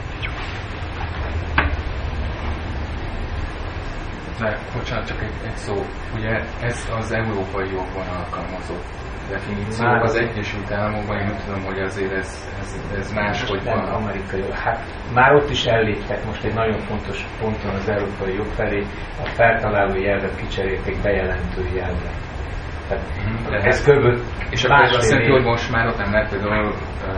De, bocsánat, csak egy szó. Ugye ez az európai jogban alkalmazott definíció. Már az Egyesült Államokban én úgy tudom, hogy azért ez máshogy van. Amerikai jog. Hát már ott is elléptek most egy nagyon fontos ponton az európai jog felé. A feltaláló jelvet kicserélték bejelentő jelvet. Tehát ez körülbelül és akkor ez azt jelenti, hogy most már ott nem lehet például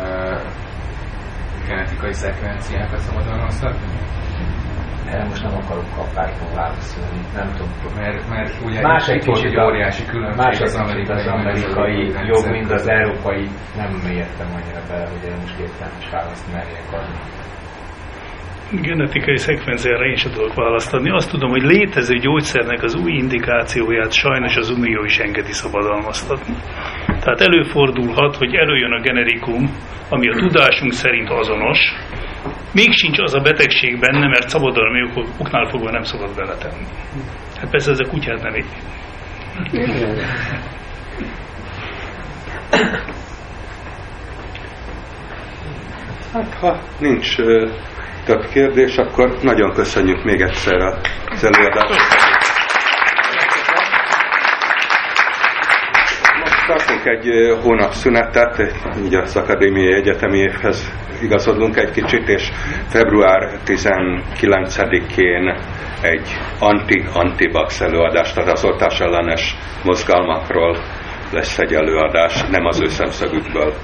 genetikai szekvenciákat szabadalmaztatni? Erre most nem akarok kapásból válaszolni, nem tudom. Mert ugye más egy kicsit óriási különbség az amerikai jog, mint az európai, nem értem annyira bele, hogy erre most értelmes választ merjek adni. Genetikai szekvenciára én sem tudok választ adni. Azt tudom, hogy létező gyógyszernek az új indikációját sajnos az Unió is engedi szabadalmaztatni. Tehát előfordulhat, hogy előjön a generikum, ami a tudásunk szerint azonos, még sincs az a betegség benne, mert szabadalmi oknál fogva nem szabad beletenni. Hát persze ez a kutyát nem éri. Hát ha nincs több kérdés, akkor nagyon köszönjük még egyszer az előadást. Most tartunk egy hónap szünetet, így az akadémiai egyetemi évhez igazodunk egy kicsit, és február 19-én egy anti-vax előadást, tehát az oltás ellenes mozgalmakról lesz egy előadás, nem az ő szemszögükből.